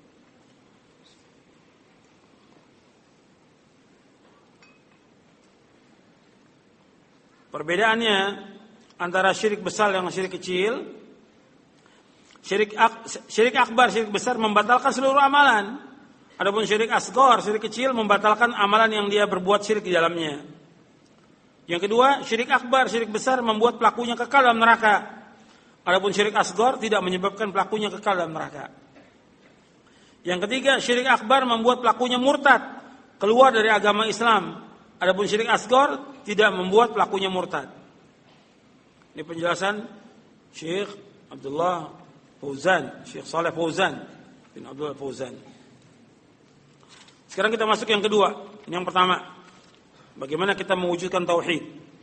B: Perbedaannya antara syirik besar dengan syirik kecil. Syirik, ak, syirik akbar, syirik besar membatalkan seluruh amalan. Adapun syirik asghar, syirik kecil membatalkan amalan yang dia berbuat syirik di dalamnya. Yang kedua, syirik akbar, syirik besar membuat pelakunya kekal dalam neraka. Adapun syirik asghar tidak menyebabkan pelakunya kekal dalam neraka. Yang ketiga, syirik akbar membuat pelakunya murtad keluar dari agama Islam. Adapun syirik asghar tidak membuat pelakunya murtad. Ini penjelasan Syekh Abdullah Fauzan, Syekh Saleh Fauzan bin Abdullah Fauzan. Sekarang kita masuk yang kedua. Ini yang pertama, bagaimana kita mewujudkan tauhid.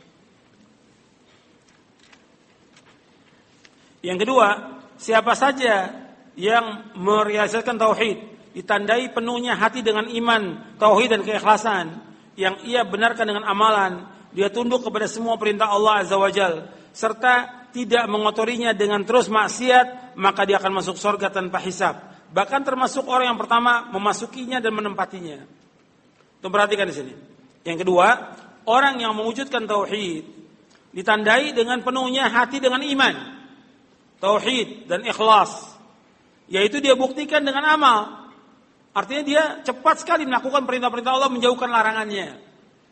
B: Yang kedua, siapa saja yang merealisasikan tauhid, ditandai penuhnya hati dengan iman, tauhid dan keikhlasan, yang ia benarkan dengan amalan, dia tunduk kepada semua perintah Allah Azza wa Jalla, serta tidak mengotorinya dengan terus maksiat, maka dia akan masuk surga tanpa hisab. Bahkan termasuk orang yang pertama memasukinya dan menempatinya. Tuh perhatikan di sini. Yang kedua, orang yang mewujudkan tauhid ditandai dengan penuhnya hati dengan iman, tauhid dan ikhlas, yaitu dia buktikan dengan amal. Artinya dia cepat sekali melakukan perintah-perintah Allah, menjauhkan larangannya.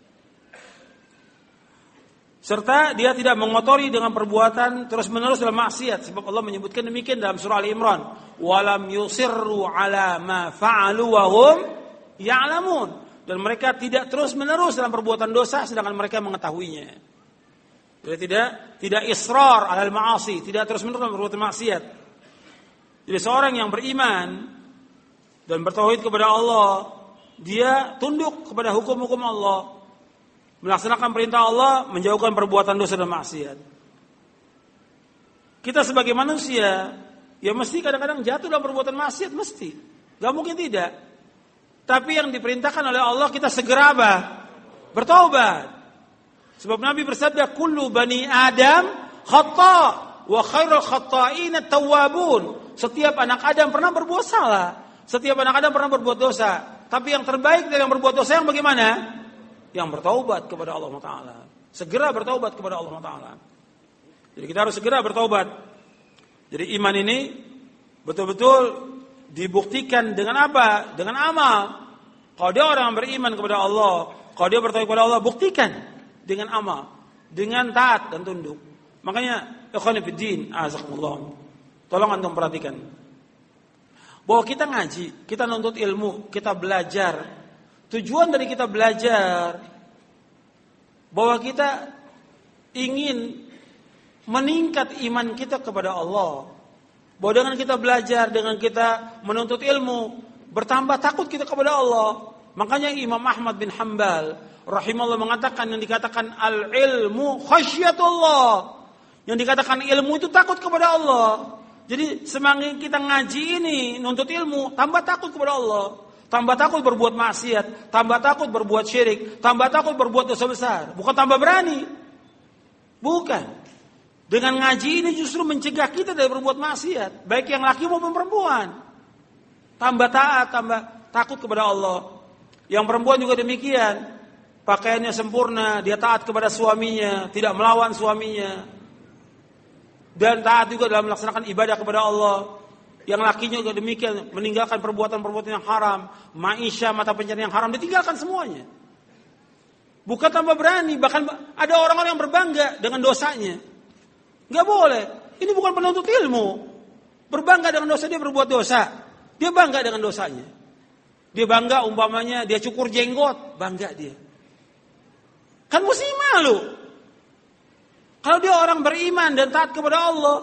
B: Serta dia tidak mengotori dengan perbuatan terus-menerus dalam maksiat, sebab Allah menyebutkan demikian dalam surah Ali Imran, walam yusirru ala ma fa'alu wa hum ya'lamun. Dan mereka tidak terus-menerus dalam perbuatan dosa sedangkan mereka mengetahuinya. Jadi tidak tidak israr alal ma'asi, tidak terus-menerus dalam perbuatan maksiat. Jadi seorang yang beriman dan bertauhid kepada Allah, dia tunduk kepada hukum-hukum Allah, melaksanakan perintah Allah, menjauhkan perbuatan dosa dan maksiat. Kita sebagai manusia, ya mesti kadang-kadang jatuh dalam perbuatan maksiat, mesti. Gak mungkin tidak. Tapi yang diperintahkan oleh Allah, kita segera apa? Bertaubat. Sebab Nabi bersabda, kullu bani Adam khata wa khairul khata'in at-tawwabun. Setiap anak Adam pernah berbuat salah. Setiap anak Adam pernah berbuat dosa. Tapi yang terbaik dari yang berbuat dosa yang bagaimana? Yang bertaubat kepada Allah Taala. Segera bertaubat kepada Allah Taala. Jadi kita harus segera bertaubat. Jadi iman ini betul-betul dibuktikan dengan apa? Dengan amal. Kalau dia orang yang beriman kepada Allah, kalau dia bertauhid kepada Allah, buktikan dengan amal, dengan taat dan tunduk. Makanya ikhwan fillah, azakumullah. Tolong antum perhatikan. Bahwa kita ngaji, kita nuntut ilmu, kita belajar. Tujuan dari kita belajar bahwa kita ingin meningkat iman kita kepada Allah. Bahwa dengan kita belajar, dengan kita menuntut ilmu, bertambah takut kita kepada Allah. Makanya Imam Ahmad bin Hanbal rahimahullah mengatakan, yang dikatakan al-ilmu khasyatullah, yang dikatakan ilmu itu takut kepada Allah. Jadi semakin kita ngaji ini, nuntut ilmu, tambah takut kepada Allah. Tambah takut berbuat maksiat, tambah takut berbuat syirik, tambah takut berbuat dosa besar. Bukan tambah berani. Bukan. Dengan ngaji ini justru mencegah kita dari berbuat maksiat, baik yang laki maupun perempuan. Tambah taat, tambah takut kepada Allah. Yang perempuan juga demikian. Pakaiannya sempurna, dia taat kepada suaminya, tidak melawan suaminya. Dan taat juga dalam melaksanakan ibadah kepada Allah. Yang lakinya juga demikian, meninggalkan perbuatan-perbuatan yang haram, maisha, mata pencarian yang haram, ditinggalkan semuanya. Bukan tambah berani, bahkan ada orang-orang yang berbangga dengan dosanya. Gak boleh. Ini bukan penuntut ilmu. Berbangga dengan dosa, dia berbuat dosa. Dia bangga dengan dosanya. Dia bangga umpamanya dia cukur jenggot, bangga dia. Kan mesti malu. Kalau dia orang beriman dan taat kepada Allah,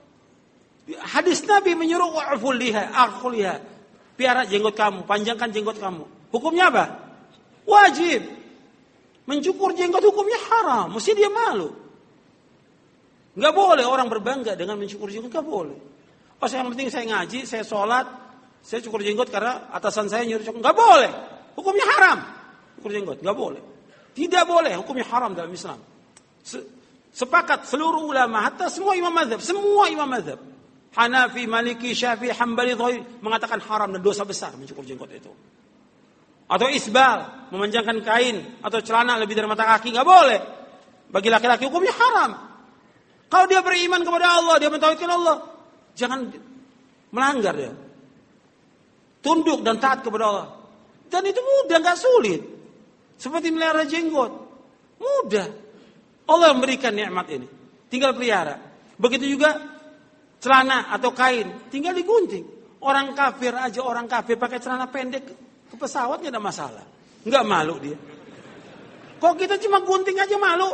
B: hadis Nabi menyuruh wa'ful liha, akhul liha. Piara jenggot kamu, panjangkan jenggot kamu. Hukumnya apa? Wajib. Mencukur jenggot hukumnya haram, mesti dia malu. Enggak boleh orang berbangga dengan mencukur jenggot, enggak boleh. Pas yang penting saya ngaji, saya sholat, saya cukur jenggot karena atasan saya nyuruh cukur. Enggak boleh. Hukumnya haram. Cukur jenggot, enggak boleh. Tidak boleh, hukumnya haram dalam Islam. Sepakat seluruh ulama, hatta semua imam mazhab, semua imam mazhab. Hanafi, Maliki, Syafi'i, Hambali, Dhahiri mengatakan haram dan dosa besar mencukur jenggot itu. Atau isbal, memanjangkan kain atau celana lebih dari mata kaki, enggak boleh. Bagi laki-laki hukumnya haram. Kalau dia beriman kepada Allah, dia mentauhidkan Allah, jangan melanggar dia. Tunduk dan taat kepada Allah. Dan itu mudah, enggak sulit. Seperti melihara jenggot. Mudah. Allah memberikan nikmat ini. Tinggal pelihara. Begitu juga celana atau kain, tinggal digunting. Orang kafir aja, orang kafir pakai celana pendek ke pesawat, nggak ada masalah. Enggak malu dia. Kok kita cuma gunting aja malu?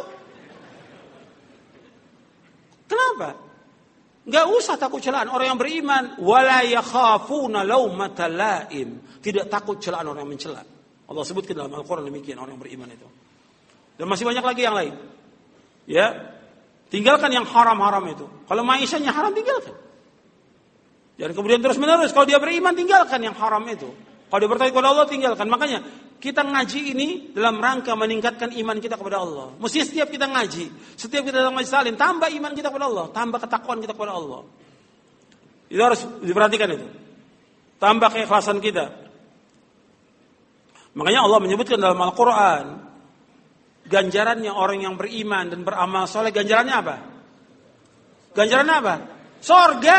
B: Kenapa? Enggak usah takut celaan orang yang beriman. Wala yakhafuna laumata laim. Tidak takut celaan orang yang mencela. Allah sebutkan dalam Al-Quran demikian orang yang beriman itu. Dan masih banyak lagi yang lain. Ya, tinggalkan yang haram-haram itu. Kalau maishannya haram, tinggalkan. Dan kemudian terus menerus, kalau dia beriman, tinggalkan yang haram itu. Kalau dia bertauhid kepada Allah, tinggalkan. Makanya kita ngaji ini dalam rangka meningkatkan iman kita kepada Allah. Mesti setiap kita ngaji, setiap kita datang majlis salim, tambah iman kita kepada Allah, tambah ketakwaan kita kepada Allah. Itu harus diperhatikan itu. Tambah keikhlasan kita. Makanya Allah menyebutkan dalam Al-Quran, ganjarannya orang yang beriman dan beramal soleh, ganjarannya apa? Ganjarannya apa? Sorga.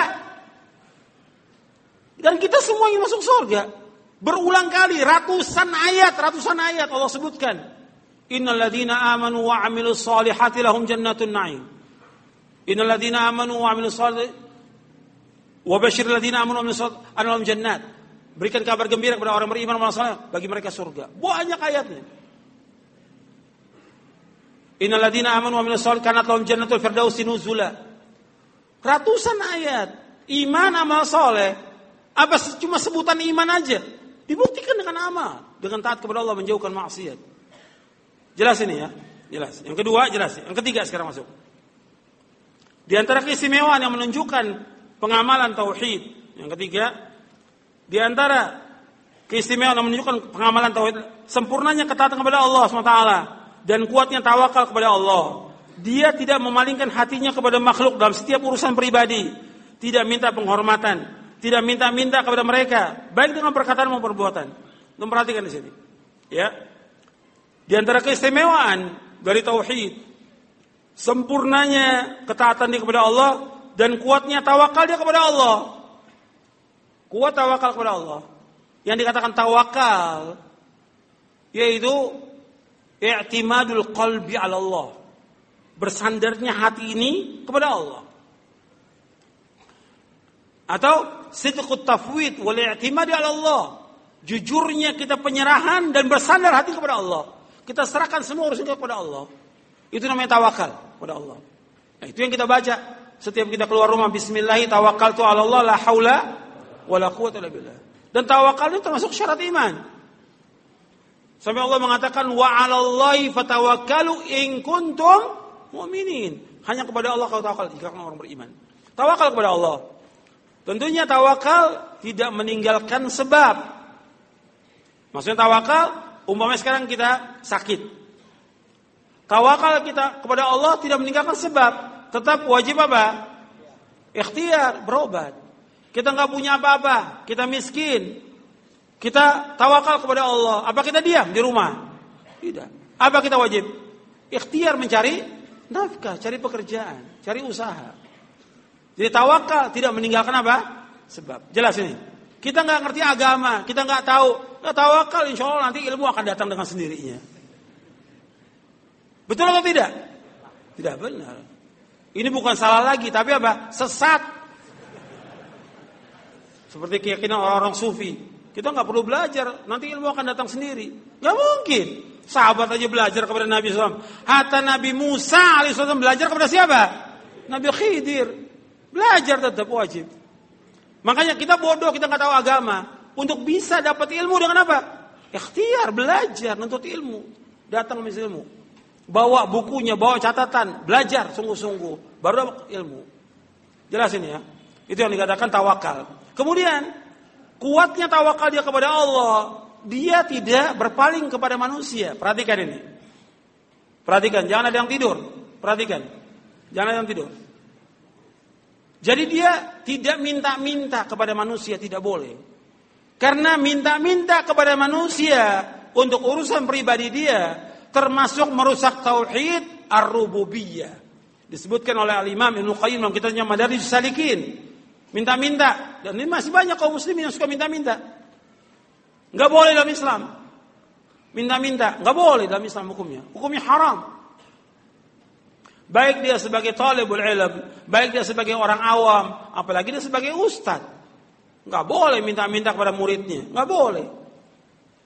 B: Dan kita semua ingin masuk sorga. Berulang kali, ratusan ayat, ratusan ayat Allah sebutkan. Innal ladzina amanu wa 'amilus solihati lahum jannatun na'im. Innal ladzina amanu wa 'amilus solihati wa basyiril ladzina amanu wa 'amilus solihati lahum jannat. Berikan kabar gembira kepada orang beriman dan beramal soleh, bagi mereka surga. Banyak ayatnya. Innal ladzina amanu wa 'amilus solihati kanat lahum jannatul firdausi nuzula. Ratusan ayat iman amal soleh. Apa cuma sebutan iman aja? Dibuktikan dengan amal, dengan taat kepada Allah, menjauhkan maksiat. Jelas ini ya, jelas. Yang kedua jelas. Yang ketiga sekarang masuk. Di antara keistimewaan yang menunjukkan pengamalan tauhid. Yang ketiga, di antara keistimewaan yang menunjukkan pengamalan tauhid, sempurnanya ketaatan kepada Allah subhanahu wa taala dan kuatnya tawakal kepada Allah. Dia tidak memalingkan hatinya kepada makhluk dalam setiap urusan pribadi, tidak minta penghormatan, tidak minta-minta kepada mereka, baik dengan perkataan maupun perbuatan. Untuk perhatikan di sini. Ya. Di antara keistimewaan dari tauhid, sempurnanya ketaatan dia kepada Allah dan kuatnya tawakal dia kepada Allah. Kuat tawakal kepada Allah. Yang dikatakan tawakal yaitu i'timadul qalbi 'ala Allah. Bersandarnya hati ini kepada Allah. Atau sidqut tafwid wal i'timadi 'ala Allah. Jujurnya kita penyerahan dan bersandar hati kepada Allah. Kita serahkan semua urusan kita kepada Allah. Itu namanya tawakal kepada Allah. Nah, itu yang kita baca setiap kita keluar rumah, bismillah tawakkaltu 'ala Allah la haula wala quwwata illa billah. Dan tawakal itu termasuk syarat iman. Sampai Allah mengatakan wa 'alallahi fatawakkalu in kuntum mu'minin. Hanya kepada Allah kau tawakal jika kamu orang beriman. Tawakal kepada Allah. Tentunya tawakal tidak meninggalkan sebab. Maksudnya tawakal, umpamanya sekarang kita sakit. Tawakal kita kepada Allah tidak meninggalkan sebab. Tetap wajib apa? Ikhtiar, berobat. Kita nggak punya apa-apa, kita miskin. Kita tawakal kepada Allah. Apa kita diam di rumah? Tidak. Apa kita wajib? Ikhtiar mencari nafkah, cari pekerjaan, cari usaha. Jadi tawakal tidak meninggalkan apa? Sebab. Jelas ini. Kita nggak ngerti agama, kita nggak tahu. Nggak tawakal, insya Allah nanti ilmu akan datang dengan sendirinya. Betul atau tidak? Tidak benar. Ini bukan salah lagi, tapi apa? Sesat. Seperti keyakinan orang-orang sufi. Kita nggak perlu belajar, nanti ilmu akan datang sendiri. Nggak mungkin. Sahabat aja belajar kepada Nabi shallallahu alaihi wasallam. Hatta Nabi Musa alaihissalam belajar kepada siapa? Nabi Khidir. Belajar tetap wajib. Makanya kita bodoh, kita nggak tahu agama. Untuk bisa dapat ilmu dengan apa? Ikhtiar, belajar, nuntut ilmu. Datang ke ilmu. Bawa bukunya, bawa catatan, belajar sungguh-sungguh. Baru dapat ilmu. Jelas ini ya. Itu yang dikatakan tawakal. Kemudian, kuatnya tawakal dia kepada Allah. Dia tidak berpaling kepada manusia. Perhatikan ini. Perhatikan, jangan ada yang tidur. Perhatikan. Jangan ada yang tidur. Jadi dia tidak minta-minta kepada manusia, tidak boleh. Karena minta-minta kepada manusia untuk urusan pribadi dia termasuk merusak tauhid ar-rububiyah. Disebutkan oleh Al-Imam Ibnu Qayyim dalam kitabnya Madarijus Salikin. Minta-minta. Dan ini masih banyak kaum muslimin yang suka minta-minta. Enggak boleh dalam Islam. Minta-minta, enggak boleh dalam Islam hukumnya. Hukumnya haram. Baik dia sebagai talibul ilm, baik dia sebagai orang awam, apalagi dia sebagai ustaz. Enggak boleh minta-minta kepada muridnya, enggak boleh.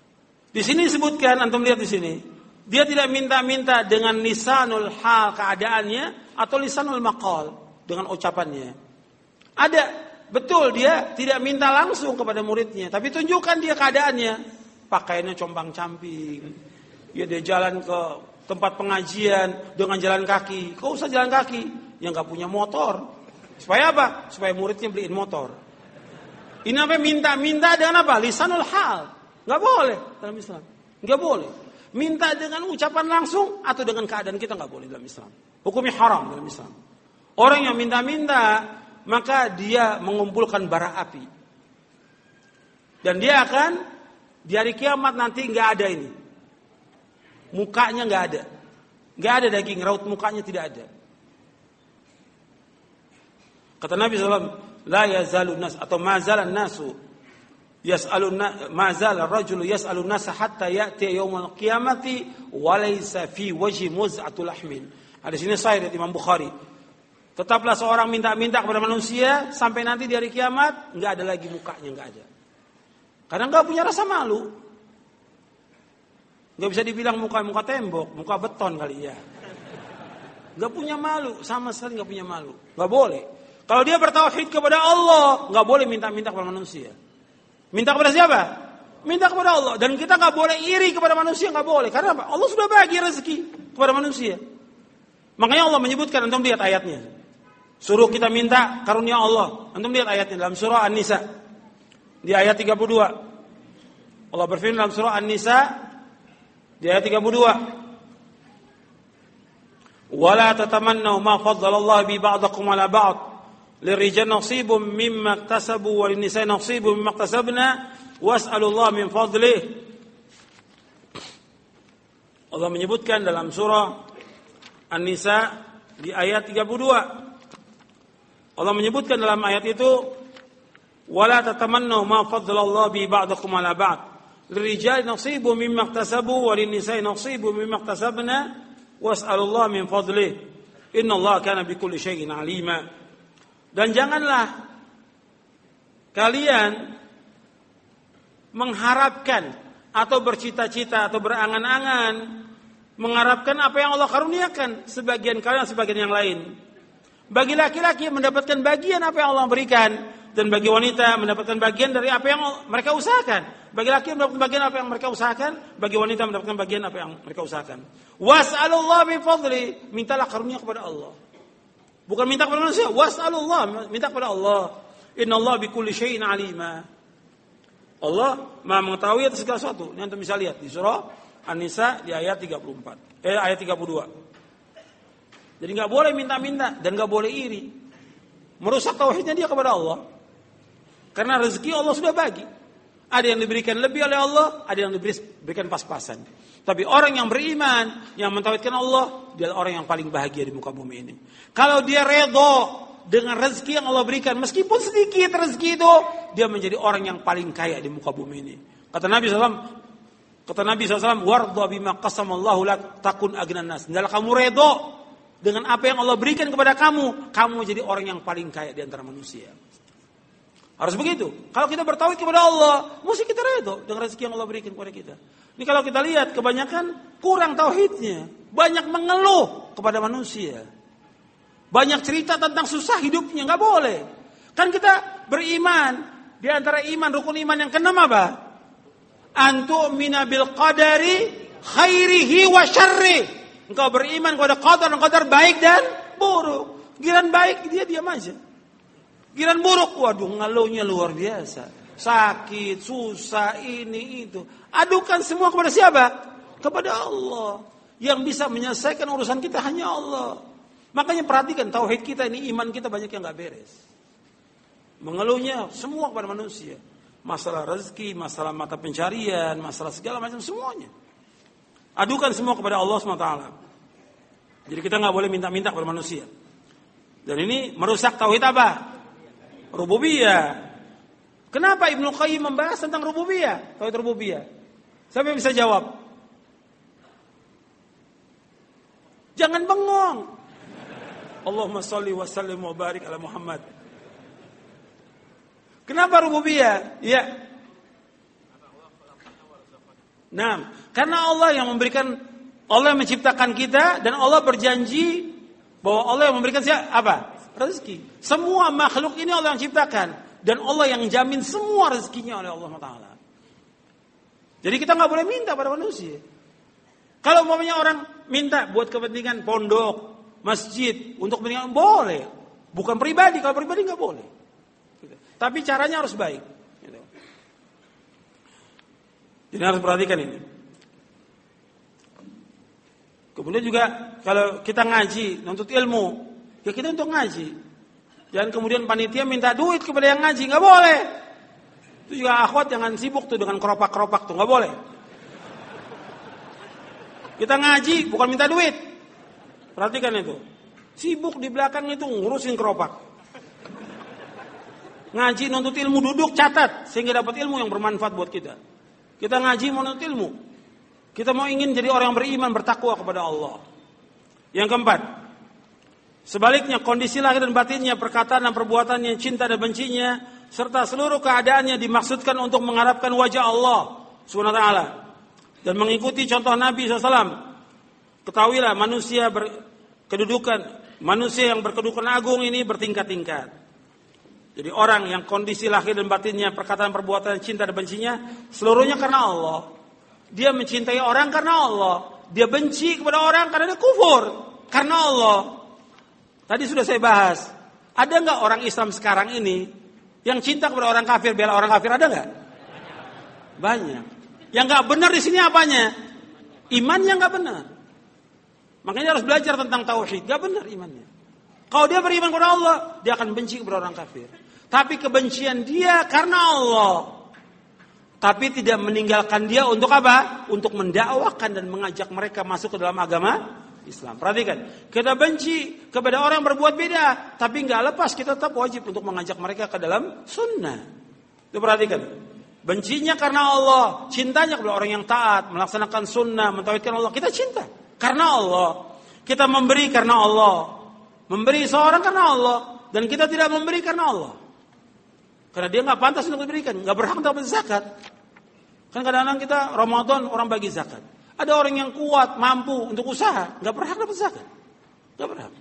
B: Di sini disebutkan, antum lihat di sini, dia tidak minta-minta dengan lisanul hal keadaannya atau lisanul maqal dengan ucapannya. Ada, betul dia tidak minta langsung kepada muridnya, tapi tunjukkan dia keadaannya. Pakaiannya compang-camping, ya dia jalan ke tempat pengajian dengan jalan kaki. Kok usah jalan kaki? Yang nggak punya motor. Supaya apa? Supaya muridnya beliin motor. Ini apa? Minta-minta dengan apa? Lisanul hal. Nggak boleh dalam Islam. Nggak boleh. Minta dengan ucapan langsung atau dengan keadaan kita nggak boleh dalam Islam. Hukumnya haram dalam Islam. Orang yang minta-minta maka dia mengumpulkan bara api. Dan dia akan di hari kiamat nanti nggak ada ini. Mukanya nggak ada. Nggak ada daging, raut mukanya tidak ada. Kata Nabi shallallahu alaihi wasallam, la yazalun nas atau mazalan nasu yas'alun mazal ar-rajulu yas'alun nas hatta ya'ti yaumul qiyamati wa laysa fi wajhi muz'atul lahmin. Hadis ini sahih dari Imam Bukhari. Tetaplah seorang minta-minta kepada manusia sampai nanti di hari kiamat enggak ada lagi mukanya, enggak ada. Karena enggak punya rasa malu. Enggak bisa dibilang muka muka tembok, muka beton kali ya. Enggak punya malu, sama sekali enggak punya malu. Enggak boleh. Kalau dia bertauhid kepada Allah, nggak boleh minta-minta kepada manusia. Minta kepada siapa? Minta kepada Allah. Dan kita nggak boleh iri kepada manusia, nggak boleh. Karena apa? Allah sudah bagi rezeki kepada manusia. Makanya Allah menyebutkan, antum lihat ayatnya. Suruh kita minta karunia Allah. Antum lihat ayatnya dalam surah An-Nisa. Di ayat tiga puluh dua. Allah berfirman dalam surah An-Nisa di ayat tiga puluh dua. Wala tatamannaw ma faddalallahu bi ba'dakum ala ba'd. للرجال نصيب مما اكتسبوا وللنساء نصيب مما اكتسبنا واسألوا الله من فضله. Allah menyebutkan dalam surah An-Nisa di ayat tiga puluh dua. Allah menyebutkan dalam ayat itu wala tatamannu ma faddalallahu bi ba'dakum ala ba'd. Lirrijali nasibu mimma iktasabu wa linnisa'i nasibu mimma iktasabna was'alul Allah min fadlih. Innallaha kana bikulli syai'in 'alima. Dan janganlah kalian mengharapkan atau bercita-cita atau berangan-angan mengharapkan apa yang Allah karuniakan sebagian kalian sebagian yang lain. Bagi laki-laki mendapatkan bagian apa yang Allah berikan dan bagi wanita mendapatkan bagian dari apa yang mereka usahakan. Bagi laki mendapatkan bagian apa yang mereka usahakan, bagi wanita mendapatkan bagian apa yang mereka usahakan. Was'alullah min fadli, mintalah karunia kepada Allah. Bukan minta kepada manusia, was'alullah, minta kepada Allah. Innallaha bikulli syai'in 'alima. Allah Maha mengetahui atas segala sesuatu. Ini antum bisa lihat di surah An-Nisa di ayat tiga puluh empat. Eh ayat tiga puluh dua. Jadi enggak boleh minta-minta dan enggak boleh iri. Merusak tauhidnya dia kepada Allah. Karena rezeki Allah sudah bagi. Ada yang diberikan lebih oleh Allah, ada yang diberikan pas-pasan. Tapi orang yang beriman, yang mentauhidkan Allah, dia adalah orang yang paling bahagia di muka bumi ini. Kalau dia redho dengan rezeki yang Allah berikan, meskipun sedikit rezeki itu, dia menjadi orang yang paling kaya di muka bumi ini. Kata Nabi shallallahu alaihi wasallam, kata Nabi shallallahu alaihi wasallam, "Wardha bima qasamallahu lak takun agnan nas." Hendaklah kamu redho dengan apa yang Allah berikan kepada kamu, kamu jadi orang yang paling kaya di antara manusia. Harus begitu. Kalau kita bertauhid kepada Allah, mesti kita redho dengan rezeki yang Allah berikan kepada kita. Ini kalau kita lihat kebanyakan kurang tauhidnya, banyak mengeluh kepada manusia, banyak cerita tentang susah hidupnya, nggak boleh. Kan kita beriman, di antara iman rukun iman yang keenam apa? Antu'mina bil qadari khairihi wa syarri. Engkau beriman kepada qadar dan qadar baik dan buruk. Giliran baik dia diam aja. Giliran buruk, waduh ngeluhnya luar biasa. Sakit, susah, ini, itu. Adukan semua kepada siapa? Kepada Allah. Yang bisa menyelesaikan urusan kita hanya Allah. Makanya perhatikan tauhid kita ini, iman kita banyak yang gak beres. Mengeluhnya semua kepada manusia. Masalah rezeki, masalah mata pencarian, masalah segala macam semuanya. Adukan semua kepada Allah subhanahu wa taala. Jadi kita gak boleh minta-minta kepada manusia. Dan ini merusak tauhid apa? Rububiyah. Kenapa Ibnu Qayyim membahas tentang rububiyah? Tauhid rububiyah. Siapa yang bisa jawab? Jangan bengong. Allahumma shalli wa sallim wa barik ala Muhammad. Kenapa rububiyah? Ya. Nah, karena Allah yang memberikan, Allah yang menciptakan kita, dan Allah berjanji bahwa Allah yang memberikan siapa? Apa? Rezeki. Semua makhluk ini Allah yang ciptakan, dan Allah yang jamin semua rezekinya oleh Allah Taala. Jadi kita nggak boleh minta pada manusia. Kalau umpamanya orang minta buat kepentingan pondok, masjid, untuk kepentingan, boleh. Bukan pribadi, kalau pribadi nggak boleh. Tapi caranya harus baik. Jadi harus perhatikan ini. Kemudian juga kalau kita ngaji, nuntut ilmu, ya kita untuk ngaji. Jangan kemudian panitia minta duit kepada yang ngaji, nggak boleh. Itu juga akhwat jangan sibuk tuh dengan keropak-keropak tuh, nggak boleh. Kita ngaji bukan minta duit. Perhatikan itu. Sibuk di belakang itu ngurusin keropak. Ngaji nuntut ilmu, duduk catat sehingga dapat ilmu yang bermanfaat buat kita. Kita ngaji mau nuntut ilmu. Kita mau ingin jadi orang yang beriman, bertakwa kepada Allah. Yang keempat, sebaliknya kondisi lahir dan batinnya, perkataan dan perbuatannya, cinta dan bencinya, serta seluruh keadaannya dimaksudkan untuk mengharapkan wajah Allah Subhanahu wa taala dan mengikuti contoh Nabi shallallahu alaihi wasallam. Ketahuilah manusia berkedudukan, manusia yang berkedudukan agung ini bertingkat-tingkat. Jadi orang yang kondisi lahir dan batinnya, perkataan, perbuatan, cinta dan bencinya, seluruhnya karena Allah. Dia mencintai orang karena Allah. Dia benci kepada orang karena dia kufur karena Allah. Tadi sudah saya bahas. Ada nggak orang Islam sekarang ini yang cinta kepada orang kafir, bela orang kafir, ada nggak? Banyak. Yang nggak benar di sini apanya? Imannya nggak benar. Makanya harus belajar tentang tauhid. Nggak benar imannya. Kalau dia beriman kepada Allah, dia akan benci kepada orang kafir. Tapi kebencian dia karena Allah. Tapi tidak meninggalkan dia untuk apa? Untuk mendakwakan dan mengajak mereka masuk ke dalam agama Islam. Perhatikan, kita benci kepada orang yang berbuat beda, tapi nggak lepas kita tetap wajib untuk mengajak mereka ke dalam sunnah. Itu perhatikan. Bencinya karena Allah, cintanya kepada orang yang taat, melaksanakan sunnah, mentauhidkan Allah. Kita cinta karena Allah. Kita memberi karena Allah. Memberi seorang karena Allah, dan kita tidak memberi karena Allah. Karena dia nggak pantas untuk diberikan, nggak berhak untuk dapat zakat. Kan kadang-kadang kita Ramadan orang bagi zakat. Ada orang yang kuat, mampu untuk usaha, nggak berhak dapat zakat, nggak berhak.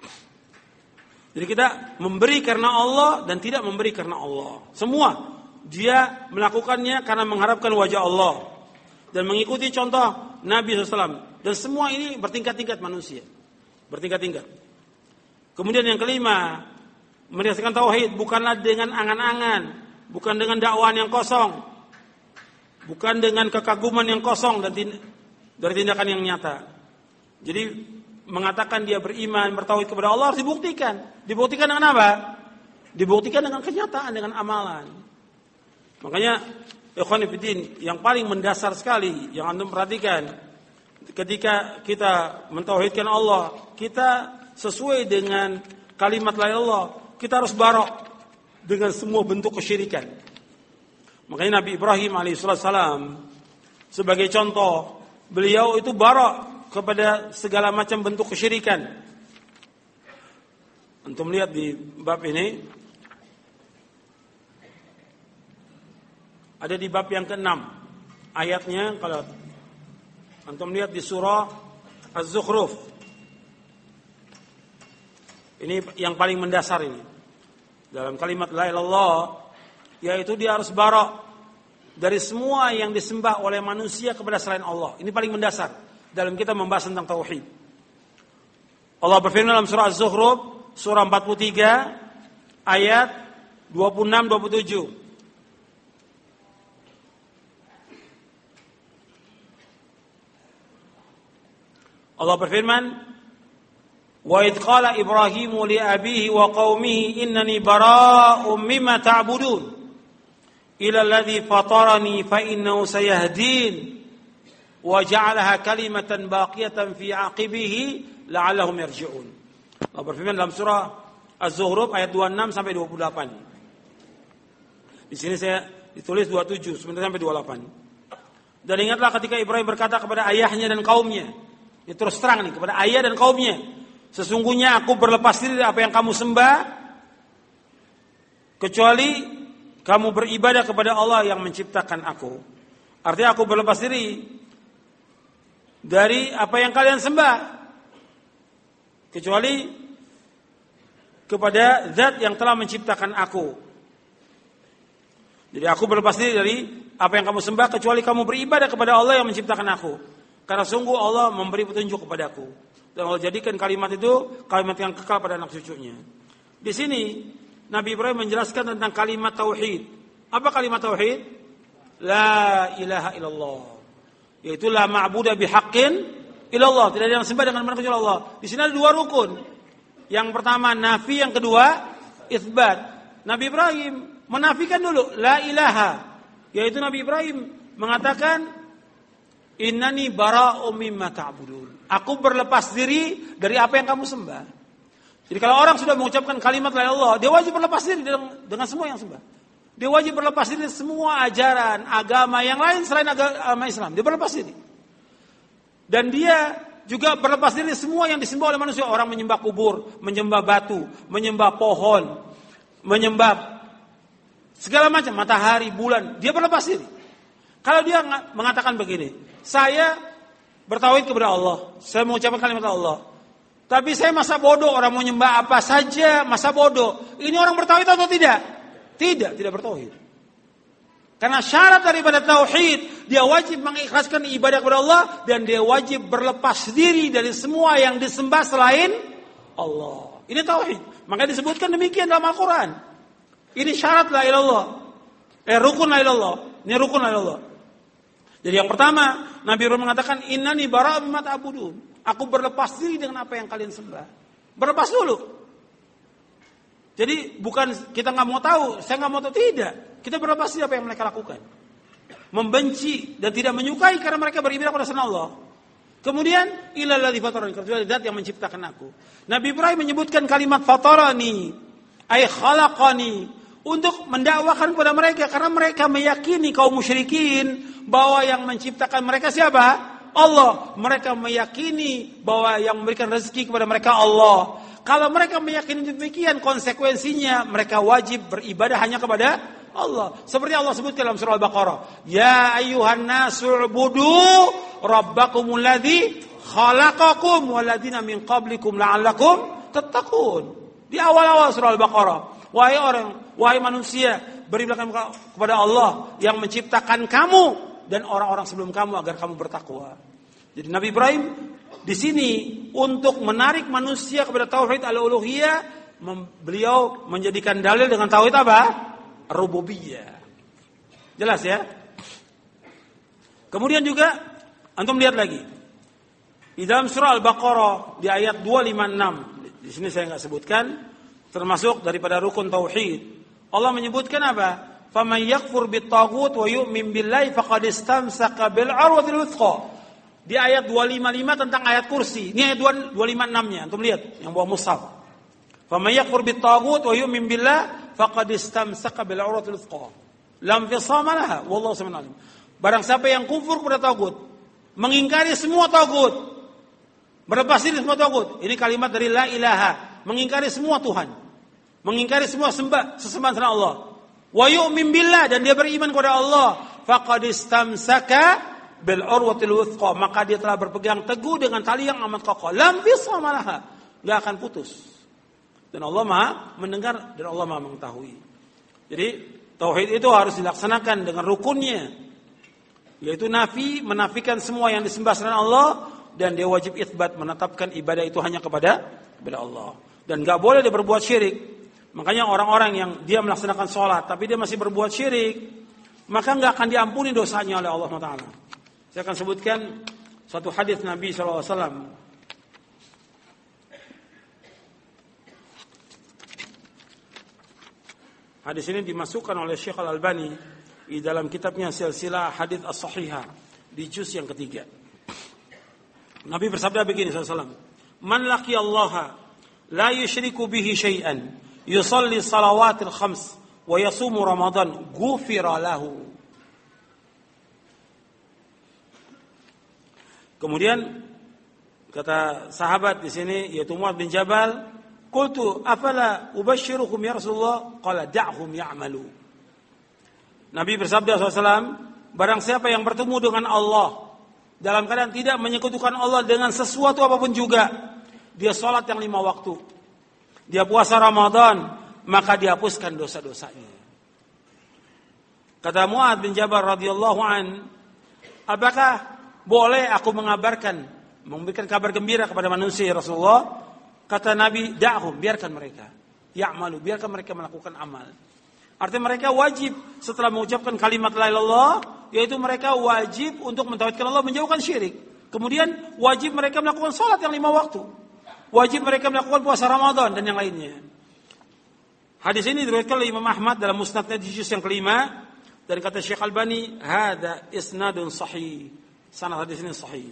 B: Jadi kita memberi karena Allah dan tidak memberi karena Allah. Semua dia melakukannya karena mengharapkan wajah Allah dan mengikuti contoh Nabi shallallahu alaihi wasallam. Dan semua ini bertingkat-tingkat manusia, bertingkat-tingkat. Kemudian yang kelima, meriaskan tauhid bukanlah dengan angan-angan, bukan dengan dakwaan yang kosong, bukan dengan kekaguman yang kosong dan dari tindakan yang nyata. Jadi mengatakan dia beriman, bertauhid kepada Allah harus dibuktikan. Dibuktikan dengan apa? Dibuktikan dengan kenyataan, dengan amalan. Makanya ikhwan fillah yang paling mendasar sekali yang antum perhatikan ketika kita mentauhidkan Allah, kita sesuai dengan kalimat la ilaha illallah, kita harus barok dengan semua bentuk kesyirikan. Makanya Nabi Ibrahim alaihissalam sebagai contoh, beliau itu barok kepada segala macam bentuk kesyirikan. Antum lihat di bab ini, ada di bab yang keenam ayatnya, kalau antum lihat di surah Az-Zukhruf. Ini yang paling mendasar ini. Dalam kalimat la ilaha illallah, yaitu dia harus barok dari semua yang disembah oleh manusia kepada selain Allah. Ini paling mendasar dalam kita membahas tentang tauhid. Allah berfirman dalam surah Az-Zukhruf, surah empat puluh tiga, ayat dua puluh enam dua puluh tujuh. Allah berfirman, wa idh qala Ibrahimu li abihi wa qaumihi innani bara'um mimma ta'budun ila alladhi fatarani fa innahu sayahdin wa ja'alaha kalimatan baqiyatan fi 'aqibihi la'allahum yarji'un. Allah berfirman dalam surah Az-Zukhruf ayat dua puluh enam sampai dua puluh delapan. Di sini saya ditulis dua puluh tujuh sebenarnya sampai dua puluh delapan. Dan ingatlah ketika Ibrahim berkata kepada ayahnya dan kaumnya, ini terus terang nih kepada ayah dan kaumnya, sesungguhnya aku berlepas diri dari apa yang kamu sembah, kecuali kamu beribadah kepada Allah yang menciptakan aku. Artinya aku berlepas diri dari apa yang kalian sembah, kecuali kepada zat yang telah menciptakan aku. Jadi aku berlepas diri dari apa yang kamu sembah, kecuali kamu beribadah kepada Allah yang menciptakan aku. Karena sungguh Allah memberi petunjuk kepadaku. Dan Allah jadikan kalimat itu kalimat yang kekal pada anak cucunya. Di sini Nabi Ibrahim menjelaskan tentang kalimat tauhid. Apa kalimat tauhid? La ilaha illallah. Yaitu la ma'budu bihaqqin illallah. Tidak ada yang sembah dengan benar kecuali Allah. Di sini ada dua rukun. Yang pertama nafi, yang kedua itsbat. Nabi Ibrahim menafikan dulu la ilaha. Yaitu Nabi Ibrahim mengatakan innani bara'um mimma ta'budun. Aku berlepas diri dari apa yang kamu sembah. Jadi kalau orang sudah mengucapkan kalimat la ilaha illallah, dia wajib berlepas diri dengan, dengan semua yang sembah. Dia wajib berlepas diri dari semua ajaran agama yang lain selain agama Islam. Dia berlepas diri. Dan dia juga berlepas diri dari semua yang disembah oleh manusia. Orang menyembah kubur, menyembah batu, menyembah pohon, menyembah segala macam, matahari, bulan. Dia berlepas diri. Kalau dia mengatakan begini, saya bertauhid kepada Allah, saya mengucapkan kalimat Allah, tapi saya masa bodoh, orang mau nyembah apa saja, masa bodoh. Ini orang bertauhid atau tidak? Tidak, tidak bertauhid. Karena syarat daripada tauhid, dia wajib mengikhlaskan ibadah kepada Allah dan dia wajib berlepas diri dari semua yang disembah selain Allah. Ini tauhid. Maka disebutkan demikian dalam Al-Quran. Ini syarat la ilallah. Eh rukun la ilallah. Ini rukun la ilallah. Jadi yang pertama, Nabi Ibrahim mengatakan innani bara'u mimma ta'budun. Aku berlepas diri dengan apa yang kalian sembah. Berlepas dulu. Jadi bukan kita nggak mau tahu, saya nggak mau tahu, tidak. Kita berlepas diri apa yang mereka lakukan. Membenci dan tidak menyukai karena mereka beribadah kepada selain Allah. Kemudian ilal ladzi fatarani, kecuali zat yang menciptakan aku. Nabi Ibrahim menyebutkan kalimat fatarani, ay khalaqani, untuk mendakwakan kepada mereka karena mereka meyakini kaum musyrikin bahwa yang menciptakan mereka siapa? Allah. Mereka meyakini bahwa yang memberikan rezeki kepada mereka Allah. Kalau mereka meyakini demikian, konsekuensinya mereka wajib beribadah hanya kepada Allah. Seperti Allah sebutkan dalam surah Al-Baqarah, ya ayyuhan nasu ubudu rabbakumul ladzi khalaqakum walladzina min qablikum la'allakum tattaqun. Di awal-awal surah Al-Baqarah, wahai orang, wahai manusia, beribadah kepada Allah yang menciptakan kamu dan orang-orang sebelum kamu agar kamu bertakwa. Jadi Nabi Ibrahim di sini untuk menarik manusia kepada tauhid al-uluhiyah, beliau menjadikan dalil dengan tauhid apa? Rububiyah. Jelas ya? Kemudian juga antum lihat lagi di dalam surah Al-Baqarah di ayat dua ratus lima puluh enam. Di sini saya enggak sebutkan, termasuk daripada rukun tauhid. Allah menyebutkan apa? Faman yakfur bit-taghut wa yu'min billahi faqad istamsaka bil 'urwatil wuthqa. Di ayat dua ratus lima puluh lima tentang ayat kursi. Ini ayat dua ratus lima puluh enam-nya. Antum lihat yang bawa mushaf. Faman yakfur bit-taghut wa yu'min billahi faqad istamsaka bil 'urwatil wuthqa. Lam fisama laha wallahu sami'un 'alim. Barang siapa yang kufur kepada tagut, mengingkari semua tagut, berlepas diri semua tagut. Ini kalimat dari la ilaha, mengingkari semua Tuhan, mengingkari semua sembah sesembahan selain Allah. Wa yu'min billah, dan dia beriman kepada Allah, faqad istamsaka bil 'urwatil wuthqa, maka dia telah berpegang teguh dengan tali yang amat kokoh. Lam fisama laha, enggak akan putus. Dan Allah Maha mendengar dan Allah Maha mengetahui. Jadi tauhid itu harus dilaksanakan dengan rukunnya, yaitu nafi, menafikan semua yang disembah selain Allah, dan dia wajib itsbat, menetapkan ibadah itu hanya kepada kepada Allah. Dan enggak boleh dia berbuat syirik. Makanya orang-orang yang dia melaksanakan sholat tapi dia masih berbuat syirik, maka enggak akan diampuni dosanya oleh Allah Taala. Saya akan sebutkan satu hadis Nabi shallallahu alaihi wasallam. Hadis ini dimasukkan oleh Syekh Al-Albani di dalam kitabnya Silsilah Hadits As-Shahihah di juz yang ketiga. Nabi bersabda begini shallallahu alaihi wasallam, "Man laqiyallaha la yusyriku bihi syai'an, yusalli salawatil khams wa yasumu ramadan, ghufira lahu." Kemudian kata sahabat di sini yaitu Mu'adz bin Jabal, qultu afala ubashiruhum ya Rasulullah, qala da'hum ya'malu. Nabi bersabda shallallahu alaihi wasallam, barang siapa yang bertemu dengan Allah dalam keadaan tidak menyekutukan Allah dengan sesuatu apapun juga, dia sholat yang lima waktu, dia puasa Ramadan, maka dihapuskan dosa-dosanya. Kata Mu'adz bin Jabal radhiyallahu an, apakah boleh aku mengabarkan, memberikan kabar gembira kepada manusia ya Rasulullah? Kata Nabi, da'hum, biarkan mereka. Ya'malu, biarkan mereka melakukan amal. Artinya mereka wajib setelah mengucapkan kalimat la ilaha illallah, yaitu mereka wajib untuk mentauhidkan Allah, menjauhkan syirik. Kemudian wajib mereka melakukan salat yang lima waktu. Wajib mereka melakukan puasa Ramadan dan yang lainnya. Hadis ini diriwayatkan oleh Imam Ahmad dalam Musnadnya di juz yang kelima, dan kata Syekh Albani, hada isnadun sahih. Sanad hadis ini sahih.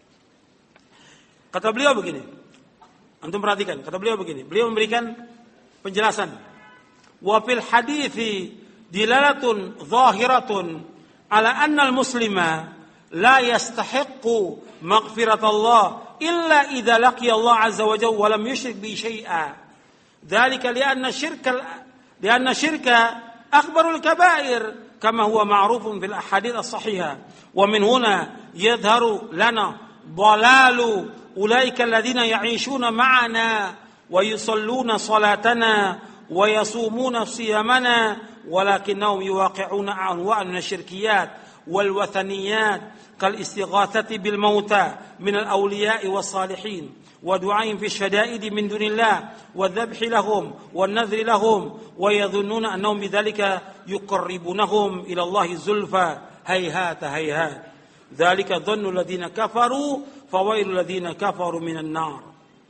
B: Kata beliau begini. Antum perhatikan, kata beliau begini. Beliau memberikan penjelasan. Wa fil hadithi dilalatun zahiratun ala anna al-muslima la yastahiqqu maghfiratallah illa idza laqiya Allah azza wa jalla wa lam yushrik bi syai'a. Dzalika li'anna syirka li'anna syirka akbarul kaba'ir kama huwa ma'rufun fil ahadits as-sahihah. Wa min huna yadhharu lana dhalalu ulaika alladziina ya'ishuna ma'ana wa yusalluna salatana wa yasumuna siyamana walakinnahum yuwaqi'una anwa'an min asy-syirkiyat wal wathaniyat kal istighatsati bil mauta min al awliya'i was salihin wa du'a'in fi syada'id min dunillah wa dzabhi lahum wan nadhri lahum wa yadhunnuna annahum bidzalika yuqarribunahum ila Allah zulfa hayhata hayhat dzalika dhannu alladziina kafaru fawailul ladziina kafaru minan nar.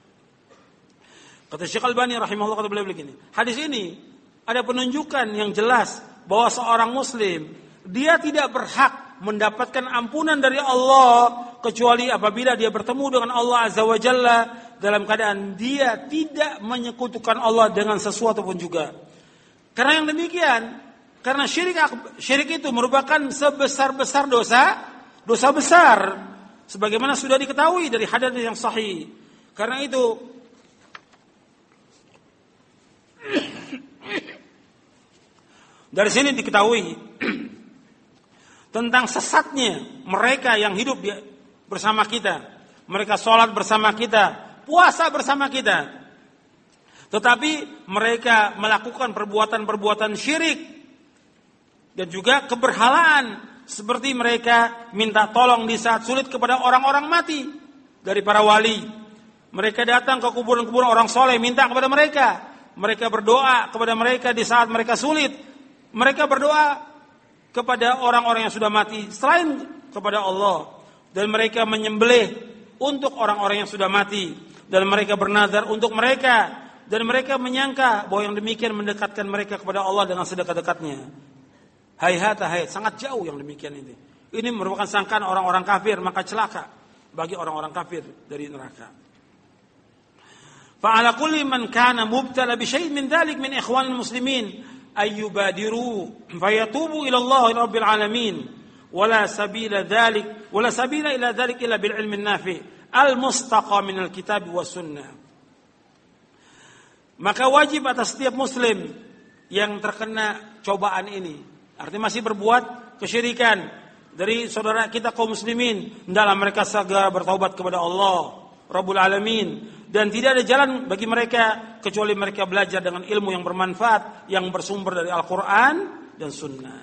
B: Kata Syekh Albani rahimahullah, kata beliau begini, hadis ini ada penunjukan yang jelas bahwa seorang muslim dia tidak berhak mendapatkan ampunan dari Allah kecuali apabila dia bertemu dengan Allah azza wa jalla dalam keadaan dia tidak menyekutukan Allah dengan sesuatu pun juga. Karena yang demikian, karena syirik syirik itu merupakan sebesar-besar dosa, dosa besar. Sebagaimana sudah diketahui dari hadis yang sahih. Karena itu dari sini diketahui tentang sesatnya mereka yang hidup di, bersama kita. Mereka sholat bersama kita, puasa bersama kita. Tetapi mereka melakukan perbuatan-perbuatan syirik dan juga keberhalaan. Seperti mereka minta tolong di saat sulit kepada orang-orang mati dari para wali. Mereka datang ke kuburan-kuburan orang soleh minta kepada mereka. Mereka berdoa kepada mereka di saat mereka sulit. Mereka berdoa kepada orang-orang yang sudah mati selain kepada Allah. Dan mereka menyembelih untuk orang-orang yang sudah mati. Dan mereka bernazar untuk mereka. Dan mereka menyangka bahwa yang demikian mendekatkan mereka kepada Allah dengan sedekat-dekatnya. Hayhata hayat, sangat jauh yang demikian ini. Ini merupakan sangkaan orang-orang kafir, maka celaka bagi orang-orang kafir dari neraka. Fa'ala kulli man kana mubtala bi syai'in min dzalik min ikhwanil muslimin ayyubadiru fayatubu ila Allah rabbil alamin wala sabila dzalik wala sabila ila dzalik illa bil ilmi nafi al mustaqa min al kitab was sunnah. Maka wajib atas setiap muslim yang terkena cobaan ini, artinya masih berbuat kesyirikan dari saudara kita kaum muslimin, hendaklah mereka segera bertaubat kepada Allah Rabbul Alamin, dan tidak ada jalan bagi mereka kecuali mereka belajar dengan ilmu yang bermanfaat yang bersumber dari Al-Quran dan Sunnah.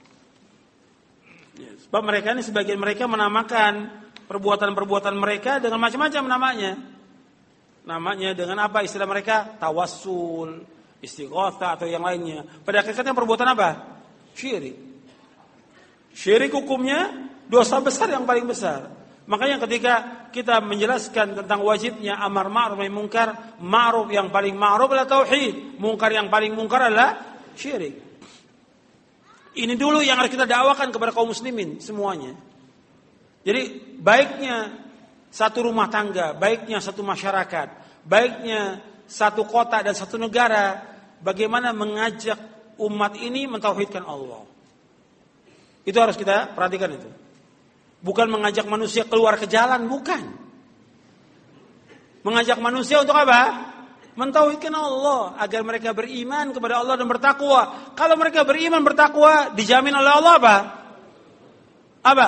B: Ya, sebab mereka ini sebagian mereka menamakan perbuatan-perbuatan mereka dengan macam-macam namanya. Namanya dengan apa istilah mereka? Tawassul, istighatsah atau yang lainnya. Pada hakikatnya perbuatan apa? Syirik. Syirik hukumnya dosa besar yang paling besar. Makanya ketika kita menjelaskan tentang wajibnya amar ma'ruf nahi munkar, ma'ruf yang paling ma'ruf adalah tauhid, munkar yang paling munkar adalah syirik. Ini dulu yang harus kita dakwakan kepada kaum muslimin semuanya. Jadi baiknya satu rumah tangga, baiknya satu masyarakat, baiknya satu kota dan satu negara, bagaimana mengajak umat ini mentauhidkan Allah. Itu harus kita perhatikan itu. Bukan mengajak manusia keluar ke jalan, bukan. Mengajak manusia untuk apa? Mentauhidkan Allah agar mereka beriman kepada Allah dan bertakwa. Kalau mereka beriman bertakwa, dijamin oleh Allah apa? Apa?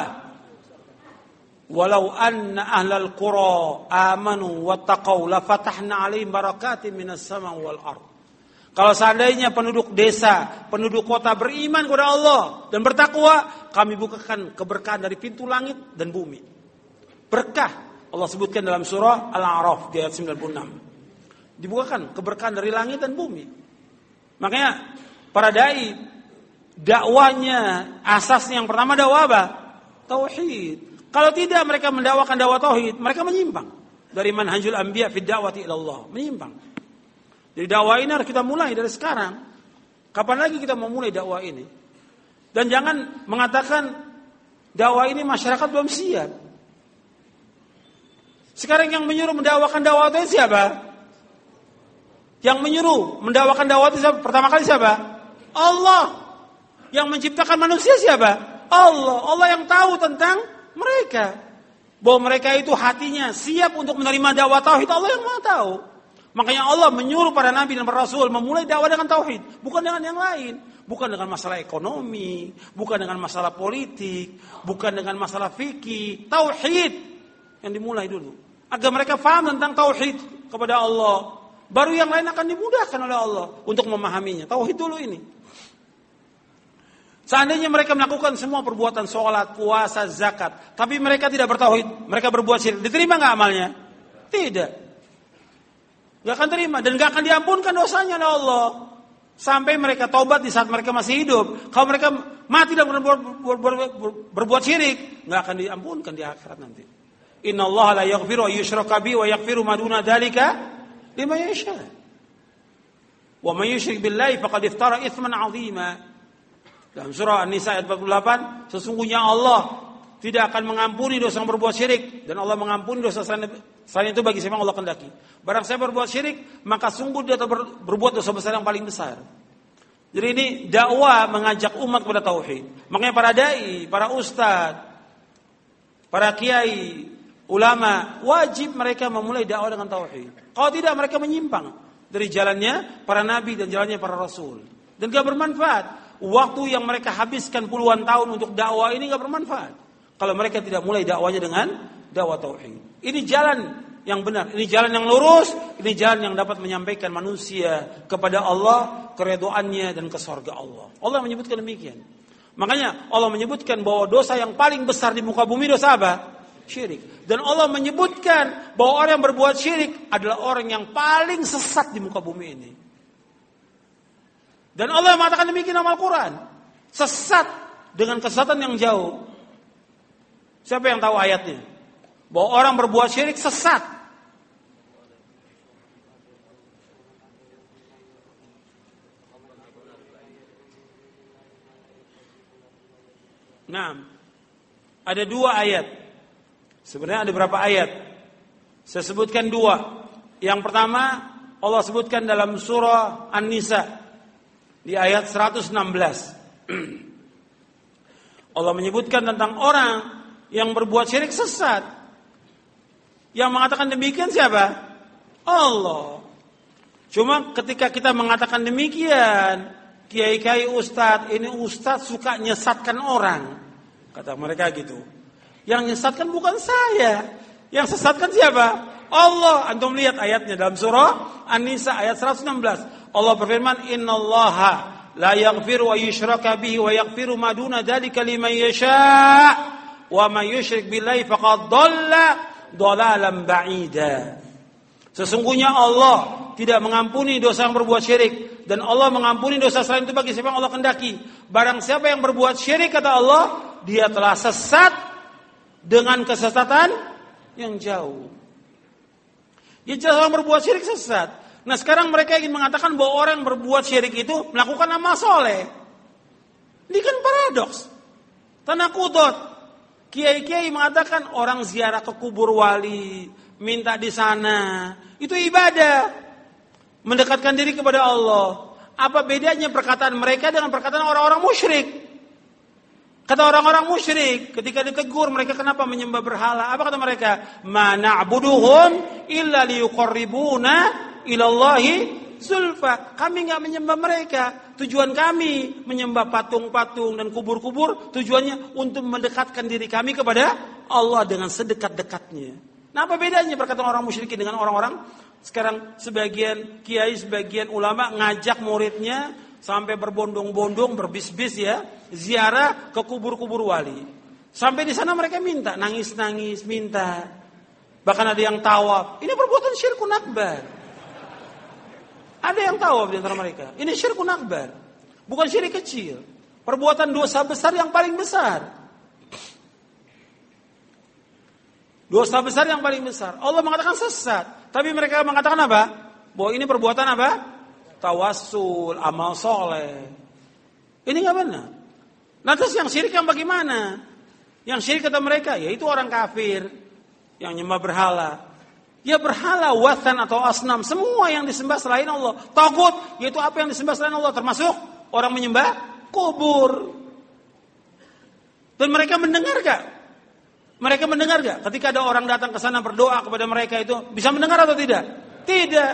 B: Walau anna ahlal qura amanu wattaqau la fatahna 'alaihim barakatin minas sama' wal ardh. Kalau seandainya penduduk desa, penduduk kota beriman kepada Allah dan bertakwa, kami bukakan keberkahan dari pintu langit dan bumi. Berkah Allah sebutkan dalam surah Al-A'raf di ayat sembilan puluh enam. Dibukakan keberkahan dari langit dan bumi. Makanya para dai dakwanya asasnya yang pertama dakwah apa? Tauhid. Kalau tidak mereka mendakwakan dakwah tauhid, mereka menyimpang dari manhajul anbiya fi da'wati ila Allah, menyimpang. Jadi dakwah ini harus kita mulai dari sekarang. Kapan lagi kita mau mulai dakwah ini? Dan jangan mengatakan dakwah ini masyarakat belum siap. Sekarang yang menyuruh mendakwakan dakwah itu siapa? Yang menyuruh mendakwakan dakwah itu siapa? Pertama kali siapa? Allah. Yang menciptakan manusia siapa? Allah. Allah yang tahu tentang mereka. Bahwa mereka itu hatinya siap untuk menerima dakwah tauhid. Allah yang Maha tahu. Makanya Allah menyuruh para nabi dan para rasul memulai dakwah dengan tauhid, bukan dengan yang lain, bukan dengan masalah ekonomi, bukan dengan masalah politik, bukan dengan masalah fikih, tauhid yang dimulai dulu. Agar mereka paham tentang tauhid kepada Allah, baru yang lain akan dimudahkan oleh Allah untuk memahaminya. Tauhid dulu ini. Seandainya mereka melakukan semua perbuatan sholat, puasa, zakat, tapi mereka tidak bertauhid, mereka berbuat syirik, diterima nggak amalnya? Tidak. Gak akan terima dan gak akan diampunkan dosanya oleh Allah sampai mereka taubat di saat mereka masih hidup. Kalau mereka mati dan berbuat, berbuat, berbuat syirik, gak akan diampunkan di akhirat nanti. Inna Allah la yaghfiru ayyushraka bihi wa yaghfiru ma duna dzalika liman yasha. Wa man yusyrik billahi faqad iftara itsman 'azima. Dalam surah An-Nisa ayat empat puluh delapan, sesungguhnya Allah tidak akan mengampuni dosa yang berbuat syirik dan Allah mengampuni dosa selain, selain itu bagi siapa yang Allah kehendaki. Barang saya berbuat syirik, maka sungguh dia ber, berbuat dosa besar yang paling besar. Jadi ini dakwah mengajak umat kepada tauhid. Makanya para dai, para ustadz, para kiai, ulama wajib mereka memulai dakwah dengan tauhid. Kalau tidak mereka menyimpang dari jalannya para nabi dan jalannya para rasul. Dan gak bermanfaat. Waktu yang mereka habiskan puluhan tahun untuk dakwah ini gak bermanfaat kalau mereka tidak mulai dakwanya dengan dakwah tauhid. Ini jalan yang benar, ini jalan yang lurus, ini jalan yang dapat menyampaikan manusia kepada Allah, keridhaannya dan ke surga Allah. Allah menyebutkan demikian. Makanya Allah menyebutkan bahwa dosa yang paling besar di muka bumi dosa apa? Syirik. Dan Allah menyebutkan bahwa orang yang berbuat syirik adalah orang yang paling sesat di muka bumi ini. Dan Allah mengatakan demikian dalam Al-Quran. Sesat dengan kesesatan yang jauh. Siapa yang tahu ayatnya? Bahwa orang berbuat syirik sesat. Nah, ada dua ayat. Sebenarnya ada berapa ayat? Saya sebutkan dua. Yang pertama Allah sebutkan dalam surah An-Nisa di ayat seratus enam belas. Allah menyebutkan tentang orang yang berbuat syirik sesat. Yang mengatakan demikian siapa? Allah. Cuma ketika kita mengatakan demikian, kiai-kiai ustadz, ini ustadz suka nyesatkan orang. Kata mereka gitu. Yang nyesatkan bukan saya. Yang sesatkan siapa? Allah. Antum lihat ayatnya dalam surah An-Nisa ayat seratus enam belas. Allah berfirman, "Innallaha la yaghfiru wa yushraka bihi wa yaghfiru ma duna dzalika liman yasha'. Wa may yusyrik billahi faqad dhalla dhalalan ba'ida." Sesungguhnya Allah tidak mengampuni dosa yang berbuat syirik dan Allah mengampuni dosa selain itu bagi siapa yang Allah kehendaki. Barang siapa yang berbuat syirik kata Allah, dia telah sesat dengan kesesatan yang jauh. Ya jelas orang berbuat syirik sesat. Nah sekarang mereka ingin mengatakan bahwa orang yang berbuat syirik itu melakukan amal soleh. Ini kan paradoks. Tanakudot. Kiai-kiai mengatakan orang ziarah ke kubur wali, minta di sana, itu ibadah, mendekatkan diri kepada Allah. Apa bedanya perkataan mereka dengan perkataan orang-orang musyrik? Kata orang-orang musyrik, ketika ditegur mereka kenapa menyembah berhala, apa kata mereka? Ma na'buduhum illa liyuqarribuna ilallahi zulfa. Kami enggak menyembah mereka tujuan kami menyembah patung-patung dan kubur-kubur tujuannya untuk mendekatkan diri kami kepada Allah dengan sedekat-dekatnya. Nah, apa bedanya perkataan orang musyrikin dengan orang-orang sekarang? Sebagian kiai, sebagian ulama ngajak muridnya sampai berbondong-bondong, berbis-bis ya, ziarah ke kubur-kubur wali. Sampai di sana mereka minta, nangis-nangis, minta. Bahkan ada yang tawaf. Ini perbuatan syirkun akbar. Ada yang tawaf di antara mereka. Ini syirkun akbar. Bukan syirik kecil. Perbuatan dosa besar yang paling besar. Dosa besar yang paling besar. Allah mengatakan sesat. Tapi mereka mengatakan apa? Bahwa ini perbuatan apa? Tawassul, amal soleh. Ini gak benar. Nah terus yang syirik yang bagaimana? Yang syirik kata mereka, yaitu orang kafir. Yang nyembah berhala. Ya berhala, wathan atau asnam, semua yang disembah selain Allah. Tagut, yaitu apa yang disembah selain Allah, termasuk orang menyembah kubur. Dan mereka mendengar gak? Mereka mendengar gak? Ketika ada orang datang ke sana berdoa kepada mereka itu, bisa mendengar atau tidak? Tidak.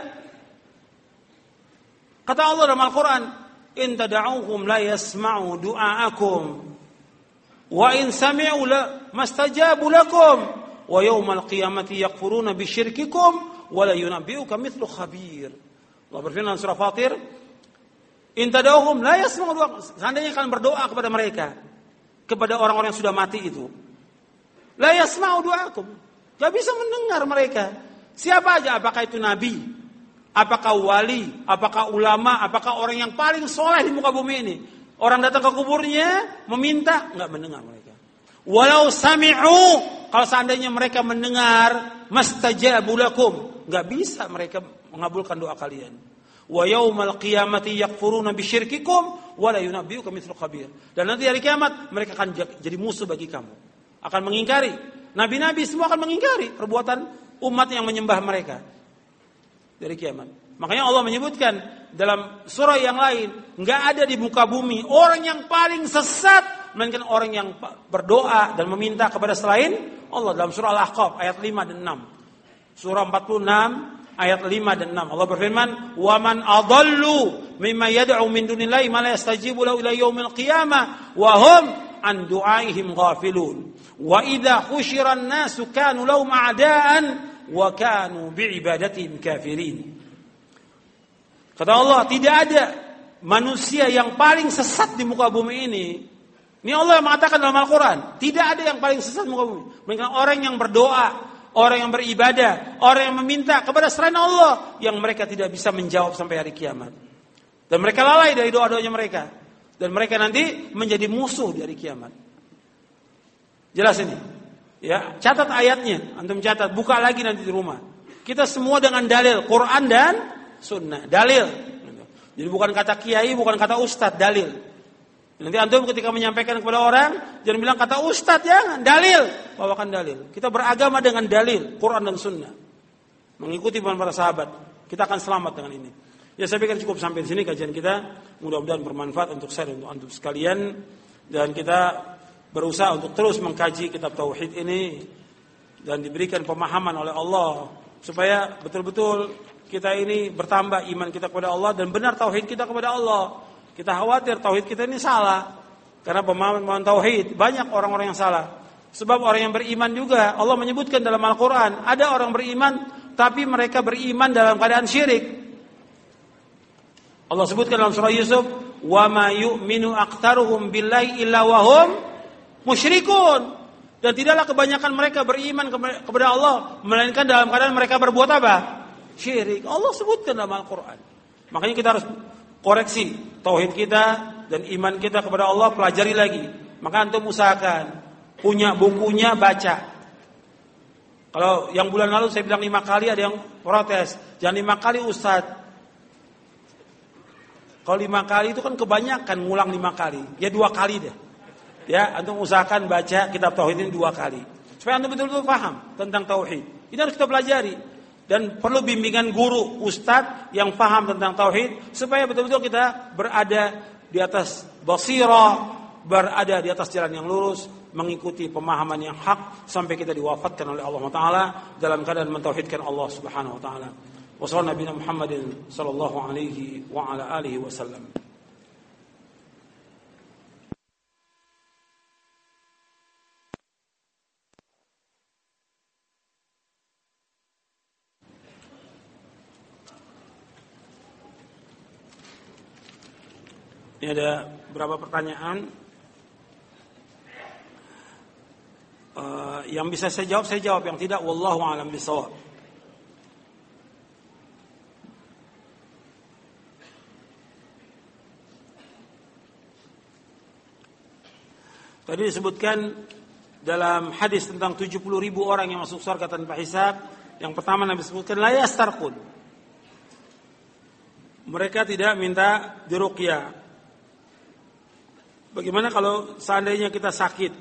B: Kata Allah dalam Al-Quran, in tada'uhum la yasma'u du'aakum, wa in sami'u la mastajabu lakum. Wa yawmal qiyamati yakfuruna bisyirkikum wa la yunabbi'uka mithlu khabir. Allah berfirman surah Fatir, in tad'uhum la yasma'u du'a. Seandainya kalian berdoa kepada mereka, kepada orang-orang yang sudah mati itu, la yasma'u du'akum, enggak bisa mendengar mereka. Siapa aja, apakah itu nabi, apakah wali, apakah ulama, apakah orang yang paling soleh di muka bumi ini. Orang datang ke kuburnya meminta, enggak mendengar mereka. Walau sami'u, kalau seandainya mereka mendengar, mastajabu lakum, enggak bisa mereka mengabulkan doa kalian. Wa yaumal qiyamati yakfuruna bisyirkikum wa la yunabbi'uka mithlu khabir. Dan nanti hari kiamat mereka akan jadi musuh bagi kamu. Akan mengingkari. Nabi-nabi semua akan mengingkari perbuatan umat yang menyembah mereka. Dari kiamat. Makanya Allah menyebutkan dalam surah yang lain, enggak ada di muka bumi orang yang paling sesat melainkan orang yang berdoa dan meminta kepada selain Allah. Dalam surah Al-Ahqaf ayat lima dan enam. Surah empat puluh enam ayat lima dan enam. Allah berfirman, "Wa man adallu mimma yad'u min dunillahi ma la yastajibu lahu ila yaumil qiyamah wa hum an du'aihim ghafilun. Wa idza husyira an-nasu kanu lahum a'daan wa kanu bi'ibadatihim kafirin." Kata Allah, tidak ada manusia yang paling sesat di muka bumi ini. Ini Allah yang mengatakan dalam Al-Quran. Tidak ada yang paling sesat di muka bumi. Mereka orang yang berdoa, orang yang beribadah, orang yang meminta kepada selain Allah, yang mereka tidak bisa menjawab sampai hari kiamat. Dan mereka lalai dari doa-doanya mereka. Dan mereka nanti menjadi musuh di hari kiamat. Jelas ini? Ya, catat ayatnya. Antum catat, buka lagi nanti di rumah. Kita semua dengan dalil Quran dan Sunnah, dalil. Jadi bukan kata kiai, bukan kata ustadz, dalil. Nanti antum ketika menyampaikan kepada orang, jangan bilang kata ustadz, jangan, dalil. Bawakan dalil. Kita beragama dengan dalil Quran dan Sunnah. Mengikuti para sahabat, kita akan selamat dengan ini. Ya, saya pikir cukup sampai di sini kajian kita. Mudah-mudahan bermanfaat untuk saya dan untuk antum sekalian. Dan kita berusaha untuk terus mengkaji kitab tauhid ini dan diberikan pemahaman oleh Allah supaya betul-betul kita ini bertambah iman kita kepada Allah dan benar tauhid kita kepada Allah. Kita khawatir tauhid kita ini salah. Karena pemahaman tauhid banyak orang-orang yang salah. Sebab orang yang beriman juga Allah menyebutkan dalam Al-Quran, ada orang beriman tapi mereka beriman dalam keadaan syirik. Allah sebutkan dalam surah Yusuf, "Wa ma yu'minu aqtaruhum billahi illa wa hum musyrikun." Dan tidaklah kebanyakan mereka beriman kepada Allah melainkan dalam keadaan mereka berbuat apa? Syirik. Allah sebutkan dalam Al-Quran. Makanya kita harus koreksi tauhid kita dan iman kita kepada Allah, pelajari lagi. Maka antum usahakan punya bukunya, baca. Kalau yang bulan lalu saya bilang lima kali, ada yang protes, jangan lima kali Ustaz. Kalau lima kali itu kan kebanyakan, ngulang lima kali. Ya dua kali deh. Ya, antum usahakan baca kitab tauhid ini dua kali supaya antum betul-betul paham tentang tauhid. Ini harus kita pelajari. Dan perlu bimbingan guru, ustadz yang paham tentang tauhid supaya betul-betul kita berada di atas basirah, berada di atas jalan yang lurus, mengikuti pemahaman yang hak sampai kita diwafatkan oleh Allah Taala dalam keadaan mentauhidkan Allah Subhanahu Wa Taala. Wassallallahu Nabi Muhammadin sallallahu alaihi wa ala alihi wasallam. Ini ada beberapa pertanyaan. Uh, yang bisa saya jawab, saya jawab. Yang tidak, wallahu a'lam bishawab. Tadi disebutkan dalam hadis tentang tujuh puluh ribu orang yang masuk surga tanpa hisab. Yang pertama Nabi sebutkan, la yastarqun. Mereka tidak minta diruqyah. Bagaimana kalau seandainya kita sakit?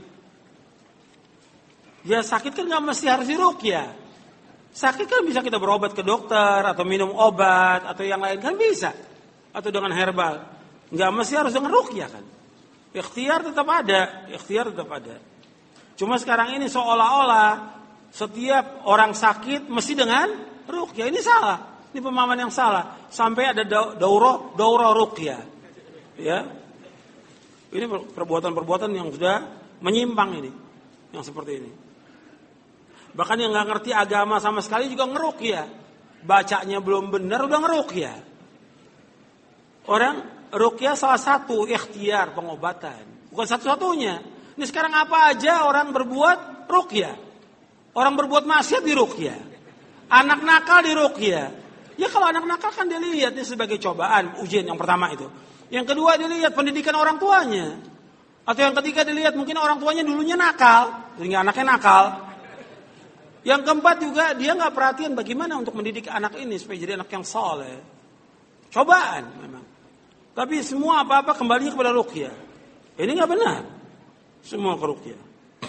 B: Ya sakit kan gak mesti harus diruqyah. Sakit kan bisa kita berobat ke dokter, atau minum obat, atau yang lain kan bisa. Atau dengan herbal. Gak mesti harus dengan ruqyah kan. Ikhtiar tetap ada, ikhtiar tetap ada. Cuma sekarang ini seolah-olah setiap orang sakit mesti dengan ruqyah. Ini salah, ini pemahaman yang salah. Sampai ada daurah, daurah ruqyah. Ya, ini perbuatan-perbuatan yang sudah menyimpang ini, yang seperti ini. Bahkan yang nggak ngerti agama sama sekali juga ngeruqyah. Bacanya belum benar udah ngeruqyah. Orang ruqyah salah satu ikhtiar pengobatan, bukan satu-satunya. Ini sekarang apa aja orang berbuat ruqyah. Orang berbuat maksiat di ruqyah. Anak nakal di ruqyah. Ya kalau anak nakal kan dilihat ini sebagai cobaan, ujian yang pertama itu. Yang kedua dilihat pendidikan orang tuanya. Atau yang ketiga dilihat mungkin orang tuanya dulunya nakal, sehingga anaknya nakal. Yang keempat juga dia nggak perhatian bagaimana untuk mendidik anak ini supaya jadi anak yang saleh. Cobaan memang. Tapi semua apa-apa kembali kepada ruqyah. Ini nggak benar. Semua ke ruqyah.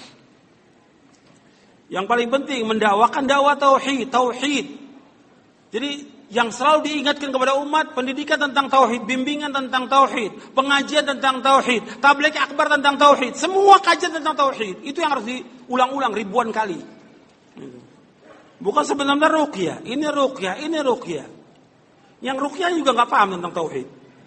B: Yang paling penting mendakwakan dakwah tauhid, tauhid. Jadi yang selalu diingatkan kepada umat pendidikan tentang tauhid, bimbingan tentang tauhid, pengajian tentang tauhid, tabligh akbar tentang tauhid, semua kajian tentang tauhid. Itu yang harus diulang-ulang ribuan kali. Bukan sebenarnya ruqyah, ini ruqyah, ini ruqyah. Yang ruqyah juga nggak paham tentang tauhid.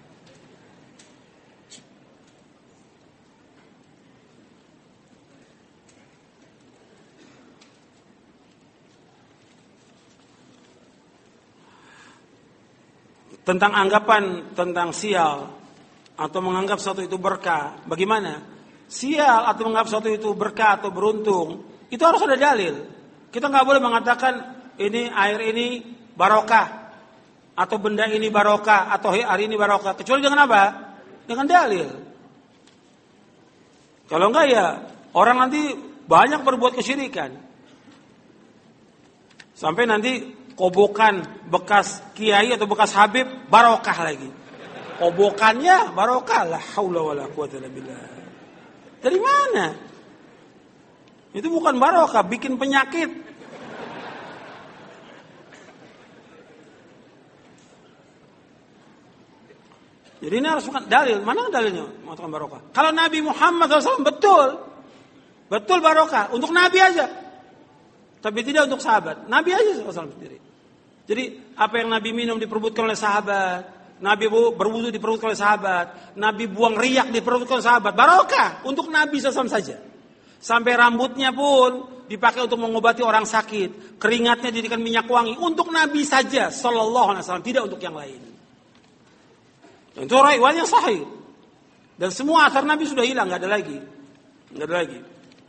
B: Tentang anggapan tentang sial atau menganggap sesuatu itu berkah, bagaimana? Sial atau menganggap sesuatu itu berkah atau beruntung, itu harus ada dalil. Kita nggak boleh mengatakan ini air ini barokah atau benda ini barokah atau hari ini barokah, kecuali dengan apa? Dengan dalil. Kalau enggak ya orang nanti banyak berbuat kesyirikan. Sampai nanti kobokan bekas kiai atau bekas habib barokah lagi. Kobokannya barokah, la haula wala quwata illa billah. Dari mana? Itu bukan barokah, bikin penyakit. Jadi ini harus bukan dalil. Mana dalilnya mengatakan barokah? Kalau Nabi Muhammad shallallahu alaihi wasallam betul, betul barokah untuk Nabi aja. Tapi tidak untuk sahabat. Nabi aja shallallahu alaihi wasallam sendiri. Jadi apa yang Nabi minum diperbutkan oleh sahabat, Nabi berwudu diperbutkan oleh sahabat, Nabi buang riak diperbutkan oleh sahabat, barokah untuk Nabi shallallahu alaihi wasallam saja. Sampai rambutnya pun dipakai untuk mengobati orang sakit, keringatnya dijadikan minyak wangi untuk Nabi saja sallallahu alaihi wasallam, tidak untuk yang lain. Dan itu riwayat yang sahih. Dan semua athar Nabi sudah hilang, nggak ada lagi, nggak ada lagi.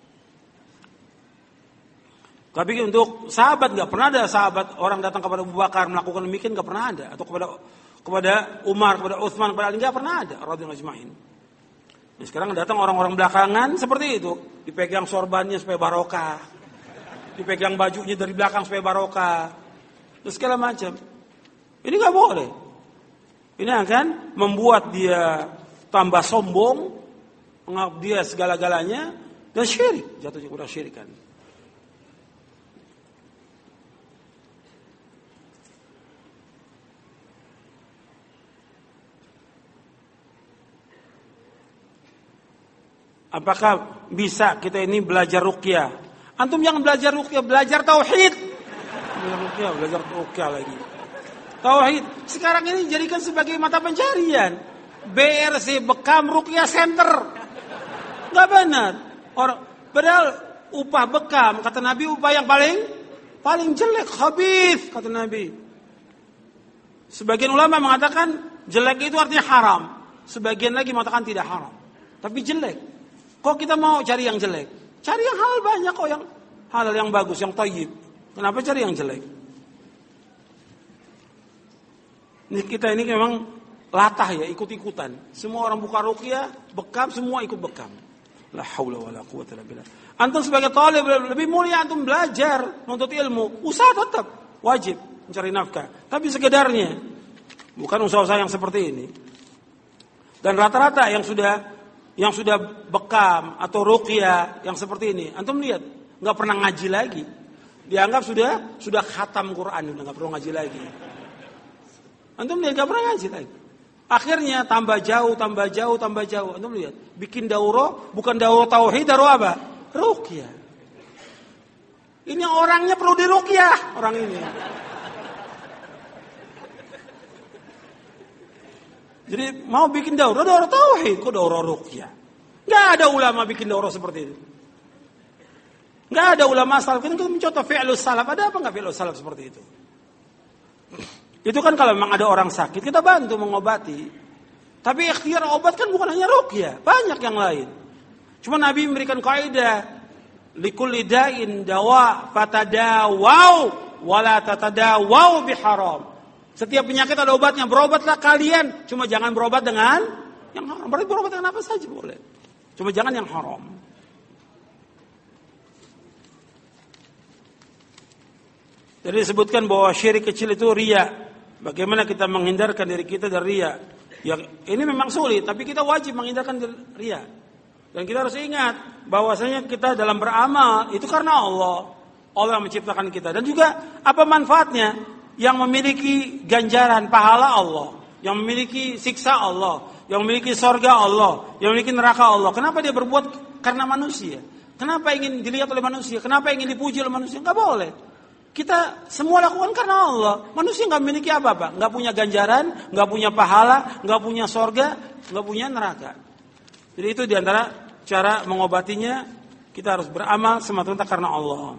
B: Tapi untuk sahabat nggak pernah ada sahabat orang datang kepada Abu Bakar melakukan demikian, nggak pernah ada. Atau kepada kepada Umar, kepada Utsman, kepada Ali, nggak pernah ada. Radhiyallahu ajma'in. Nah, sekarang datang orang-orang belakangan seperti itu, dipegang sorbannya supaya barokah, dipegang bajunya dari belakang supaya barokah, terus segala macam. Ini nggak boleh. Ini akan membuat dia tambah sombong, menganggap dia segala-galanya, dan syirik, jatuhnya kepada syirikan. Apakah bisa kita ini belajar ruqyah? Antum jangan belajar ruqyah, belajar tauhid. Belajar ruqyah, belajar ruqyah lagi. Tauhid. Sekarang ini jadikan sebagai mata pencarian. B R C Bekam Ruqyah Center. Enggak benar. Orang padahal upah Bekam kata Nabi upah yang paling paling jelek, khabith kata Nabi. Sebagian ulama mengatakan jelek itu artinya haram. sebagian lagi mengatakan tidak haram. Tapi jelek. Kok kita mau cari yang jelek? Cari yang halal banyak kok, yang halal, yang bagus, yang thayyib. Kenapa cari yang jelek? Ini kita ini memang latah ya, ikut-ikutan. Semua orang buka ruqyah, bekam, semua ikut bekam. La haula wala quwwata illa billah. Antum sebagai talib lebih mulia antum belajar, menuntut ilmu. Usaha tetap wajib mencari nafkah, tapi sekedarnya. Bukan usaha-usaha yang seperti ini. Dan rata-rata yang sudah yang sudah bekam atau ruqyah yang seperti ini, antum lihat, enggak pernah ngaji lagi. Dianggap sudah sudah khatam Quran, udah enggak perlu ngaji lagi. Antum lihat enggak pernah ngaji lagi. Akhirnya tambah jauh, tambah jauh, tambah jauh. Antum lihat, bikin dauro, bukan dauro tauhid, dauro apa? Ruqyah. Ini orangnya perlu diruqyah, orang ini. Jadi mau bikin dauro, dauro tauhid, kok dauro ruqyah? Enggak ada ulama bikin dauro seperti itu. Enggak ada ulama salaf. Kan kita mencontoh fi'lus salaf, ada apa enggak fi'lus salaf seperti itu? Itu kan kalau memang ada orang sakit, kita bantu mengobati. Tapi ikhtiar obat kan bukan hanya ruqyah, banyak yang lain. Cuma Nabi memberikan kaidah, likulli da'in dawa fatadawau wala tatadawau biharam. Setiap penyakit ada obatnya, berobatlah kalian, cuma jangan berobat dengan yang haram. Berarti berobat dengan apa saja boleh. Cuma jangan yang haram. Jadi disebutkan bahwa syirik kecil itu riya. Bagaimana kita menghindarkan diri kita dari riya? Ya, ini memang sulit, tapi kita wajib menghindarkan dari riya. Dan kita harus ingat bahwasanya kita dalam beramal itu karena Allah. Allah yang menciptakan kita. Dan juga apa manfaatnya? Yang memiliki ganjaran pahala Allah, yang memiliki siksa Allah, yang memiliki sorga Allah, yang memiliki neraka Allah. Kenapa dia berbuat karena manusia? Kenapa ingin dilihat oleh manusia? Kenapa ingin dipuji oleh manusia? Enggak boleh. Kita semua lakukan karena Allah. Manusia enggak memiliki apa-apa, enggak punya ganjaran, enggak punya pahala, enggak punya sorga, enggak punya neraka. Jadi itu diantara cara mengobatinya, kita harus beramal semata-mata karena Allah.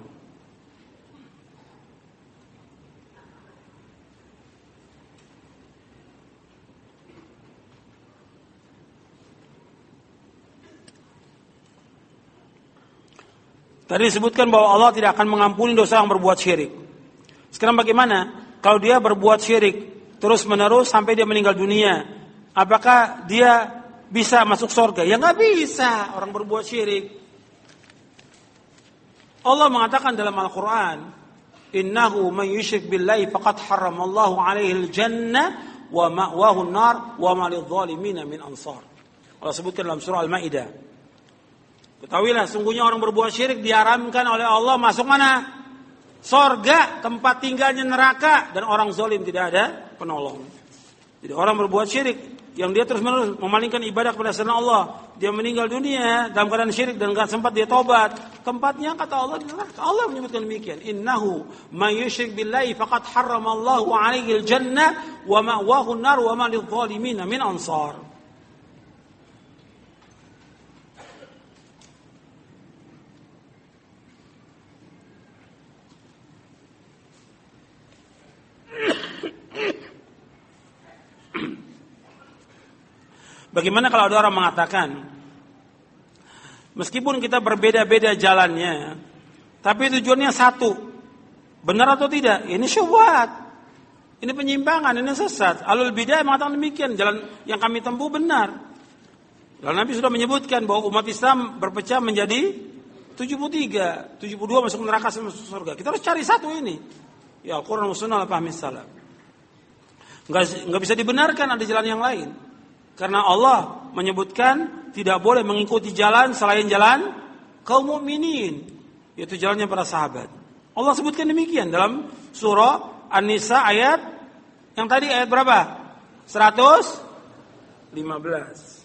B: Tadi disebutkan bahwa Allah tidak akan mengampuni dosa yang berbuat syirik. Sekarang bagaimana kalau dia berbuat syirik terus menerus sampai dia meninggal dunia? Apakah dia bisa masuk surga? Ya nggak bisa orang berbuat syirik. Allah mengatakan dalam Al-Quran, Innahu man yushrik billahi faqad harramallahu alaihi al-jannah wa ma'wahu an-nar wa ma lidh-dhalimina min ansar. Allah sebutkan dalam surah Al-Maidah. Ketahuilah, sungguhnya orang berbuat syirik diharamkan oleh Allah masuk mana? Sorga, tempat tinggalnya neraka, dan orang zalim tidak ada penolong. Jadi orang berbuat syirik yang dia terus menerus memalingkan ibadah kepada selain Allah, dia meninggal dunia dalam keadaan syirik dan enggak sempat dia tobat, tempatnya kata Allah di neraka. Allah menyebutkan demikian, Innahu may yusyrik billahi faqad harramallahu alaihi al-jannah wa ma'wahu an-nar wa ma lidh-dhalimin min ansar. Bagaimana kalau ada orang mengatakan, meskipun kita berbeda-beda jalannya, tapi tujuannya satu, benar atau tidak? Ini syubhat, ini penyimpangan, ini sesat. Ahlul bidah mengatakan demikian, jalan yang kami tempuh benar. Lalu Nabi sudah menyebutkan bahwa umat Islam berpecah menjadi tujuh puluh tiga, tujuh puluh dua masuk neraka, masuk surga. Kita harus cari satu ini. Ya Al-Quran wa Sunnah al-Fahmi salaf. Enggak, enggak bisa dibenarkan ada jalan yang lain. Karena Allah menyebutkan tidak boleh mengikuti jalan selain jalan kaum mukminin, yaitu jalannya para sahabat. Allah sebutkan demikian dalam surah An-Nisa ayat yang tadi ayat berapa? seratus lima belas.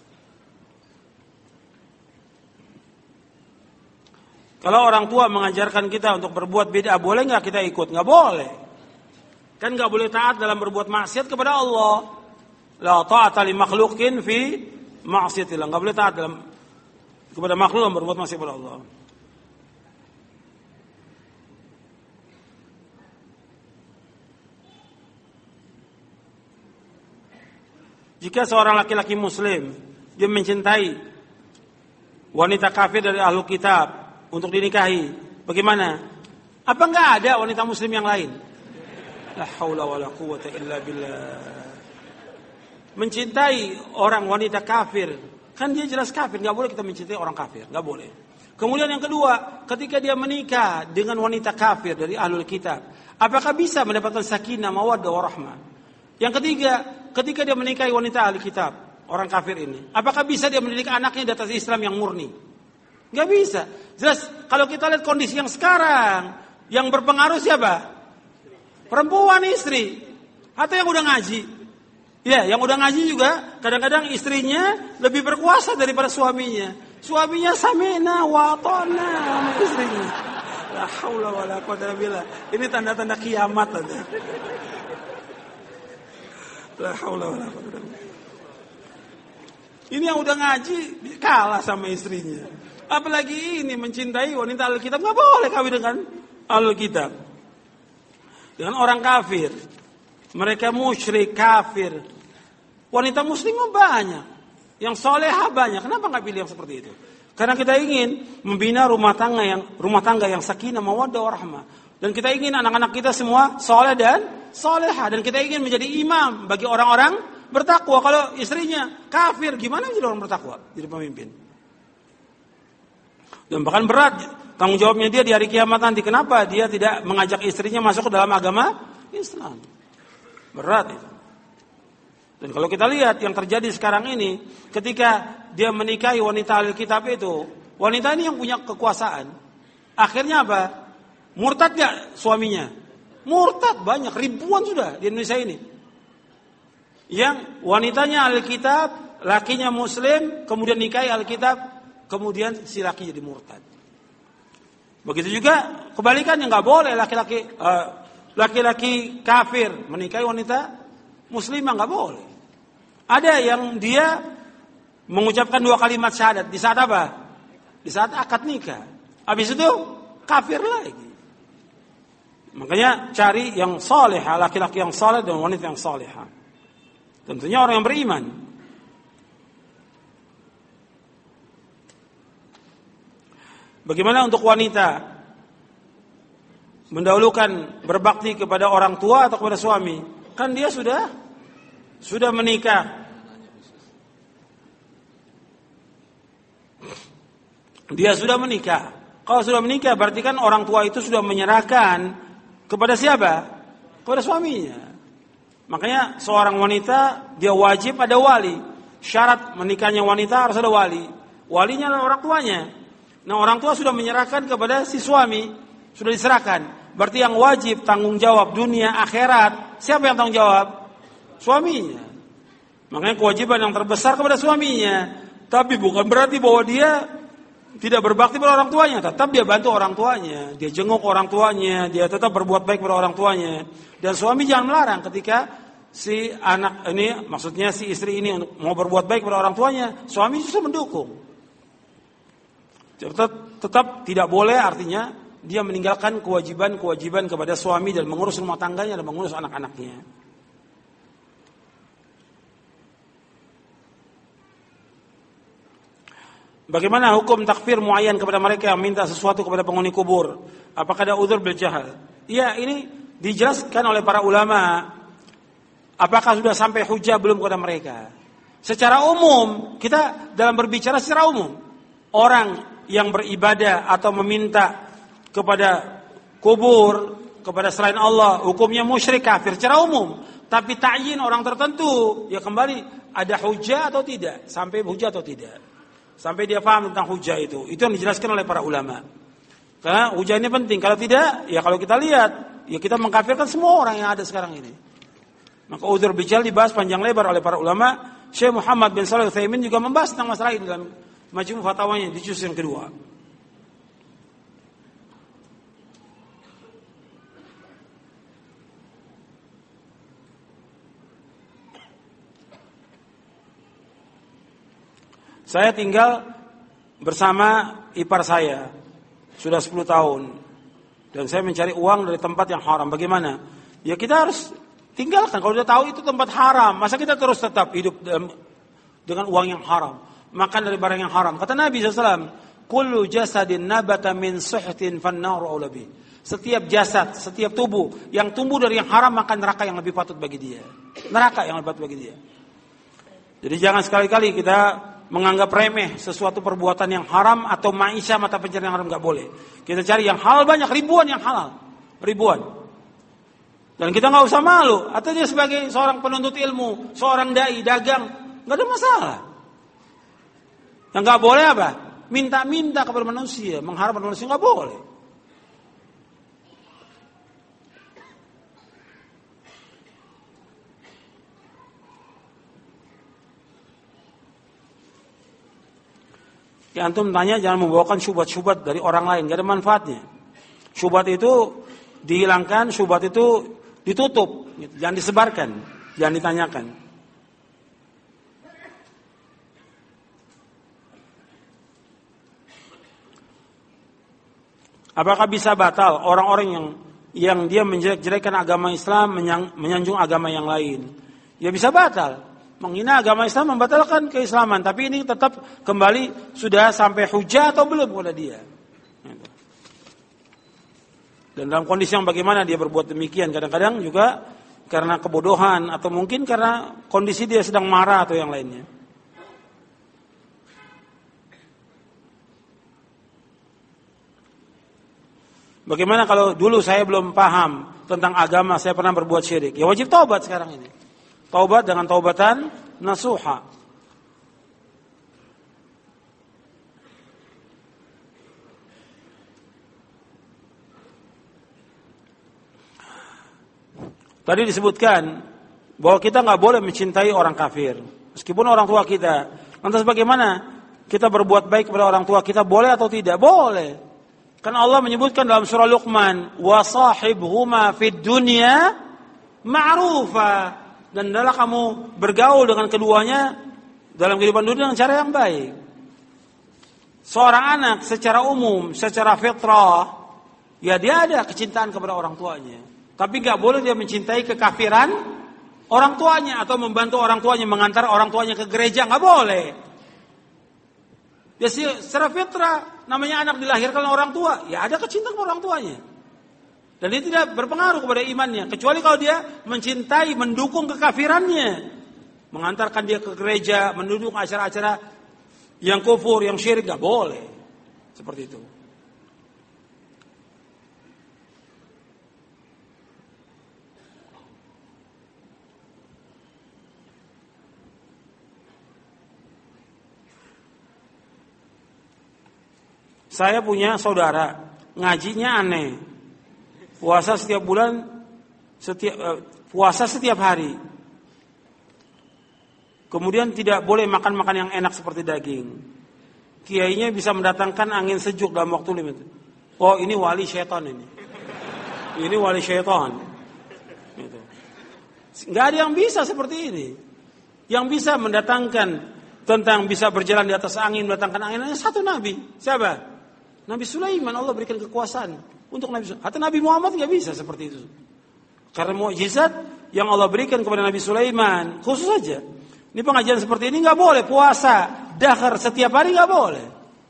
B: Kalau orang tua mengajarkan kita untuk berbuat bid'ah, boleh nggak kita ikut? Nggak boleh. Kan nggak boleh taat dalam berbuat maksiat kepada Allah. La ta'ata li makhluqin fi ma'siyatillah. Enggak boleh taat dalam kepada makhluk yang berbuat maksiat kepada Allah. jika seorang laki-laki muslim dia mencintai wanita kafir dari ahlu kitab untuk dinikahi, bagaimana? Apa enggak ada wanita muslim yang lain? La haula wala quwwata illa billah. Mencintai orang wanita kafir, kan dia jelas kafir, enggak boleh kita mencintai orang kafir, enggak boleh. Kemudian yang kedua, ketika dia menikah dengan wanita kafir dari ahlul kitab, apakah bisa mendapatkan sakinah, mawaddah, warahmah? Yang ketiga, ketika dia menikahi wanita ahli kitab, orang kafir ini, apakah bisa dia mendidik anaknya di atas Islam yang murni? Enggak bisa. Jelas kalau kita lihat kondisi yang sekarang, yang berpengaruh siapa? Perempuan, istri, atau yang udah ngaji. Ya, yang udah ngaji juga kadang-kadang istrinya lebih berkuasa daripada suaminya. Suaminya samina wa ata'na sama istrinya. La haula wala quwwata illa billah. Ini tanda-tanda kiamat ada. La haula wala quwwata illa billah. Ini yang udah ngaji kalah sama istrinya. Apalagi ini mencintai wanita Alkitab, enggak boleh kawin dengan Alkitab. Dengan orang kafir. Mereka musyrik, kafir. Wanita muslimah banyak. Yang solehah banyak. Kenapa nggak pilih yang seperti itu? Karena kita ingin membina rumah tangga yang rumah tangga yang sakinah, mawaddah, warahmah. Dan kita ingin anak-anak kita semua soleh dan solehah. Dan kita ingin menjadi imam bagi orang-orang bertakwa. Kalau istrinya kafir, gimana jadi orang bertakwa? Jadi pemimpin. Dan bahkan berat tanggung jawabnya dia di hari kiamat nanti. Kenapa dia tidak mengajak istrinya masuk ke dalam agama Islam? Berat itu. Dan kalau kita lihat yang terjadi sekarang ini, ketika dia menikahi wanita ahli kitab itu, wanita ini yang punya kekuasaan. Akhirnya apa? Murtad gak suaminya? Murtad banyak, ribuan sudah di Indonesia ini. Yang wanitanya ahli kitab, lakinya muslim, kemudian nikahi ahli kitab, kemudian si laki jadi murtad. Begitu juga kebalikannya, nggak boleh laki-laki uh, laki-laki kafir menikahi wanita muslimah, nggak boleh. Ada yang dia mengucapkan dua kalimat syahadat di saat apa? Di saat akad nikah. Habis itu kafir lagi. Makanya cari yang saleh, laki-laki yang saleh dan wanita yang salehah. Tentunya orang yang beriman. Bagaimana untuk wanita mendahulukan berbakti kepada orang tua atau kepada suami? Kan dia sudah sudah menikah. Dia sudah menikah. Kalau sudah menikah berarti kan orang tua itu sudah menyerahkan kepada siapa? Kepada suaminya. Makanya seorang wanita dia wajib ada wali. Syarat menikahnya wanita harus ada wali. Walinya adalah orang tuanya. Nah, orang tua sudah menyerahkan kepada si suami, sudah diserahkan. Berarti yang wajib tanggung jawab dunia akhirat, siapa yang tanggung jawab? Suaminya. Makanya kewajiban yang terbesar kepada suaminya. Tapi bukan berarti bahwa dia tidak berbakti pada orang tuanya. Tetap dia bantu orang tuanya, dia jenguk orang tuanya, dia tetap berbuat baik pada orang tuanya. Dan suami jangan melarang ketika si anak ini, maksudnya si istri ini mau berbuat baik pada orang tuanya, suami justru mendukung. Tetap, tetap tidak boleh, artinya dia meninggalkan kewajiban-kewajiban kepada suami dan mengurus rumah tangganya dan mengurus anak-anaknya. Bagaimana hukum takfir muayyan kepada mereka yang minta sesuatu kepada penghuni kubur? Apakah ada uzur bil jahal? Iya, ini dijelaskan oleh para ulama. Apakah sudah sampai hujah belum kepada mereka? Secara umum, kita dalam berbicara secara umum, orang yang beribadah atau meminta kepada kubur, kepada selain Allah, hukumnya musyrik kafir secara umum. Tapi ta'yin orang tertentu, ya kembali ada hujah atau tidak, sampai hujah atau tidak. Sampai dia paham tentang hujah itu. Itu yang dijelaskan oleh para ulama. Karena hujah ini penting. Kalau tidak, ya kalau kita lihat, ya kita mengkafirkan semua orang yang ada sekarang ini. Maka udzur bijal dibahas panjang lebar oleh para ulama. Syekh Muhammad bin Shalih Al-Utsaimin juga membahas tentang masalah ini dalam Majmu' Fatwanya di juz yang kedua. Saya tinggal bersama ipar saya sudah sepuluh tahun dan saya mencari uang dari tempat yang haram. Bagaimana? Ya kita harus tinggalkan. Kalau udah tahu itu tempat haram, masa kita terus tetap hidup dengan uang yang haram, makan dari barang yang haram? Kata Nabi shallallahu alaihi wasallam, kullu jasadin nabata min suhtin fannaru aula bih. Setiap jasad, setiap tubuh yang tumbuh dari yang haram, maka neraka yang lebih patut bagi dia. Neraka yang lebih patut bagi dia. Jadi jangan sekali-kali kita menganggap remeh sesuatu perbuatan yang haram atau maisha mata pencarian yang haram, nggak boleh. Kita cari yang halal banyak, ribuan yang halal, ribuan. Dan kita nggak usah malu. Atau dia sebagai seorang penuntut ilmu, seorang dai, dagang, nggak ada masalah. Yang nggak boleh apa? Minta-minta kepada manusia, mengharapkan manusia, nggak boleh. Ya antum tanya, jangan membawakan syubhat-syubhat dari orang lain, gak ada manfaatnya. Syubhat itu dihilangkan, syubhat itu ditutup, jangan disebarkan, jangan ditanyakan. Apakah bisa batal orang-orang yang yang dia menjelek-jelekan agama Islam, menyanjung agama yang lain? Ya bisa batal. Menghina agama Islam membatalkan keislaman, tapi ini tetap kembali sudah sampai hujah atau belum kepada dia. Dan dalam kondisi yang bagaimana dia berbuat demikian, kadang-kadang juga karena kebodohan atau mungkin karena kondisi dia sedang marah atau yang lainnya. Bagaimana kalau dulu saya belum paham tentang agama, saya pernah berbuat syirik? Ya wajib taubat sekarang ini. Taubat dengan taubatan nasuha. Tadi disebutkan bahwa kita nggak boleh mencintai orang kafir, meskipun orang tua kita. Lantas bagaimana kita berbuat baik kepada orang tua kita, boleh atau tidak? Boleh. Karena Allah menyebutkan dalam surah Luqman, wa sahibhuma fid dunya ma'rufa. Dan adalah kamu bergaul dengan keduanya dalam kehidupan dunia dengan cara yang baik. Seorang anak secara umum, secara fitrah, ya dia ada kecintaan kepada orang tuanya. Tapi gak boleh dia mencintai kekafiran orang tuanya atau membantu orang tuanya, mengantar orang tuanya ke gereja, gak boleh. Ya secara fitrah, namanya anak dilahirkan oleh orang tua, ya ada kecintaan kepada orang tuanya. Dan ini tidak berpengaruh kepada imannya, kecuali kalau dia mencintai, mendukung kekafirannya, mengantarkan dia ke gereja, mendukung acara-acara yang kufur, yang syirik, gak boleh. Seperti itu. Saya punya saudara, ngajinya aneh. Puasa setiap bulan, setiap uh, puasa setiap hari. Kemudian tidak boleh makan-makan yang enak seperti daging. Kiainya bisa mendatangkan angin sejuk dalam waktu lima menit. Oh, ini wali syaitan ini. Ini wali syaitan. Gitu. Nggak ada yang bisa seperti ini. Yang bisa mendatangkan tentang bisa berjalan di atas angin, mendatangkan angin, hanya satu nabi. Siapa? Nabi Sulaiman. Allah berikan kekuasaan untuk Nabi Sulaiman. Hatta Nabi Muhammad nggak bisa seperti itu. Karena mukjizat yang Allah berikan kepada Nabi Sulaiman khusus saja. Ini pengajian seperti ini nggak boleh puasa dahar setiap hari, nggak boleh.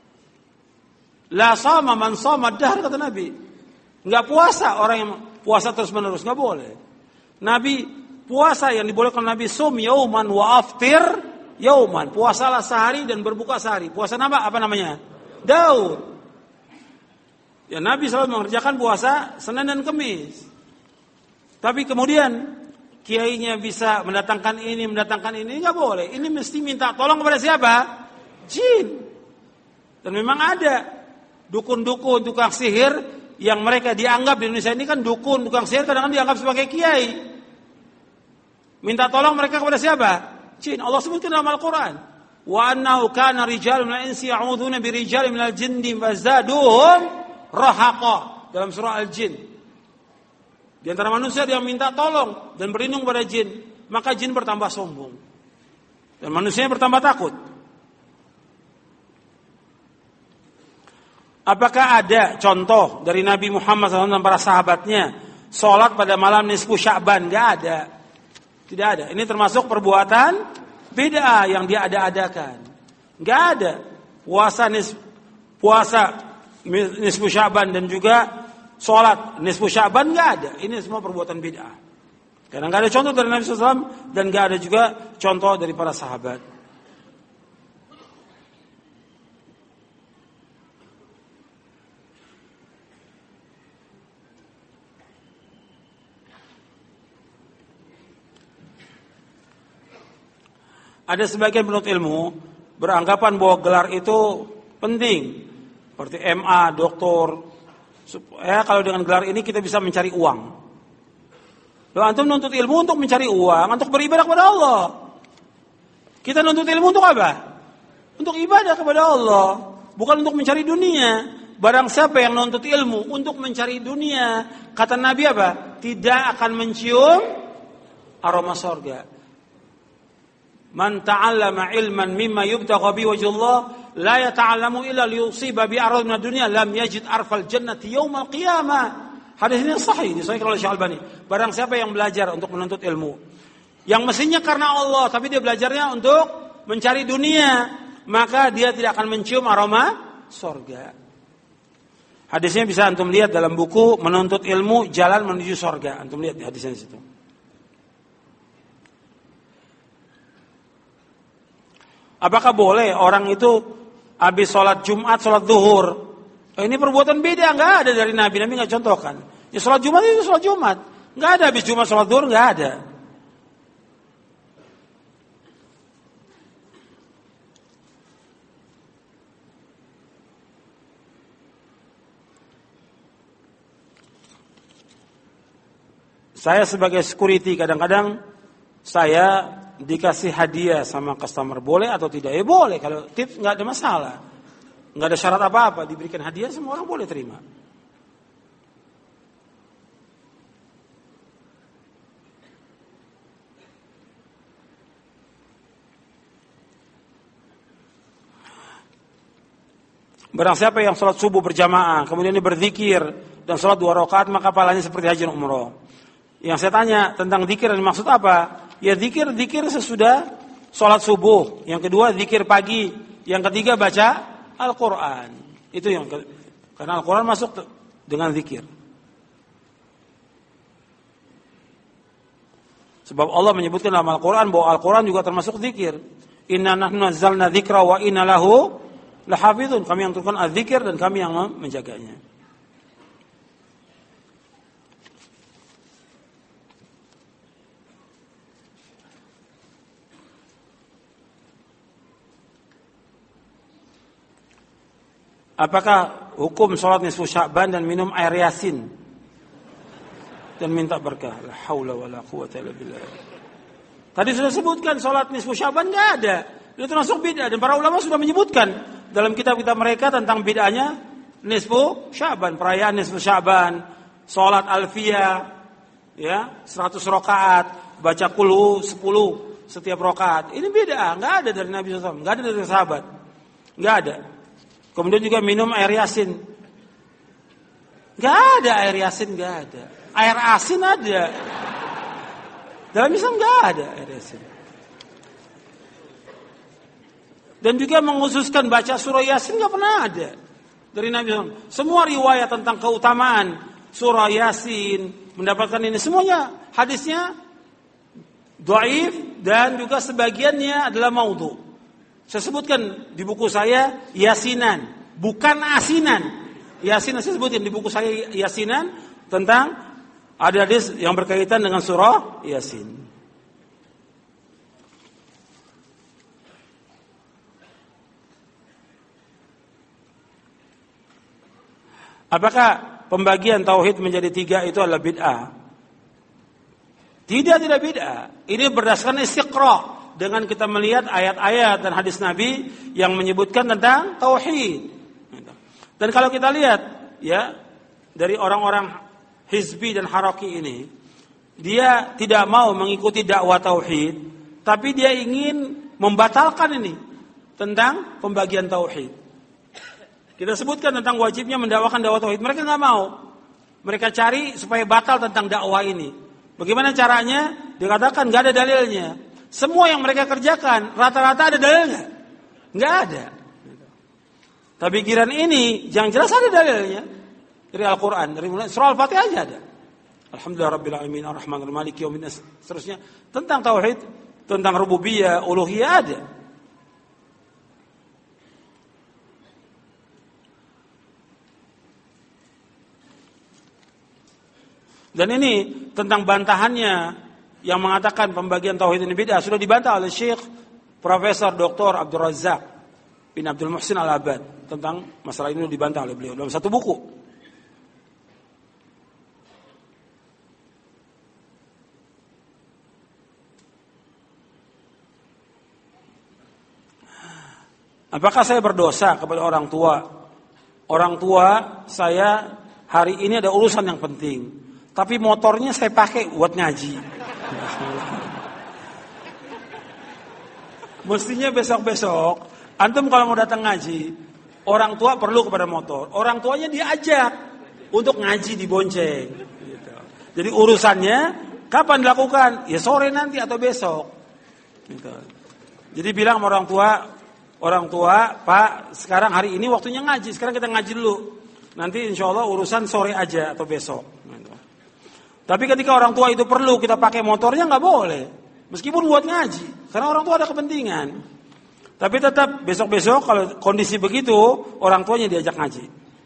B: La sama man sama dahar, kata Nabi. Nggak puasa orang yang puasa terus menerus, nggak boleh. Nabi puasa yang dibolehkan Nabi, sum yauman wa aftir yauman. Puasalah sehari dan berbuka sehari. Puasa nama apa namanya? Daud. Ya Nabi selalu mengerjakan puasa Senin dan Kamis. Tapi kemudian kiainya bisa mendatangkan ini, mendatangkan ini, nggak boleh. Ini mesti minta tolong kepada siapa? Jin. Dan memang ada dukun-dukun, tukang sihir yang mereka dianggap di Indonesia ini kan dukun, tukang sihir kadang-kadang dianggap sebagai kiai. Minta tolong mereka kepada siapa? Jin. Allah sebutkan dalam Al-Quran. Wa annahu kana rijalun minal insi ya'udzuuna bi rijalin minal jinni fazaduhum rahaqa, dalam surah Al-Jin. Di antara manusia yang minta tolong dan berlindung pada jin, maka jin bertambah sombong dan manusia bertambah takut. Apakah ada contoh dari Nabi Muhammad shallallahu alaihi wasallam dan para sahabatnya sholat pada malam nisfu Sya'ban, nggak ada, tidak ada. Ini termasuk perbuatan bid'ah yang dia ada-adakan. Nggak ada puasa nis puasa nisfu Sya'ban dan juga sholat nisfu Sya'ban, nggak ada. Ini semua perbuatan bid'ah. Karena nggak ada contoh dari Nabi shallallahu alaihi wasallam dan nggak ada juga contoh dari para sahabat. Ada sebagian penuntut ilmu beranggapan bahwa gelar itu penting, seperti M A, doktor. Ya, kalau dengan gelar ini kita bisa mencari uang. Loh, antum menuntut ilmu untuk mencari uang, untuk beribadah kepada Allah. Kita menuntut ilmu untuk apa? Untuk ibadah kepada Allah, bukan untuk mencari dunia. Barang siapa yang menuntut ilmu untuk mencari dunia, kata Nabi apa? Tidak akan mencium aroma sorga. Man ta'allama ilman mimma yubtagha bi wajhillah la yata'allamu illa liyusiba bi aradin dunya lam yajid arfal jannati yaumal qiyamah. Hadis ini sahih, disahihkan oleh Syekh Albani. Barang siapa yang belajar untuk menuntut ilmu yang mestinya karena Allah, tapi dia belajarnya untuk mencari dunia, maka dia tidak akan mencium aroma sorga. Hadisnya bisa antum lihat dalam buku Menuntut Ilmu Jalan Menuju Sorga. Antum lihat hadisnya di situ. Apakah boleh orang itu habis sholat Jumat, sholat zuhur? Oh, ini perbuatan beda, nggak ada dari Nabi. Nabi nggak contohkan. Ya sholat Jumat itu sholat Jumat, nggak ada habis Jumat sholat zuhur, nggak ada. Saya sebagai security kadang-kadang saya dikasih hadiah sama customer, boleh atau tidak? Ya boleh, kalau tips nggak ada masalah, nggak ada syarat apa-apa, diberikan hadiah semua orang boleh terima. Barang siapa yang sholat subuh berjamaah, kemudian dia berzikir dan sholat dua rakaat, maka pahalanya seperti haji dan umroh. Yang saya tanya tentang zikir dan maksud apa? Ya zikir, zikir sesudah sholat subuh. Yang kedua zikir pagi. Yang ketiga baca Al-Quran. Itu yang ke, karena Al-Quran masuk dengan zikir. Sebab Allah menyebutkan dalam Al-Quran bahwa Al-Quran juga termasuk zikir. Inna nahnu nazzalna dzikra wa inna lahu lahafizun. Kami yang turunkan az-zikir dan kami yang menjaganya. Apakah hukum sholat nisfu Sya'ban dan minum air Yasin dan minta berkah? La haula wala quwwata illa billah. Tadi sudah sebutkan sholat nisfu Sya'ban enggak ada. Itu termasuk bid'ah dan para ulama sudah menyebutkan dalam kitab-kitab mereka tentang bid'ahnya nisfu Sya'ban, perayaan nisfu Sya'ban, sholat alfiyah, ya, seratus rakaat, baca qul sepuluh setiap rakaat. Ini bid'ah, enggak ada dari Nabi shallallahu alaihi wasallam, enggak ada dari sahabat. Enggak ada. Kemudian juga minum air Yasin. Gak ada air Yasin, gak ada. Air asin ada. Dalam Islam gak ada air Yasin. Dan juga mengkhususkan baca surah Yasin gak pernah ada dari Nabi shallallahu alaihi wasallam. Semua riwayat tentang keutamaan surah Yasin, mendapatkan ini, semuanya hadisnya dhaif dan juga sebagiannya adalah maudhu. Saya sebutkan di buku saya Yasinan, bukan asinan. Yasinan saya sebutkan di buku saya Yasinan tentang ada hadis yang berkaitan dengan surah Yasin. Apakah pembagian tauhid menjadi tiga itu adalah bid'ah? Tidak, tidak bid'ah. Ini berdasarkan istiqra'. Dengan kita melihat ayat-ayat dan hadis Nabi yang menyebutkan tentang tauhid. Dan kalau kita lihat ya dari orang-orang hizbi dan haraki ini, dia tidak mau mengikuti dakwah tauhid, tapi dia ingin membatalkan ini tentang pembagian tauhid. Kita sebutkan tentang wajibnya mendakwakan dakwah tauhid, mereka nggak mau. mereka cari supaya batal tentang dakwah ini. Bagaimana caranya? Dikatakan nggak ada dalilnya. Semua yang mereka kerjakan rata-rata ada dalilnya? Nggak ada. Tapi pikiran ini yang jelas ada dalilnya dari Al-Quran, dari surah Al-Fatihah aja ada. Alhamdulillah Rabbil Alamin Ar-Rahmanir Maliki Yaumiddin, seterusnya tentang tauhid, tentang rububiyah, uluhiyah ada. Dan ini tentang bantahannya yang mengatakan pembagian tauhid ini bid'ah sudah dibantah oleh Syekh Profesor Doktor Abdul Razak bin Abdul Muhsin Al-Abad. Tentang masalah ini dibantah oleh beliau dalam satu buku. Apakah saya berdosa kepada orang tua? Orang tua saya hari ini ada urusan yang penting. Tapi motornya saya pakai buat ngaji. Mestinya besok-besok, antum kalau mau datang ngaji, orang tua perlu kepada motor. Orang tuanya diajak untuk ngaji di bonceng. Gitu. Jadi urusannya kapan dilakukan? Ya sore nanti atau besok. Gitu. Jadi bilang sama orang tua, orang tua, Pak, sekarang hari ini waktunya ngaji. Sekarang kita ngaji dulu. Nanti insya Allah urusan sore aja atau besok. Gitu. Tapi ketika orang tua itu perlu kita pakai motornya nggak boleh, meskipun buat ngaji, karena orang tua ada kepentingan. Tapi tetap besok-besok kalau kondisi begitu, orang tuanya diajak ngaji.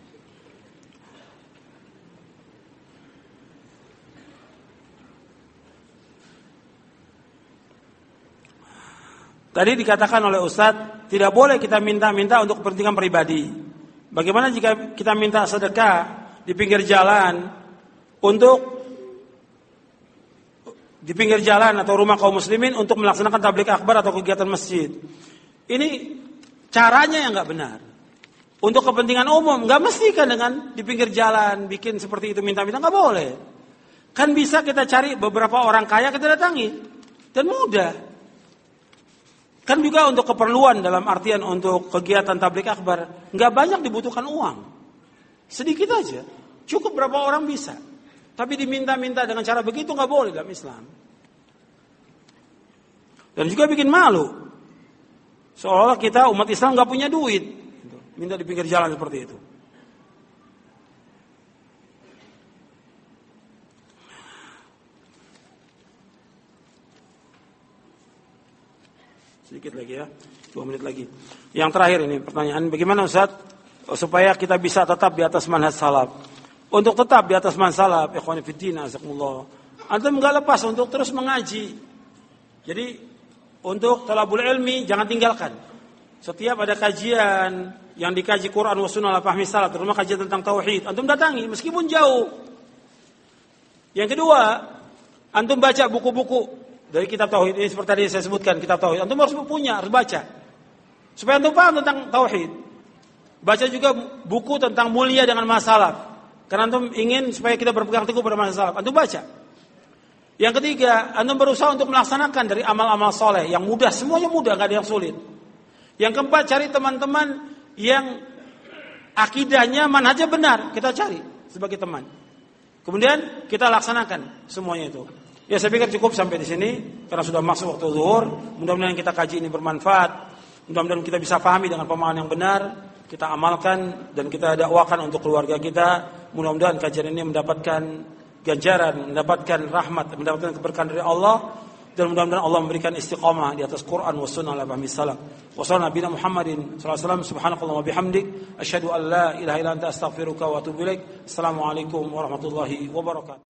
B: Tadi dikatakan oleh Ustadz, tidak boleh kita minta-minta untuk kepentingan pribadi. Bagaimana jika kita minta sedekah di pinggir jalan untuk di pinggir jalan atau rumah kaum muslimin untuk melaksanakan tabligh akbar atau kegiatan masjid. Ini caranya yang nggak benar. Untuk kepentingan umum, nggak mesti kan dengan di pinggir jalan bikin seperti itu minta-minta, nggak boleh. Kan bisa kita cari beberapa orang kaya kita datangi dan mudah. Kan juga untuk keperluan dalam artian untuk kegiatan tabligh akbar nggak banyak dibutuhkan uang, sedikit aja, cukup berapa orang bisa. Tapi diminta-minta dengan cara begitu nggak boleh dalam Islam. Dan juga bikin malu. Seolah kita umat Islam nggak punya duit, minta di pinggir jalan seperti itu. Sedikit lagi ya, dua menit lagi. Yang terakhir ini pertanyaan, bagaimana Ustaz supaya kita bisa tetap di atas manhaj salaf? Untuk tetap di atas manhaj salaf, ikhwan fillah, azakumullah, antum enggak lepas untuk terus mengaji. Jadi untuk talabul ilmi jangan tinggalkan. Setiap ada kajian yang dikaji Quran wa sunnah ala fahmi salaf, terutama kajian tentang tauhid, antum datangi meskipun jauh. Yang kedua, antum baca buku-buku dari kitab tauhid ini seperti tadi saya sebutkan kitab tauhid. Antum harus punya, harus baca. Supaya antum paham tentang tauhid. Baca juga buku tentang mulia dengan masalah. Karena antum ingin supaya kita berpegang teguh pada masalah. Antum baca. Yang ketiga, antum berusaha untuk melaksanakan dari amal-amal soleh yang mudah, semuanya mudah, nggak ada yang sulit. Yang keempat, cari teman-teman yang akidahnya manhajnya benar, kita cari sebagai teman. Kemudian kita laksanakan semuanya itu. Ya saya pikir cukup sampai di sini karena sudah masuk waktu zuhur. Mudah-mudahan yang kita kaji ini bermanfaat. Mudah-mudahan kita bisa pahami dengan pemahaman yang benar, kita amalkan dan kita dakwakan untuk keluarga kita. Mudah-mudahan kajian ini mendapatkan ganjaran, mendapatkan rahmat, mendapatkan keberkahan dari Allah, dan mudah-mudahan Allah memberikan istiqamah di atas Quran wa sunnah ala fahmi salaf. Wa sallallahu nabiyana Muhammadin sallallahu alaihi wasallam, subhanakallah wa bihamdik, asyhadu an la ilaha illa anta astaghfiruka wa atubu ilaik. Assalamualaikum warahmatullahi wabarakatuh.